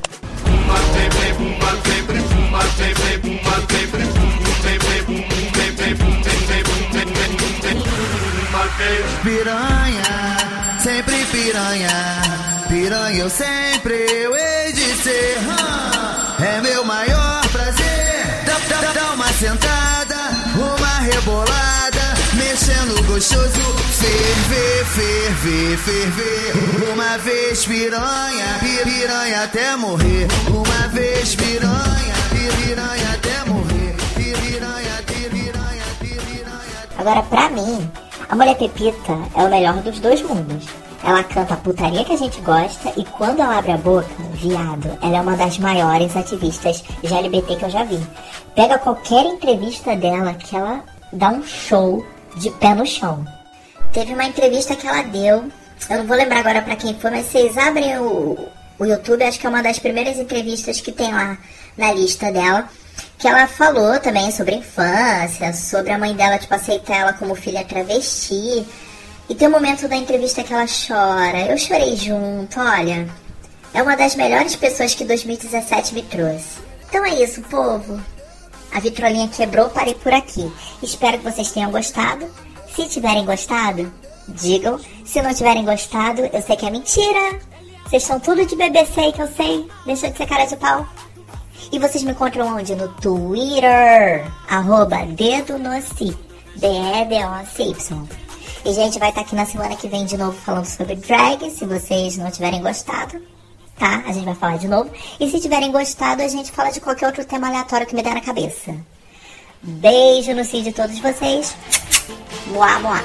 [SPEAKER 8] Piranha, sempre piranha, piranha eu sempre eu hei de ser. Hum, é meu maior prazer, dá, dá, dá uma sentada, uma rebolada, mexendo gostoso, ferver, ferver, ferver. Uma vez piranha, piranha até morrer. Uma vez piranha, piranha até morrer. Piranha, piranha, piranha.
[SPEAKER 6] Agora pra mim, a Mulher Pepita é o melhor dos dois mundos. Ela canta a putaria que a gente gosta e quando ela abre a boca, viado, ela é uma das maiores ativistas de L G B T que eu já vi. Pega qualquer entrevista dela que ela dá um show de pé no chão. Teve uma entrevista que ela deu, eu não vou lembrar agora pra quem foi, mas vocês abrem o, o YouTube, acho que é uma das primeiras entrevistas que tem lá na lista dela, que ela falou também sobre a infância, sobre a mãe dela, tipo, aceitar ela como filha travesti. E tem um momento da entrevista que ela chora. Eu chorei junto, olha. É uma das melhores pessoas que dois mil e dezessete me trouxe. Então é isso, povo. A vitrolinha quebrou, parei por aqui. Espero que vocês tenham gostado. Se tiverem gostado, digam. Se não tiverem gostado, eu sei que é mentira. Vocês são tudo de B B C aí que eu sei. Deixa de ser cara de pau. E vocês me encontram onde? No Twitter. Arroba dedo no si. D E D O C Y. E, gente, vai estar aqui na semana que vem de novo falando sobre drag, se vocês não tiverem gostado. tá? A gente vai falar de novo. E se tiverem gostado, a gente fala de qualquer outro tema aleatório que me der na cabeça. Beijo no cio de todos vocês. Moá, moá.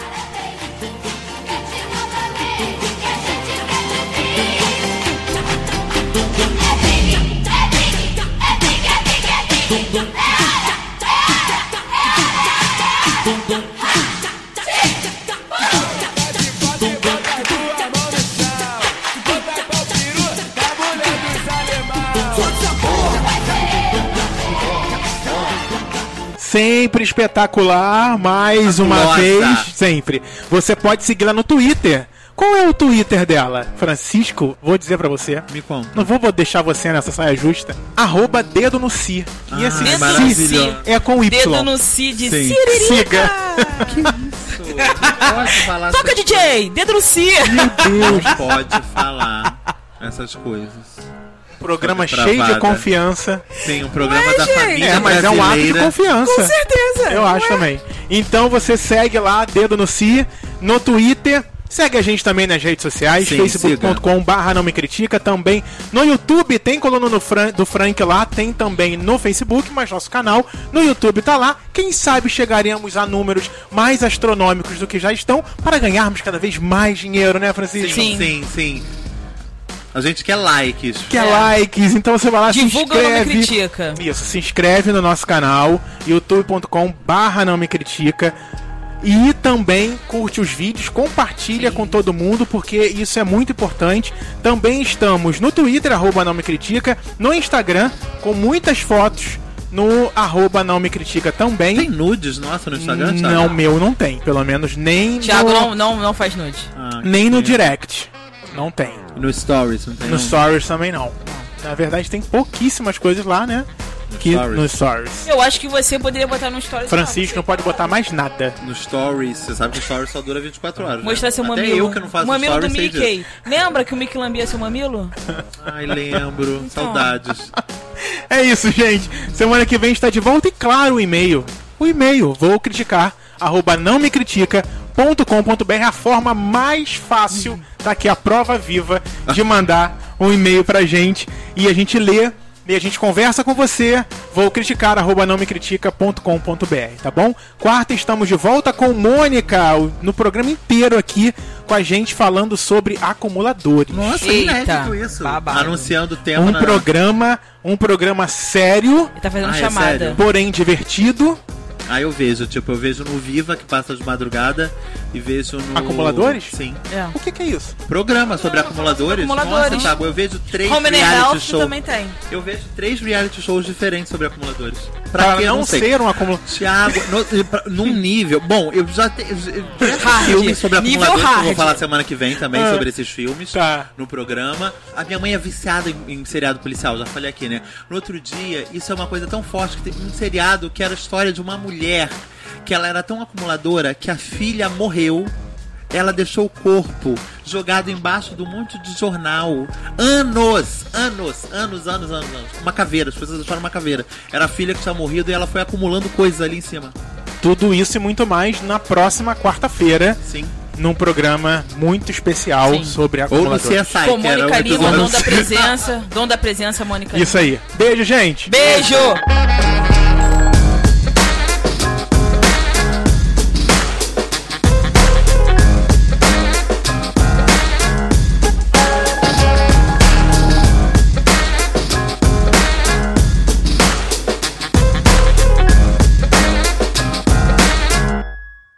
[SPEAKER 1] Sempre espetacular, mais uma
[SPEAKER 2] Nossa.
[SPEAKER 1] vez, sempre. Você pode seguir lá no Twitter. Qual é o Twitter dela? Francisco, vou dizer pra você.
[SPEAKER 2] Me conta.
[SPEAKER 1] Não vou deixar você nessa saia justa. Arroba dedo no si.
[SPEAKER 2] Ah,
[SPEAKER 1] e esse
[SPEAKER 3] Dedo no
[SPEAKER 1] si
[SPEAKER 3] si.
[SPEAKER 1] é com Y.
[SPEAKER 3] Dedo no si de
[SPEAKER 2] Sim.
[SPEAKER 3] Siririca.
[SPEAKER 1] Siga.
[SPEAKER 2] Que isso? Não pode falar
[SPEAKER 3] Toca,
[SPEAKER 2] essas
[SPEAKER 3] D J! Dedo no si!
[SPEAKER 2] coisas. Não pode falar essas coisas.
[SPEAKER 1] Programa
[SPEAKER 2] Coisa
[SPEAKER 1] cheio de
[SPEAKER 2] travada.
[SPEAKER 1] confiança.
[SPEAKER 2] Sim, um programa
[SPEAKER 3] Ué,
[SPEAKER 2] da
[SPEAKER 3] gente.
[SPEAKER 2] família
[SPEAKER 1] É, mas é um ato de
[SPEAKER 2] brasileira.
[SPEAKER 1] confiança.
[SPEAKER 3] Com certeza!
[SPEAKER 1] Eu acho também. Então você segue lá, Dedo no Si, no Twitter. Segue a gente também nas redes sociais,
[SPEAKER 2] Sim,
[SPEAKER 1] facebook ponto com barra não me critica, também no YouTube, tem coluna no Fran, do Frank lá, tem também no Facebook, mas nosso canal no YouTube tá lá. Quem sabe chegaremos a números mais astronômicos do que já estão, para ganharmos cada vez mais dinheiro, né, Francisco?
[SPEAKER 2] Sim, sim, sim. A gente quer likes.
[SPEAKER 1] Quer likes, então você vai lá,
[SPEAKER 3] Divulga
[SPEAKER 1] se
[SPEAKER 3] o Não Me
[SPEAKER 1] inscreve.
[SPEAKER 3] Critica.
[SPEAKER 1] Isso, se inscreve no nosso canal, youtube ponto com barra não me critica. E também curte os vídeos, compartilha com todo mundo, porque isso é muito importante. Também estamos no Twitter, arroba não me critica, no Instagram, com muitas fotos, no arroba não me critica também.
[SPEAKER 2] Tem nudes, nossa, no Instagram, Thiago?
[SPEAKER 1] Não, meu não tem, pelo menos nem
[SPEAKER 3] Thiago
[SPEAKER 1] no,
[SPEAKER 3] não, não, não faz nude.
[SPEAKER 2] Ah,
[SPEAKER 1] nem no
[SPEAKER 2] que-
[SPEAKER 1] direct. Não tem.
[SPEAKER 2] No Stories, não tem?
[SPEAKER 1] No
[SPEAKER 2] não?
[SPEAKER 1] Stories também não. Na verdade tem pouquíssimas coisas lá, né? Que
[SPEAKER 2] Stories.
[SPEAKER 1] no Stories.
[SPEAKER 3] Eu acho que você poderia botar no stories.
[SPEAKER 1] Francisco não pode botar mais nada.
[SPEAKER 2] No Stories, você sabe que o Stories só dura vinte e quatro horas.
[SPEAKER 3] Mostrar
[SPEAKER 2] né?
[SPEAKER 3] seu
[SPEAKER 2] Até
[SPEAKER 3] mamilo.
[SPEAKER 2] eu que não faço
[SPEAKER 3] o mamilo
[SPEAKER 2] Stories
[SPEAKER 3] do
[SPEAKER 2] sei
[SPEAKER 3] Mickey.
[SPEAKER 2] disso.
[SPEAKER 3] Lembra que o Mickey lambia seu mamilo?
[SPEAKER 2] Ai, lembro.
[SPEAKER 3] Então.
[SPEAKER 2] Saudades.
[SPEAKER 1] É isso, gente. Semana que vem está de volta e, claro, o e-mail. O e-mail, vou criticar, arroba não me critica ponto com ponto br, a forma mais fácil, tá aqui a prova viva, de mandar um e-mail pra gente e a gente lê e a gente conversa com você. Vou criticar, arroba não me critica ponto com ponto br, tá bom? Quarta, estamos de volta com Mônica, o- no programa inteiro aqui, com a gente falando sobre acumuladores.
[SPEAKER 2] Nossa,
[SPEAKER 3] Eita,
[SPEAKER 2] inédito isso.
[SPEAKER 3] babado.
[SPEAKER 2] Anunciando o tema
[SPEAKER 1] Um
[SPEAKER 2] na...
[SPEAKER 1] programa, um programa sério,
[SPEAKER 3] Ele tá fazendo
[SPEAKER 2] Ah, é
[SPEAKER 3] chamada.
[SPEAKER 2] sério?
[SPEAKER 1] porém divertido.
[SPEAKER 2] Aí eu vejo, tipo, eu vejo no Viva, que passa de madrugada, e vejo no...
[SPEAKER 1] Acumuladores?
[SPEAKER 2] Sim.
[SPEAKER 3] É.
[SPEAKER 1] O que que é isso?
[SPEAKER 2] Programa sobre acumuladores.
[SPEAKER 3] acumuladores.
[SPEAKER 2] Nossa, Thiago, eu vejo três
[SPEAKER 3] Home and
[SPEAKER 2] reality
[SPEAKER 3] Health
[SPEAKER 2] shows.
[SPEAKER 3] também tem.
[SPEAKER 2] Eu vejo três reality shows diferentes sobre acumuladores. Pra,
[SPEAKER 1] Pra
[SPEAKER 2] que eu
[SPEAKER 1] não
[SPEAKER 2] não sei.
[SPEAKER 1] ser um acumulador.
[SPEAKER 2] Thiago, no, pra- num nível. Bom, eu já tenho
[SPEAKER 3] Hard.
[SPEAKER 2] filmes sobre
[SPEAKER 3] Nível
[SPEAKER 2] acumuladores que eu vou
[SPEAKER 3] hard.
[SPEAKER 2] falar semana que vem também
[SPEAKER 1] Ah.
[SPEAKER 2] sobre esses filmes
[SPEAKER 1] Tá.
[SPEAKER 2] no programa. A minha mãe é viciada em, em seriado policial, já falei aqui, né? No outro dia, isso é uma coisa tão forte que tem um seriado que era a história de uma mulher que ela era tão acumuladora que a filha morreu. Ela deixou o corpo jogado embaixo de um monte de jornal. Anos, anos, anos, anos, anos, anos. Uma caveira, as pessoas deixaram uma caveira. Era a filha que tinha morrido e ela foi acumulando coisas ali em cima.
[SPEAKER 1] Tudo isso e muito mais na próxima quarta-feira,
[SPEAKER 2] Sim.
[SPEAKER 1] num programa muito especial
[SPEAKER 3] Sim.
[SPEAKER 1] sobre
[SPEAKER 2] Ou no
[SPEAKER 1] acumuladores.
[SPEAKER 2] C S I,
[SPEAKER 3] Com
[SPEAKER 2] que era o
[SPEAKER 3] Mônica Lima,
[SPEAKER 2] episódio-
[SPEAKER 3] dom da presença. Dom da presença, Mônica Lima.
[SPEAKER 1] Isso aí. Beijo, gente!
[SPEAKER 3] Beijo!